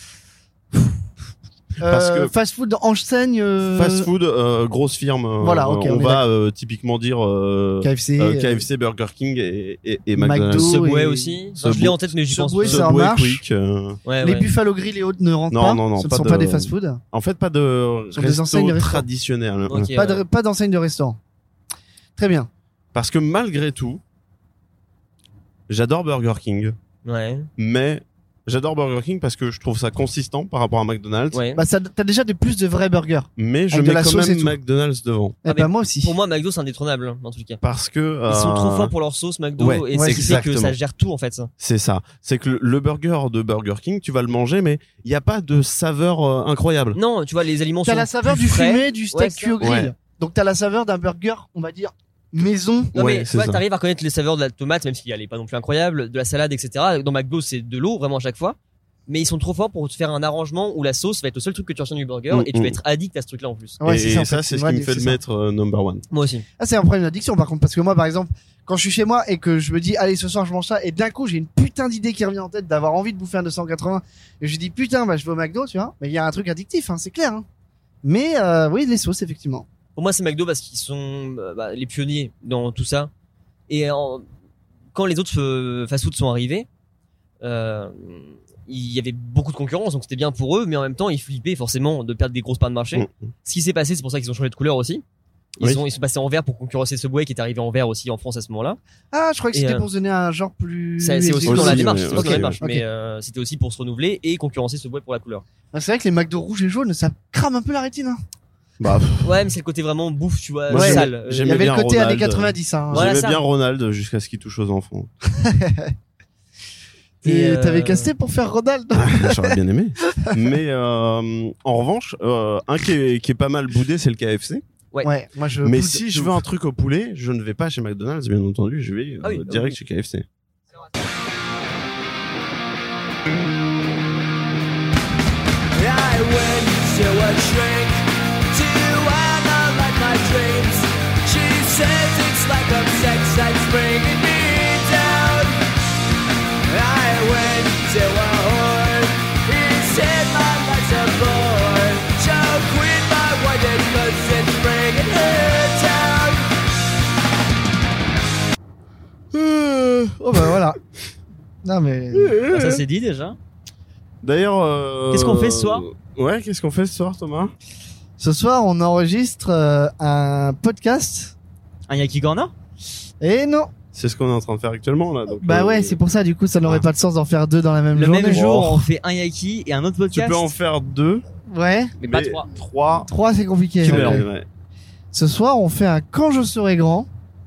D: Euh,
B: parce que-
D: fast food enseigne. Euh...
B: Fast food, euh, grosse firme. euh,
D: Voilà, ok,
B: on
D: on est
B: va euh, typiquement dire euh,
D: K F C.
B: euh,
D: euh,
B: K F C, Burger King et, et, et
D: McDo.
B: McDonald's.
C: Subway
D: et-
C: aussi. Enfin,
B: Subway-
C: je l'ai en tête, mais j'y pense
D: Subway,
C: pas.
D: ça
B: Subway,
D: marche.
B: Quick. euh,
C: Ouais,
D: Les
C: ouais.
D: Buffalo Grill et autres ne rentrent
B: Non,
D: pas.
B: non, non,
D: Ce ne
B: pas
D: sont
B: de-
D: pas des fast food.
B: En fait, pas de
D: Ce sont des enseignes de
B: resto
D: restaurants.
B: traditionnel.
C: Ok,
D: Pas
C: ouais.
D: de, pas d'enseigne de restaurant. Très bien.
B: Parce que malgré tout, j'adore Burger King,
C: Ouais.
B: mais j'adore Burger King parce que je trouve ça consistant par rapport à McDonald's.
C: Ouais.
D: Bah, ça, t'as déjà des plus de vrais burgers.
B: Mais je
D: Avec de
B: mets
D: la
B: quand
D: sauce et
B: même
D: tout.
B: McDonald's devant.
D: Eh
C: Ah,
D: ben,
C: mais
D: moi aussi.
C: Pour moi, McDo, c'est indétrônable, hein, en tout cas.
B: Parce que
C: Ils sont
B: euh,
C: trop forts pour leur sauce McDo
B: ouais,
C: et
D: ouais,
C: c'est ce qui fait que
B: exactement.
C: ça gère tout en fait. Ça.
B: c'est ça. C'est que le, le burger de Burger King, tu vas le manger, mais il n'y a pas de saveur euh, incroyable.
C: Non, tu vois, les aliments
D: T'as
C: sont
D: la saveur
C: plus
D: du
C: frais.
D: fumé, du steak
C: Ouais,
D: cuit au
C: ça.
D: grill.
B: Ouais.
D: Donc t'as la saveur d'un burger, on va dire, maison.
C: Non
B: Ouais,
C: mais
B: c'est
C: tu vois,
B: ça.
C: t'arrives à reconnaître les saveurs de la tomate, même si elle est pas non plus incroyable, de la salade, et cetera. Dans McDo, c'est de l'eau vraiment à chaque fois. Mais ils sont trop forts pour te faire un arrangement où la sauce va être le seul truc que tu retiens du burger
B: Mm,
C: et tu vas
B: mm.
C: être addict à ce truc-là en plus.
D: Ouais,
B: et
D: c'est ça, en
B: ça,
D: fait,
B: c'est
D: une
B: ce
D: vraie
B: qui me fait
D: addiction,
B: le
D: ça.
B: mettre euh, number one.
C: Moi aussi.
D: Ah, c'est un problème d'addiction par contre, parce que moi, par exemple, quand je suis chez moi et que je me dis, allez, ce soir je mange ça, et d'un coup j'ai une putain d'idée qui revient en tête d'avoir envie de bouffer un deux cent quatre-vingts, et je dis, putain, bah je vais au McDo, tu vois. Mais il y a un truc addictif, hein, c'est clair. Hein. Mais euh, oui, les sauces, effectivement.
C: Pour moi, c'est McDo parce qu'ils sont euh, bah, les pionniers dans tout ça. Et en- quand les autres euh, fast-food sont arrivés, euh, il y avait beaucoup de concurrence, donc c'était bien pour eux, mais en même temps, ils flippaient forcément de perdre des grosses parts de marché.
B: Mm.
C: Ce qui s'est passé, c'est pour ça qu'ils ont changé de couleur aussi. Ils,
B: Oui.
C: sont, ils sont passés en vert pour concurrencer Subway qui est arrivé en vert aussi en France à ce moment-là.
D: Ah, je crois que
C: Et,
D: c'était
C: euh,
D: pour se donner un genre plus.
C: Ça, c'est aussi
B: Aussi,
C: dans la
B: ouais,
C: démarche,
B: ouais,
C: c'est aussi dans
B: ok,
C: la démarche,
D: ok.
C: mais euh, c'était aussi pour se renouveler et concurrencer Subway pour la couleur.
D: Ah, c'est vrai que les McDo rouges et jaunes, ça crame un peu la rétine. Hein.
B: Bah, pff,
C: Ouais, mais c'est le côté vraiment bouffe, tu vois,
B: Moi,
D: Ouais.
C: sale. Euh,
D: Il y
B: j'aimais
D: avait le
B: bien
D: côté
B: Ronald.
D: années quatre-vingt-dix. Hein.
C: Voilà
B: j'aimais
C: ça.
B: bien Ronald jusqu'à ce qu'il touche aux enfants.
D: Et
C: Et, euh,
D: t'avais casté pour faire Ronald.
B: J'aurais bien aimé. Mais euh, en revanche, euh, un qui est, qui est pas mal boudé, c'est le K F C.
C: Ouais.
D: Ouais, moi je.
B: Mais
D: boude
B: si
D: de
B: je
D: ouf.
B: veux un truc au poulet, je ne vais pas chez McDonald's, bien entendu. Je vais euh,
C: Ah oui, ah
B: direct
C: oui.
B: chez K F C.
F: I went to a shrink to analyze my dreams. She says it's like a sex that's bringing me down. I went to a whore. He said my life's a bore. So quit my wife cause it's bringing her down.
D: Euh, Oh bah voilà. Non mais.
C: Ah, ça c'est dit déjà.
B: D'ailleurs, euh,
C: Qu'est-ce qu'on fait ce soir
B: Ouais, qu'est-ce qu'on fait ce soir, Thomas?
D: Ce soir, on enregistre euh, un podcast.
C: Un Yaki Corner.
D: Et non.
B: C'est ce qu'on est en train de faire actuellement là. Donc,
D: Bah
B: euh,
D: ouais, c'est pour ça, du coup, ça n'aurait
B: Ah.
D: pas de sens d'en faire deux dans la même
C: Le
D: journée.
C: même jour,
B: Oh.
C: on fait un Yaki et un autre
B: Tu
C: podcast.
B: peux en faire deux,
D: Ouais.
C: mais pas
B: mais
C: trois.
B: Trois.
D: Trois, c'est compliqué.
B: Tu
D: Ouais.
B: meurs. Ouais.
D: Ce soir, on fait un Quand je serai grand.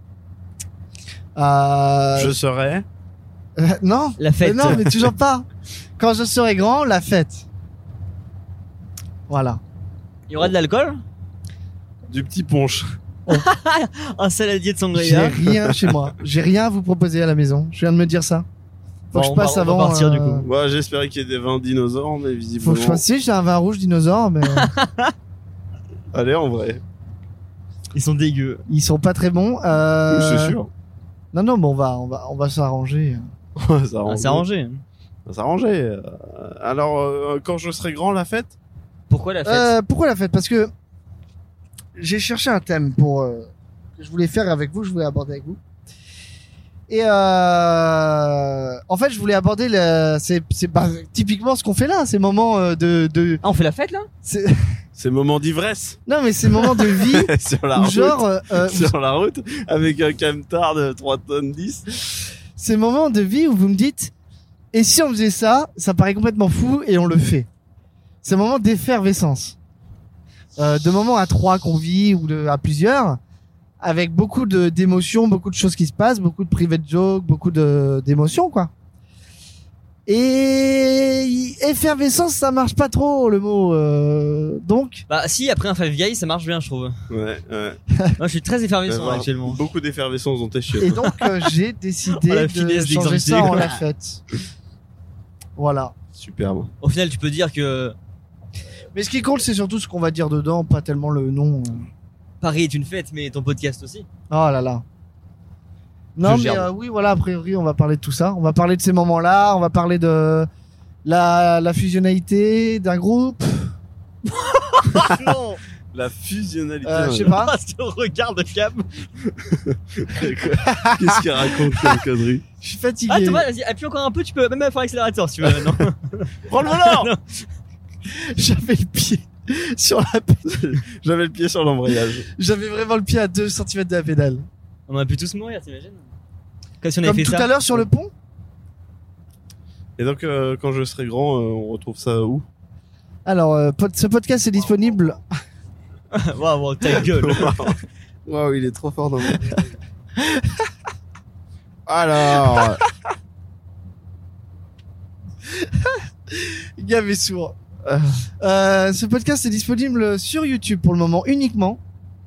D: Euh...
B: Je serai.
D: euh, non.
C: La fête.
D: Mais non, mais toujours pas. Quand je serai grand, la fête. Voilà.
C: Il y aura de l'alcool.
B: Du petit punch.
C: Un saladier de
D: J'ai
C: sangria.
D: rien chez moi. J'ai rien à vous proposer à la maison. Je viens de me dire ça. Faut
C: Bon,
D: que je
C: on
D: passe
C: va- on va
D: avant.
C: partir, du
D: euh,
C: coup.
B: Ouais, j'espérais qu'il y ait des vins dinosaures, mais
D: Faut
B: visiblement.
D: que je fasse. Si, j'ai un vin rouge dinosaure, mais
B: Allez, en vrai.
C: Ils sont dégueux.
D: ils sont pas très bons. Euh...
B: C'est sûr.
D: Non, non, mais on va, on va, on va s'arranger.
B: ça
C: Ah, c'est arrangé.
B: Ça s'arranger. Euh, alors, euh, quand je serai grand, la fête?
C: Pourquoi la fête
D: Euh, pourquoi la fête? Parce que j'ai cherché un thème pour euh, que je voulais faire avec vous, je voulais aborder avec vous. Et euh, en fait, je voulais aborder le, c'est, c'est bah, typiquement ce qu'on fait là, ces moments euh, de, de,
C: Ah, on fait la fête là?
D: c'est,
B: Ces moments d'ivresse
D: non mais ces moments de vie
B: sur la
D: où
B: route.
D: genre, euh, euh,
B: Sur la route avec un camtar de trois tonnes dix.
D: ces moments de vie où vous me dites, et si on faisait ça, ça paraît complètement fou et on le fait. Ces moments d'effervescence, euh, de moments à trois qu'on vit ou de, à plusieurs, avec beaucoup de d'émotions, beaucoup de choses qui se passent, beaucoup de private jokes, beaucoup de d'émotions quoi. Et effervescence, ça marche pas trop le mot. Euh... Donc,
C: Bah si, après un Five Guys, ça marche bien, je trouve.
B: Ouais, ouais.
C: Moi, je suis très effervescent
B: Avoir
C: actuellement.
B: Beaucoup d'effervescence dans tes
D: et
B: chiottes.
D: donc euh, j'ai décidé
C: Oh, la
D: de
C: finesse
D: changer
C: d'exempter.
D: ça en la fête. Voilà.
B: Superbe.
C: Au final, tu peux dire que
D: Mais ce qui compte, c'est surtout ce qu'on va dire dedans, pas tellement le nom.
C: Paris est une fête, mais ton podcast aussi.
D: Oh là là. Non
C: Je
D: mais
C: gerbe.
D: euh, oui, voilà, a priori, on va parler de tout ça. On va parler de ces moments-là, on va parler de la, la fusionnalité d'un groupe.
C: Non.
B: La fusionnalité.
D: Euh,
B: hein.
D: je sais pas.
C: Ah, ce regard de Cam.
B: Qu'est-ce qu'il raconte comme connerie?
D: Je suis fatigué.
C: Ah, Thomas, vas-y, appuie encore un peu, tu peux même faire l'accélérateur si tu veux. Non.
B: Prends le volant.
D: J'avais le pied sur la pédale.
B: J'avais le pied sur l'embrayage.
D: J'avais vraiment le pied à deux centimètres de la pédale.
C: On aurait pu tous mourir, t'imagines? Comme si on avait
D: Comme
C: fait
D: tout
C: ça.
D: à l'heure sur le pont.
B: Et donc, euh, quand je serai grand, euh, on retrouve ça où?
D: Alors, euh, pod- ce podcast est disponible.
C: Waouh, wow, ta gueule.
B: Waouh, il est trop fort dans mon... Alors,
D: Gavé sourd. Euh, ce podcast est disponible sur YouTube pour le moment uniquement.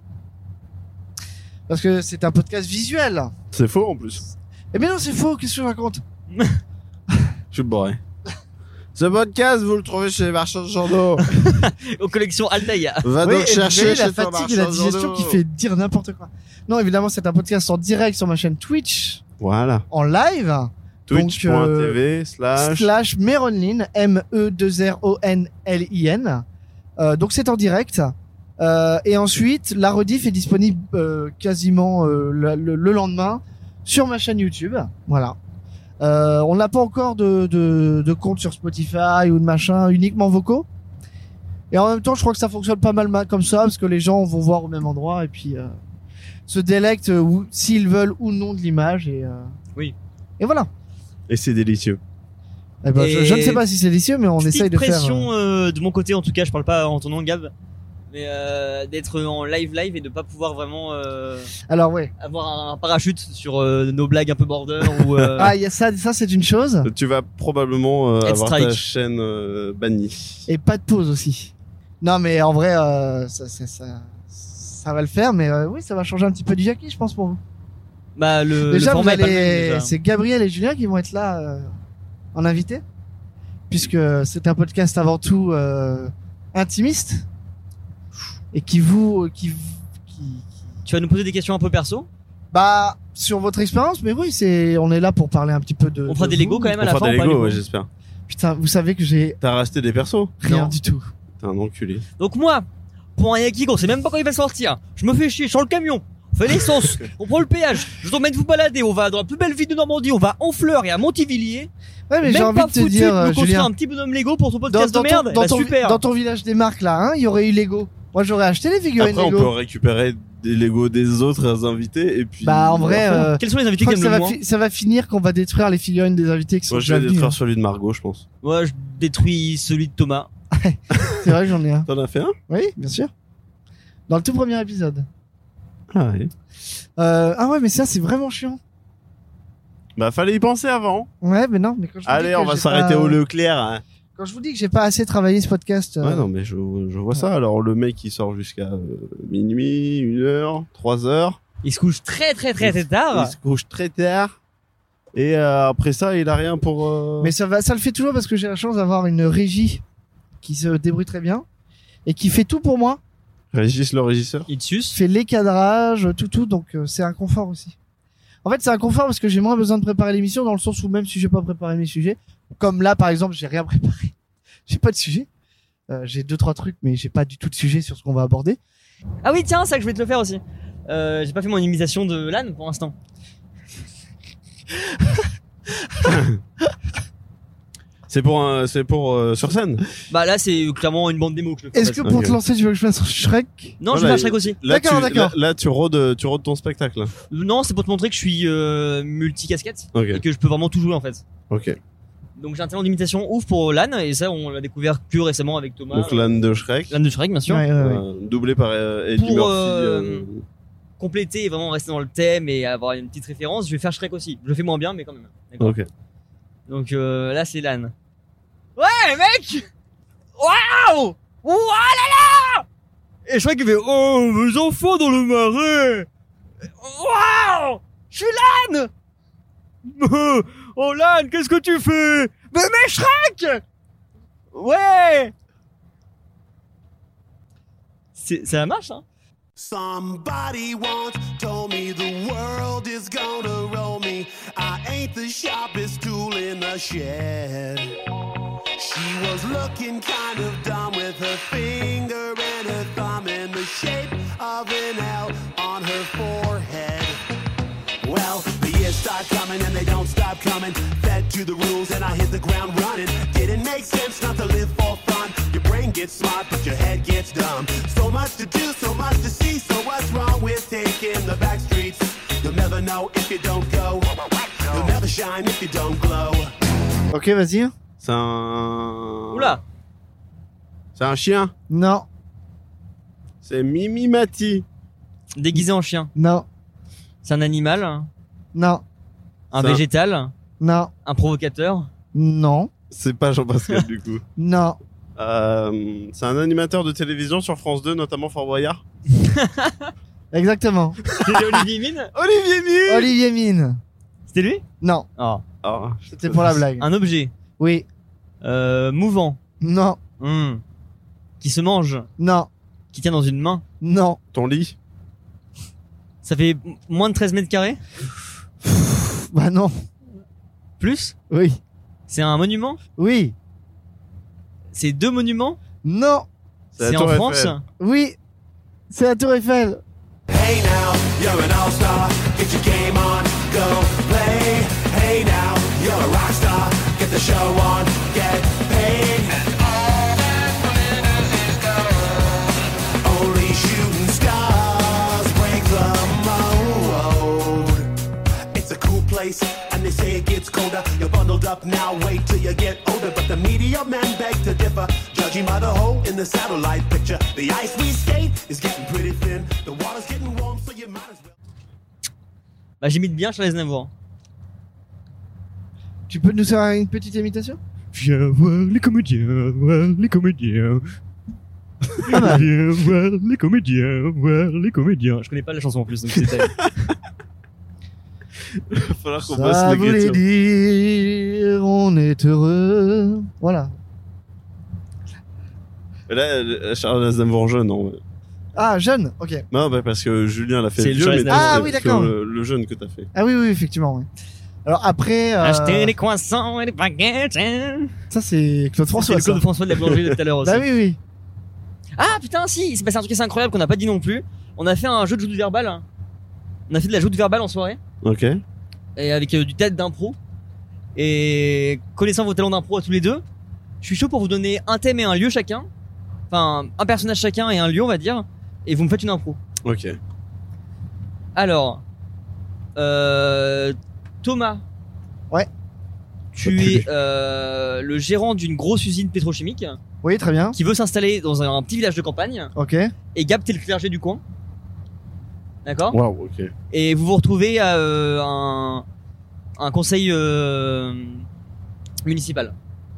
D: Parce que c'est un podcast visuel.
B: c'est faux en plus.
D: Eh bien non, c'est faux, qu'est-ce que je raconte?
B: Je suis bourré. Ce podcast, vous le trouvez chez les marchands de journaux.
C: Aux collections Altaïa.
B: Va
D: Oui,
B: donc
D: et vous
B: chercher
D: voyez
B: chez
D: la
B: ton
D: fatigue et la
B: marchand de
D: digestion
B: journaux.
D: qui fait dire n'importe quoi. Non, évidemment, c'est un podcast en direct sur ma chaîne Twitch,
B: Voilà.
D: en live,
B: Twitch point T V slash...
D: slash Meronlin, M E deux R O N L I N. Euh, donc c'est en direct. Euh, et ensuite, la rediff est disponible euh, quasiment euh, le, le- le lendemain sur ma chaîne YouTube. Voilà. Euh, on n'a pas encore de, de, de compte sur Spotify ou de machin, uniquement vocaux. Et en même temps, je crois que ça fonctionne pas mal ma- comme ça, parce que les gens vont voir au même endroit et puis euh, se délectent euh, ou s'ils veulent ou non de l'image. Et, euh,
C: Oui.
D: Et voilà.
B: Et c'est délicieux.
D: Eh ben, je,
C: Et-
D: je ne sais pas si c'est délicieux, mais on
C: Petite
D: essaye de faire.
C: pression euh, de mon côté, en tout cas, je parle pas en ton nom, Gab. Mais euh, d'être en live live et de pas pouvoir vraiment euh,
D: Alors ouais.
C: avoir un parachute sur euh, nos blagues un peu border ou euh,
D: Ah, il y a ça, ça c'est une chose.
B: Tu vas probablement euh,
C: Head
B: avoir
C: strike.
B: ta chaîne euh, bannie.
D: Et pas de pause aussi. Non, mais en vrai, euh, ça, ça, ça, ça va le faire. Mais euh, oui, ça va changer un petit peu du Jackie, je pense pour vous.
C: bah le,
D: déjà,
C: le
D: vous
C: format est pas le même,
D: allez,
C: déjà.
D: c'est Gabriel et Julien qui vont être là euh, en invité, puisque c'est un podcast avant tout euh, intimiste et qui vous, qui, qui, qui-
C: Tu vas nous poser des questions un peu perso.
D: bah sur votre expérience. Mais oui, c'est, on est là pour parler un petit peu de.
C: On fera
D: de
C: des
D: vous.
C: Lego quand même à
B: On
C: la
B: fera
C: fin.
B: des
C: ou pas,
B: Lego,
C: Lego
B: ouais, j'espère.
D: Putain, vous savez que j'ai
B: T'as racheté des persos?
D: rien
C: Non.
D: du tout.
B: T'es un enculé.
C: Donc moi, pour un Yaki, on sait même pas quand il va sortir. Je me fais chier, je sors le camion. On fait l'essence, on prend le péage. Je t'emmène vous balader. On va dans la plus belle ville de Normandie. On va en Fleurs et à Montivilliers.
D: Ouais, mais j'ai
C: Même
D: envie
C: pas
D: de te
C: foutu
D: dire,
C: de
D: euh,
C: nous construire
D: Julien.
C: un petit bonhomme Lego pour ton
D: Dans,
C: podcast
D: dans
C: de
D: ton,
C: merde.
D: dans
C: Bah,
D: ton-
C: super.
D: dans ton village des marques là, hein, il y aurait eu Lego. Moi, j'aurais acheté les figurines
B: Après, on
D: Lego.
B: peut récupérer des Lego des autres invités et puis...
D: Bah, en vrai, euh,
C: Quels sont les
D: je
C: invités
D: crois
C: qui
D: que
C: aiment
D: ça
C: le
D: va,
C: moins
D: fi- ça va finir qu'on va détruire les figurines des invités qui sont
B: moi, je
D: déjà
B: vais
D: venus.
B: détruire celui de Margot, je pense.
C: Moi, je détruis celui de Thomas.
D: C'est vrai que j'en ai un.
B: T'en as fait un?
D: Oui, bien sûr. Dans le tout premier épisode.
B: Ah oui.
D: Euh, ah ouais, mais ça, c'est vraiment chiant.
B: Bah, fallait y penser avant.
D: Ouais, mais non, mais quand je vous dis
B: Allez,
D: que
B: on va
D: j'ai
B: s'arrêter
D: pas-
B: au Leclerc. Hein.
D: Quand je vous dis que j'ai pas assez travaillé ce podcast. euh,
B: Ouais, non, mais je, je vois ça. Alors, le mec, il sort jusqu'à euh, minuit, une heure, trois heures.
C: Il se couche très très très très tard.
B: Il se couche très tard. Et euh, après ça, il a rien pour... euh,
D: Mais ça va, ça le fait toujours parce que j'ai la chance d'avoir une régie qui se débrouille très bien et qui fait tout pour moi.
B: Régis le régisseur.
C: Il te suce.
D: Fait les cadrages, tout tout, donc euh, c'est un confort aussi. En fait, c'est un confort parce que j'ai moins besoin de préparer l'émission dans le sens où même si j'ai pas préparé mes sujets, comme là par exemple, j'ai rien préparé. J'ai pas de sujet. Euh, j'ai deux trois trucs mais j'ai pas du tout de sujet sur ce qu'on va aborder.
C: Ah oui, tiens, ça que je vais te le faire aussi. Euh, j'ai pas fait mon imitation de l'âne pour l'instant.
B: C'est pour un, c'est pour euh, sur scène.
C: Bah là, c'est clairement une bande démo que je fais.
D: Est-ce
C: en
D: que
C: fait.
D: pour
B: Ok.
D: te lancer, tu veux que je fasse Shrek?
C: Non, je
B: Voilà,
C: vais faire Shrek aussi.
B: Là,
D: D'accord,
B: tu,
D: d'accord.
B: Là, là, tu rôdes, tu rôdes ton spectacle.
C: Non, c'est pour te montrer que je suis euh, multi-casquette
B: Ok.
C: et que je peux vraiment tout jouer en fait.
B: Ok.
C: Donc j'ai un talent d'imitation ouf pour l'âne et ça on l'a découvert plus récemment avec Thomas.
B: Donc l'âne de Shrek,
C: L'âne de Shrek bien sûr.
D: Ouais, ouais, ouais.
B: euh, doublé par euh, Eddie
C: Pour,
B: Murphy.
C: euh,
B: euh,
C: Compléter et vraiment rester dans le thème et avoir une petite référence, je vais faire Shrek aussi. Je le fais moins bien mais quand même. D'accord.
B: Ok.
C: Donc euh, là c'est l'âne. Ouais mec. Waouh. Waouh là là. Et Shrek il fait oh mes enfants dans le marais. Waouh. Je suis l'âne. Oh l'âne, qu'est-ce que tu fais? Mais mais Shrek. Ouais. C'est ça marche hein.
G: Somebody once told me the world is gonna roll me. I ain't the sharpest tool in the shed. She was looking kind of dumb with her finger and her thumb in the shape of an L on her forehead. Well, the years start coming and they don't stop coming. Fed to the rules and I hit the ground running. Didn't make sense not to live for fun. Your brain gets smart but your head gets dumb. So much to do, so much to see. So what's wrong with taking the back streets? You'll never know if you don't go. You'll never shine if you don't glow.
D: Ok, vas-y.
B: C'est un.
C: Oula.
B: C'est un chien.
D: Non,
B: C'est Mimi Mati.
C: Déguisé en chien.
D: non,
C: C'est un animal, un
D: non,
B: C'est un-
C: végétal,
D: non,
C: un provocateur.
D: non,
B: C'est pas Jean-Pascal du coup.
D: non.
B: Euh, c'est un animateur de télévision sur France deux, notamment Fort Boyard.
D: Exactement.
C: C'était Olivier Mine.
B: Olivier Mille.
D: Olivier Mine.
C: C'était lui?
D: Non,
C: Oh.
B: Ah,
D: c'était pour la blague.
C: Un objet.
D: Oui,
C: Euh, mouvant.
D: non,
C: Hmm. Qui se mange.
D: non,
C: Qui tient dans une main.
D: non.
B: ton lit.
C: Ça fait m- moins de treize mètres carrés?
D: Bah non.
C: Plus?
D: Oui,
C: C'est un monument?
D: oui,
C: C'est deux monuments?
D: non,
B: C'est la
C: C'est en
B: Tour
C: France?
B: Eiffel.
D: oui. C'est la Tour Eiffel.
G: Hey now, you're an all-star. Get your game on, go play. Hey now, you're a rock star. Get the show on, get paid. And all that glitters is gold. Only shooting stars break the mold. It's a cool place, and they say it gets colder. You're bundled up now, wait till you get older. But the media men beg to differ, judging by the hole in the satellite picture. The ice we skate is getting pretty thin. The water's getting warm, so you might as well.
C: Bah j'imite bien Charles Aznavour.
D: Tu peux nous faire une petite imitation?
C: Viens voir les comédiens, voir les comédiens.
D: Pas mal.
C: Viens voir les comédiens, voir les comédiens. Je connais pas la chanson en plus, donc c'est détail.
B: Il va falloir qu'on
D: Ça
B: passe
D: voulait
B: les
D: dire on est heureux. Voilà.
B: Là, là, Charles Aznavour jeune, non.
D: Ah, jeune. Ok.
B: Non, bah parce que Julien l'a fait
C: C'est
B: le
C: le
B: vieux,
C: Charles
B: mais
C: Aznavour.
B: toi,
D: Ah
B: c'est
D: oui, d'accord.
B: Le, le jeune que t'as fait.
D: Ah oui, oui, effectivement. Oui. Alors après, euh,
C: Acheter des croissants et des baguettes.
D: ça c'est Claude
C: C'est
D: François.
C: le
D: Ça.
C: Claude François de la boulangerie de tout à l'heure aussi.
D: Bah oui, oui.
C: Ah putain si, il s'est passé un truc assez incroyable qu'on n'a pas dit non plus. On a fait un jeu de joute verbale. hein. On a fait de la joute verbale en soirée.
B: Ok.
C: Et avec euh, du théâtre d'impro. Et connaissant vos talents d'impro à tous les deux, je suis chaud pour vous donner un thème et un lieu chacun. Enfin, un personnage chacun et un lieu on va dire. Et vous me faites une impro.
B: Ok.
C: Alors, euh, Thomas.
D: Ouais.
C: Tu es euh, le gérant d'une grosse usine pétrochimique
D: Oui, très bien.
C: qui veut s'installer dans un, un petit village de campagne.
D: Ok.
C: Et Gab, t'es le clergé du coin. D'accord.
B: Waouh, ok.
C: Et vous vous retrouvez à euh, un, un conseil euh, municipal.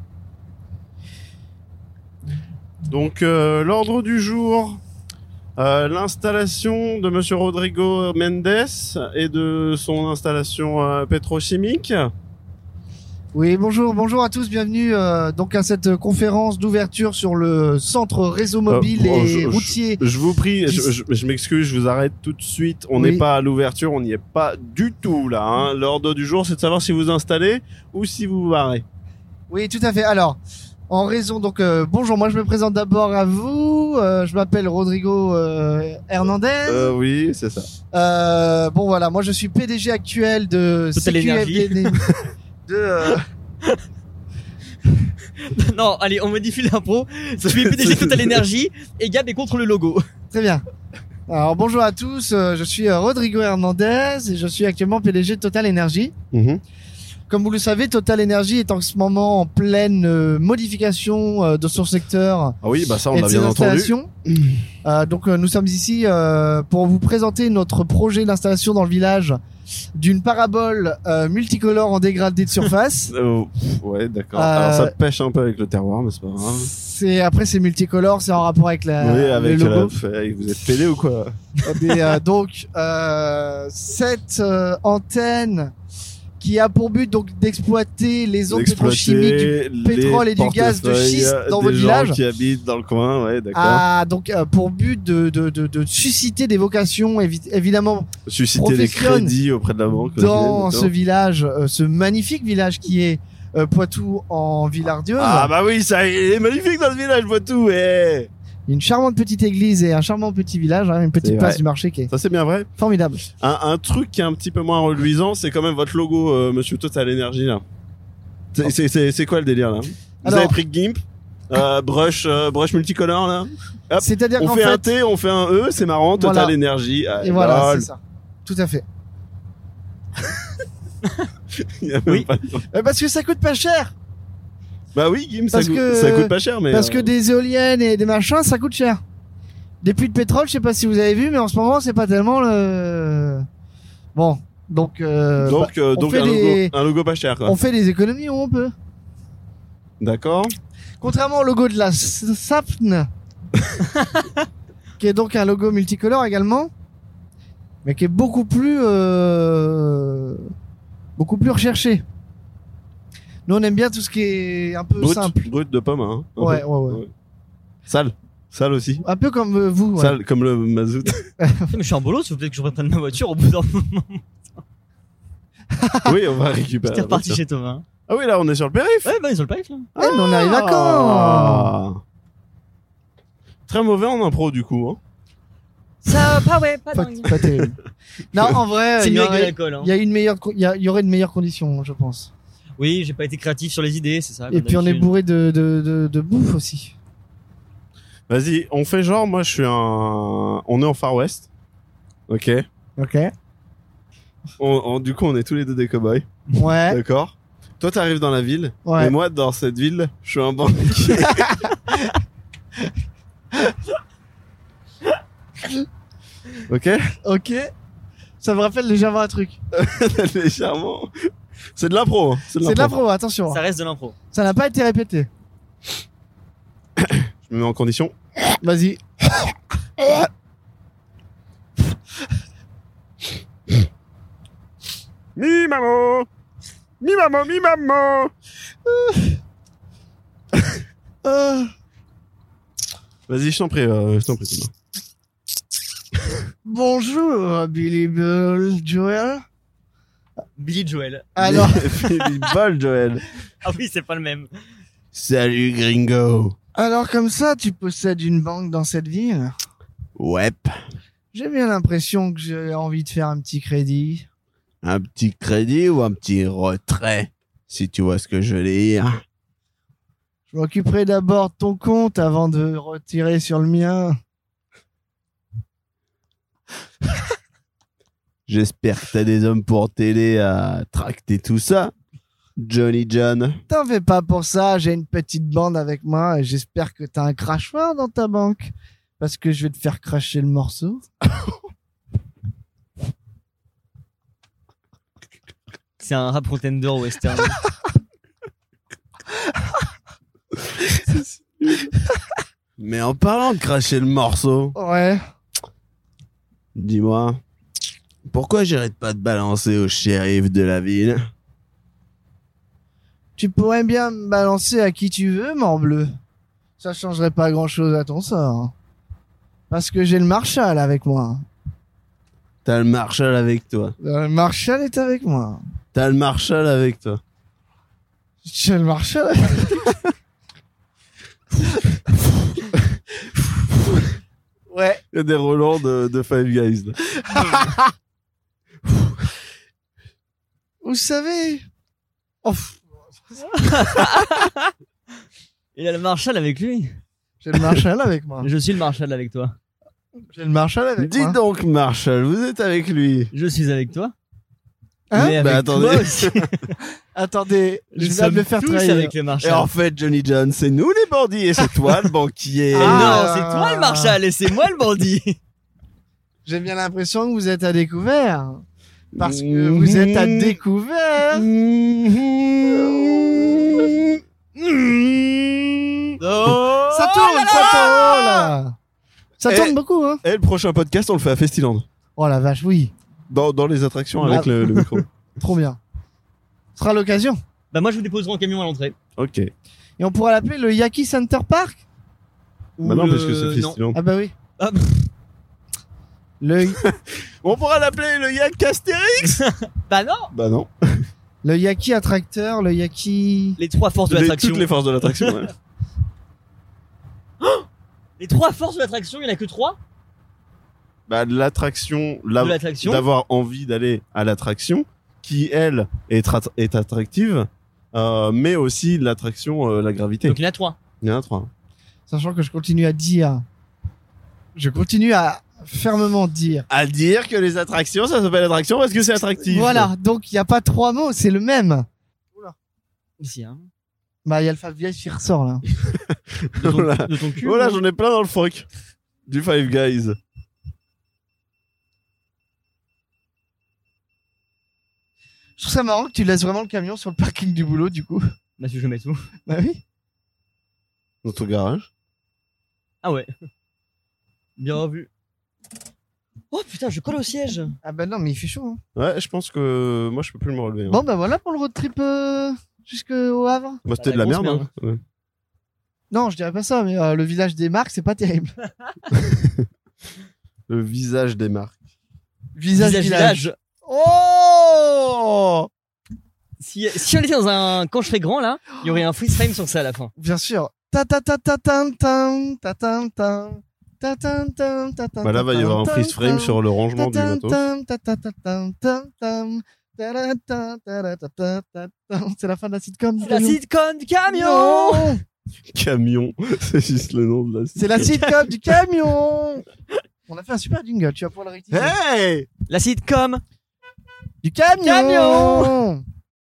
B: Donc, euh, l'ordre du jour. Euh, l'installation de Monsieur Rodrigo Mendes et de son installation euh, pétrochimique.
D: Oui, bonjour, bonjour à tous, bienvenue euh, donc à cette conférence d'ouverture sur le centre réseau mobile
B: Euh, bon,
D: et
B: je- je-
D: routier.
B: Je vous prie,
D: Qui-
B: je, je- je m'excuse, je vous arrête tout de suite. On n'est
D: Oui.
B: pas à l'ouverture, on n'y est pas du tout là. Hein. L'ordre du jour, c'est de savoir si vous installez ou si vous vous barrez.
D: Oui, tout à fait. Alors, En raison, donc, euh, bonjour, moi je me présente d'abord à vous. Euh, je m'appelle Rodrigo euh, Hernandez.
B: Euh, oui, c'est ça.
D: Euh, bon voilà, moi je suis P D G actuel de
C: Total
D: C Q F D.
C: Energy.
D: de euh,
C: Non, allez, on modifie l'impro. Je suis P D G Total Energy et Gab est contre le logo.
D: Très bien. Alors bonjour à tous, euh, je suis euh, Rodrigo Hernandez et je suis actuellement P D G de Total Energy.
B: Mhm.
D: Comme vous le savez, Total Energy est en ce moment en pleine euh, modification euh, de son secteur
B: Ah oui, bah ça, on
D: et
B: a
D: de ses
B: bien entendu.
D: installations. Euh, donc euh, nous sommes ici euh, pour vous présenter notre projet d'installation dans le village d'une parabole euh, multicolore en dégradé de surface.
B: Euh, pff, ouais, d'accord.
D: Euh,
B: Alors ça pêche un peu avec le terroir, mais c'est pas grave.
D: C'est après c'est multicolore, c'est en rapport avec la
B: oui, avec
D: le logo.
B: la... fait- Vous êtes pédé ou quoi?
D: Et, euh, donc euh, cette euh, antenne qui a pour but donc d'exploiter les ondes pétrochimiques du pétrole et du gaz de schiste dans
B: des
D: votre
B: gens
D: village.
B: qui habitent dans le coin, ouais, d'accord.
D: a donc euh, pour but de, de, de, de susciter des vocations évi- évidemment
B: Susciter des
D: professionne
B: crédits auprès de la banque.
D: dans
B: ok,
D: ce
B: d'accord.
D: village, euh, ce magnifique village qui est euh, Poitou en Villardieu.
B: Ah bah oui, ça il est magnifique dans le village, Poitou. Eh.
D: Une charmante petite église et un charmant petit village, hein, une petite
B: C'est
D: place
B: vrai.
D: du marché qui est
B: Ça c'est bien vrai.
D: formidable.
B: Un, un truc qui est un petit peu moins reluisant, c'est quand même votre logo, euh, Monsieur Total Energy là. C'est- C'est c'est c'est quoi le délire là? Vous
D: Alors-
B: avez pris Gimp, euh, brush euh, brush multicolore là. Hop,
D: C'est-à-dire
B: on
D: qu'en
B: fait, un
D: fait,
B: T, on fait un E, c'est marrant. Total
D: Voilà.
B: Energy. Ah,
D: et voilà,
B: lol.
D: c'est ça. Tout à fait.
B: Il y a même
C: Oui.
B: pas-
D: Euh, parce que ça coûte pas cher.
B: Bah oui, Gimp, ça,
D: Parce
B: coûte-
D: que-
B: ça coûte pas cher, mais.
D: Parce que
B: euh,
D: des éoliennes et des machins, ça coûte cher. Des puits de pétrole, je sais pas si vous avez vu, mais en ce moment, c'est pas tellement le. Bon, donc. Euh, bah,
B: donc euh,
D: on
B: donc
D: fait
B: un,
D: des-
B: logo, un logo pas cher quoi.
D: on fait des économies où on peut.
B: D'accord.
D: Contrairement au logo de la S- S A P N, qui est donc un logo multicolore également, mais qui est beaucoup plus, euh, beaucoup plus recherché. Nous, on aime bien tout ce qui est un peu
B: Brut,
D: simple.
B: brut de pomme, hein. Un
D: Ouais,
B: peu.
D: ouais, ouais.
B: Sale, sale aussi.
D: Un peu comme euh, vous. ouais.
B: Sale comme le mazout.
C: Mais je suis en bolos, il faut peut-être que je reprenne ma voiture au bout d'un moment.
B: Oui, on va récupérer.
C: J'étais
B: la
C: reparti
B: voiture.
C: chez Thomas.
B: Ah oui, là, on est sur le périph'.
C: Ouais, bah ils ont le périph' là.
D: Eh, mais on arrive à quand
B: Ah. Très mauvais en impro, du coup. Hein.
C: Ça, pas ouais, pas
D: pas,
C: dingue.
D: pas terrible. Non, en vrai,
C: C'est
D: il y,
C: mieux avec de
D: aurait,
C: l'alcool. Hein.
D: il y a une meilleure, co- il y, a- il y aurait de meilleures conditions, je pense.
C: Oui, j'ai pas été créatif sur les idées, c'est ça.
D: Et
C: comme
D: puis on est
C: d'habitude.
D: bourré de, de, de, de bouffe aussi.
B: Vas-y, on fait genre, moi, je suis un. On est en Far West. Ok.
D: Ok.
B: On, on- du coup, on est tous les deux des cowboys.
D: Ouais.
B: D'accord. Toi, t'arrives dans la ville.
D: Ouais.
B: Et moi, dans cette ville, je suis un banquier. ok.
D: Ok. Ça me rappelle légèrement un truc.
B: Légèrement. C'est de l'impro. hein. C'est de
D: C'est de
B: l'impro.
D: l'impro, attention.
C: Ça reste de l'impro.
D: Ça n'a pas été répété.
B: Je me mets en condition.
D: Vas-y.
B: Mi maman. Mi maman, mi maman.
D: Euh,
B: Vas-y, je t'en prie, euh, je t'en prie, Thomas.
D: bonjour, Billy Bull Joel.
C: Billy Joel.
D: Alors,
B: Billy Ball, Joël.
C: Ah oui, c'est pas le même.
B: Salut, gringo.
D: alors comme ça, tu possèdes une banque dans cette ville?
B: Ouais.
D: J'ai bien l'impression que j'ai envie de faire un petit crédit.
B: Un petit crédit ou un petit retrait, si tu vois ce que je veux dire.
D: Je m'occuperai d'abord de ton compte avant de retirer sur le mien.
B: J'espère que t'as des hommes pour t'aider à tracter tout ça, Johnny John.
D: T'en fais pas pour ça, j'ai une petite bande avec moi et j'espère que t'as un crachoir dans ta banque. Parce que je vais te faire cracher le morceau.
C: C'est un rap contender western.
B: Mais en parlant de cracher le morceau,
D: Ouais.
B: dis-moi, pourquoi j'arrête pas de balancer au shérif de la ville?
D: Tu pourrais bien me balancer à qui tu veux, morbleu. Ça changerait pas grand chose à ton sort. hein. Parce que j'ai le Marshal avec moi.
B: T'as le Marshal avec toi.
D: Le Marshal est avec moi.
B: T'as le Marshal avec toi.
D: J'ai le Marshal. Ouais.
B: Il y a des relents de, de Five Guys. là.
D: Vous savez. Oh, pff,
C: Il a le Marshall avec lui.
D: j'ai le Marshall avec moi.
C: Je suis le Marshall avec toi.
D: J'ai le Marshall avec
B: Dis
D: moi.
B: donc, Marshall, vous êtes avec lui.
C: Je suis avec toi.
D: Hein
C: Mais avec
B: Bah, attendez.
C: toi aussi.
D: Attendez, je
C: Nous
D: viens de me
C: sommes
D: faire
C: tous
D: trahir.
C: avec le
B: Et
C: Marshall.
B: en fait, Johnny John, c'est nous les bandits et c'est toi le banquier.
C: Et
D: Ah.
C: non, c'est toi le Marshall et c'est moi le bandit.
D: J'ai bien l'impression que vous êtes à découvert. Parce que vous êtes à découvert.
C: Oh
D: Ça tourne, ça tourne, là. Ça
B: Eh.
D: tourne beaucoup, hein.
B: Et le prochain podcast, on le fait à Festiland.
D: Oh la vache, oui.
B: Dans, dans les attractions
D: Ah.
B: avec le, le micro.
D: Trop bien. Ce sera l'occasion.
C: Bah moi je vous déposerai en camion à l'entrée.
B: Ok.
D: Et on pourra l'appeler le Yaki Center Park.
B: Bah non,
C: Ou
B: parce que
C: le-
B: c'est
C: non.
B: Festiland.
D: Ah bah oui.
C: Ah.
D: Le,
B: On pourra l'appeler le Yak Astérix.
C: Bah non.
B: Bah non.
D: le Yaki attracteur, le Yaki...
C: Les trois forces de
B: Les-
C: l'attraction.
B: toutes les forces de l'attraction. ouais.
C: Les trois forces de l'attraction, il y en a que trois
B: Bah l'attraction, la-
C: de l'attraction.
B: d'avoir envie d'aller à l'attraction, qui elle est, tra- est attractive, euh, mais aussi l'attraction, euh, la gravité.
C: Donc il y en a trois.
B: Il y en a trois.
D: Sachant que je continue à dire... Je continue à fermement dire...
B: À dire que les attractions, ça s'appelle attraction parce que c'est attractif.
D: Voilà, donc il n'y a pas trois mots, c'est le même.
C: Ici, hein.
D: Bah, il y a le Five Guys qui ressort, là.
C: De ton,
B: Voilà.
C: de ton cul.
B: Voilà,
C: hein.
B: j'en ai plein dans le froc. Du Five Guys.
D: Je trouve ça marrant que tu laisses vraiment le camion sur le parking du boulot, du coup.
C: Bah si je mets tout.
D: Bah oui.
B: Dans ton garage.
C: Ah ouais. Bien revu. Oh putain, je colle au siège.
D: Ah bah non, mais il fait chaud, hein.
B: Ouais, je pense que moi je peux plus me relever. Hein.
D: Bon, bah voilà pour le road trip euh, jusqu'au Havre.
B: Bah, c'était
C: la
B: de la
C: grosse
B: merde.
C: merde.
B: hein. Ouais.
D: Non, je dirais pas ça, mais euh, le village des marques, c'est pas terrible.
B: Le visage des marques.
D: Visage,
C: Visage
D: village.
C: village.
D: Oh
C: Si, si on était dans un... Quand je serais grand là, il y aurait un freeze frame sur ça à la fin.
D: Bien sûr. Ta ta ta ta ta ta ta ta ta ta ta ta ta ta.
B: Bah là, va y avoir un freeze frame sur le rangement du bateau.
D: C'est la fin de la sitcom.
C: La sitcom du camion.
D: Non.
B: Camion. C'est juste le nom de la
D: C'est la sitcom du camion. On a fait un super jingle, tu vas pouvoir le rectifier.
B: Hey!
C: La sitcom.
D: Du camion.
C: Camion.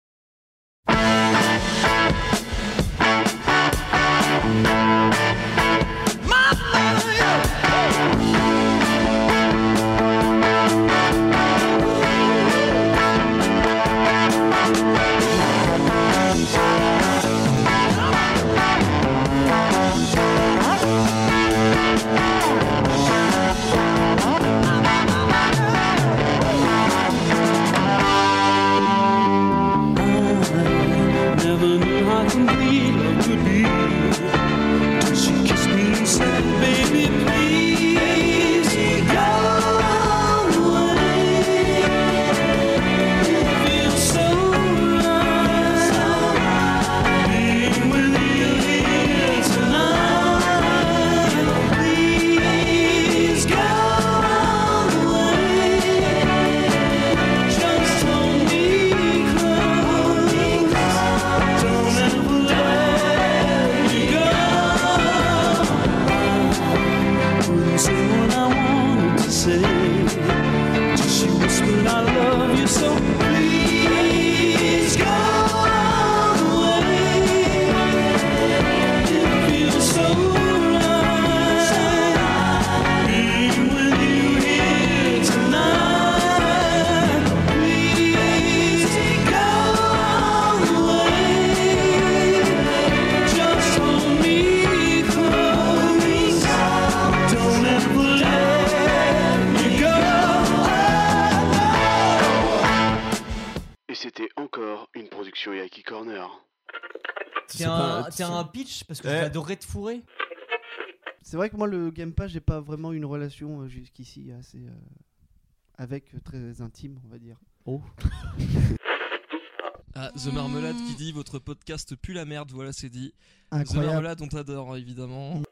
A: Never knew how complete love could be. Till she kissed me and said, "Baby, please go away." It feels so right being with you here tonight. Please go away. Just hold me close. Don't ever let me go. Couldn't say what I wanted to say. Till she whispered, "I love you so." Please go away. It feels so right being with you here tonight. Please go away. Just hold me close. Don't ever let me go.
H: Et c'était encore une production Yaki Corner.
C: T'es un, t'es un pitch parce que
B: Eh.
C: j'adorerais te fourrer.
D: C'est vrai que moi, le Game Pass, j'ai pas vraiment une relation euh, jusqu'ici assez. euh, avec euh, très intime, on va dire.
C: Oh.
I: Ah, The Marmelade qui dit votre podcast pue la merde, voilà c'est dit. The
D: Incroyable.
I: Marmelade on t'adore évidemment.